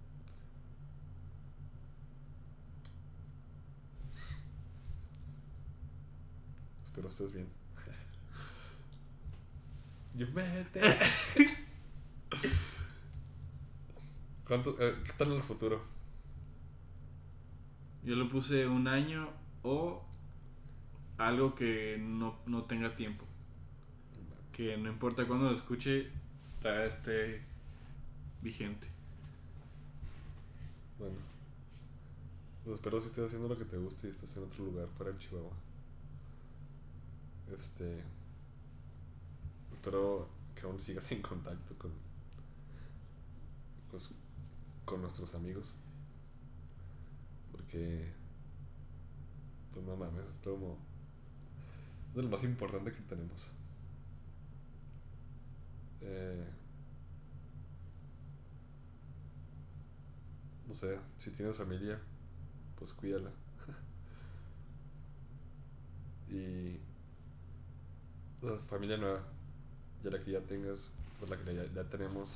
Espero estés bien. Yo mete. ¿Cuánto, eh, ¿Qué tal en el futuro? Yo le puse un año o algo que no, no tenga tiempo. Que no importa cuándo lo escuche, todavía esté vigente. Bueno, pues espero si estés haciendo lo que te guste y estés en otro lugar fuera de Chihuahua. Este. Espero que aún sigas en contacto con, pues, con nuestros amigos. Porque, pues no mames, es como de lo más importante que tenemos. Eh, no sé, si tienes familia, pues cuídala. Y, o sea, familia nueva, ya la que ya tengas, pues la que ya, ya tenemos,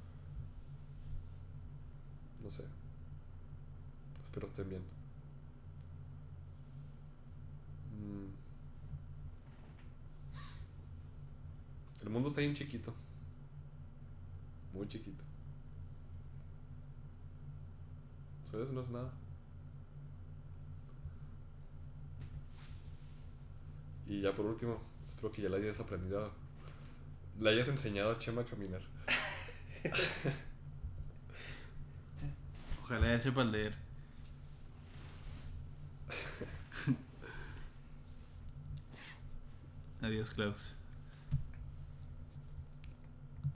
no sé, espero estén bien. Mm, el mundo está bien chiquito, muy chiquito. ¿Sabes? No es nada. Y ya por último, espero que ya la hayas aprendido. Le hayas enseñado a Chema a caminar. Ojalá ya sepas leer. Adiós, Klaus.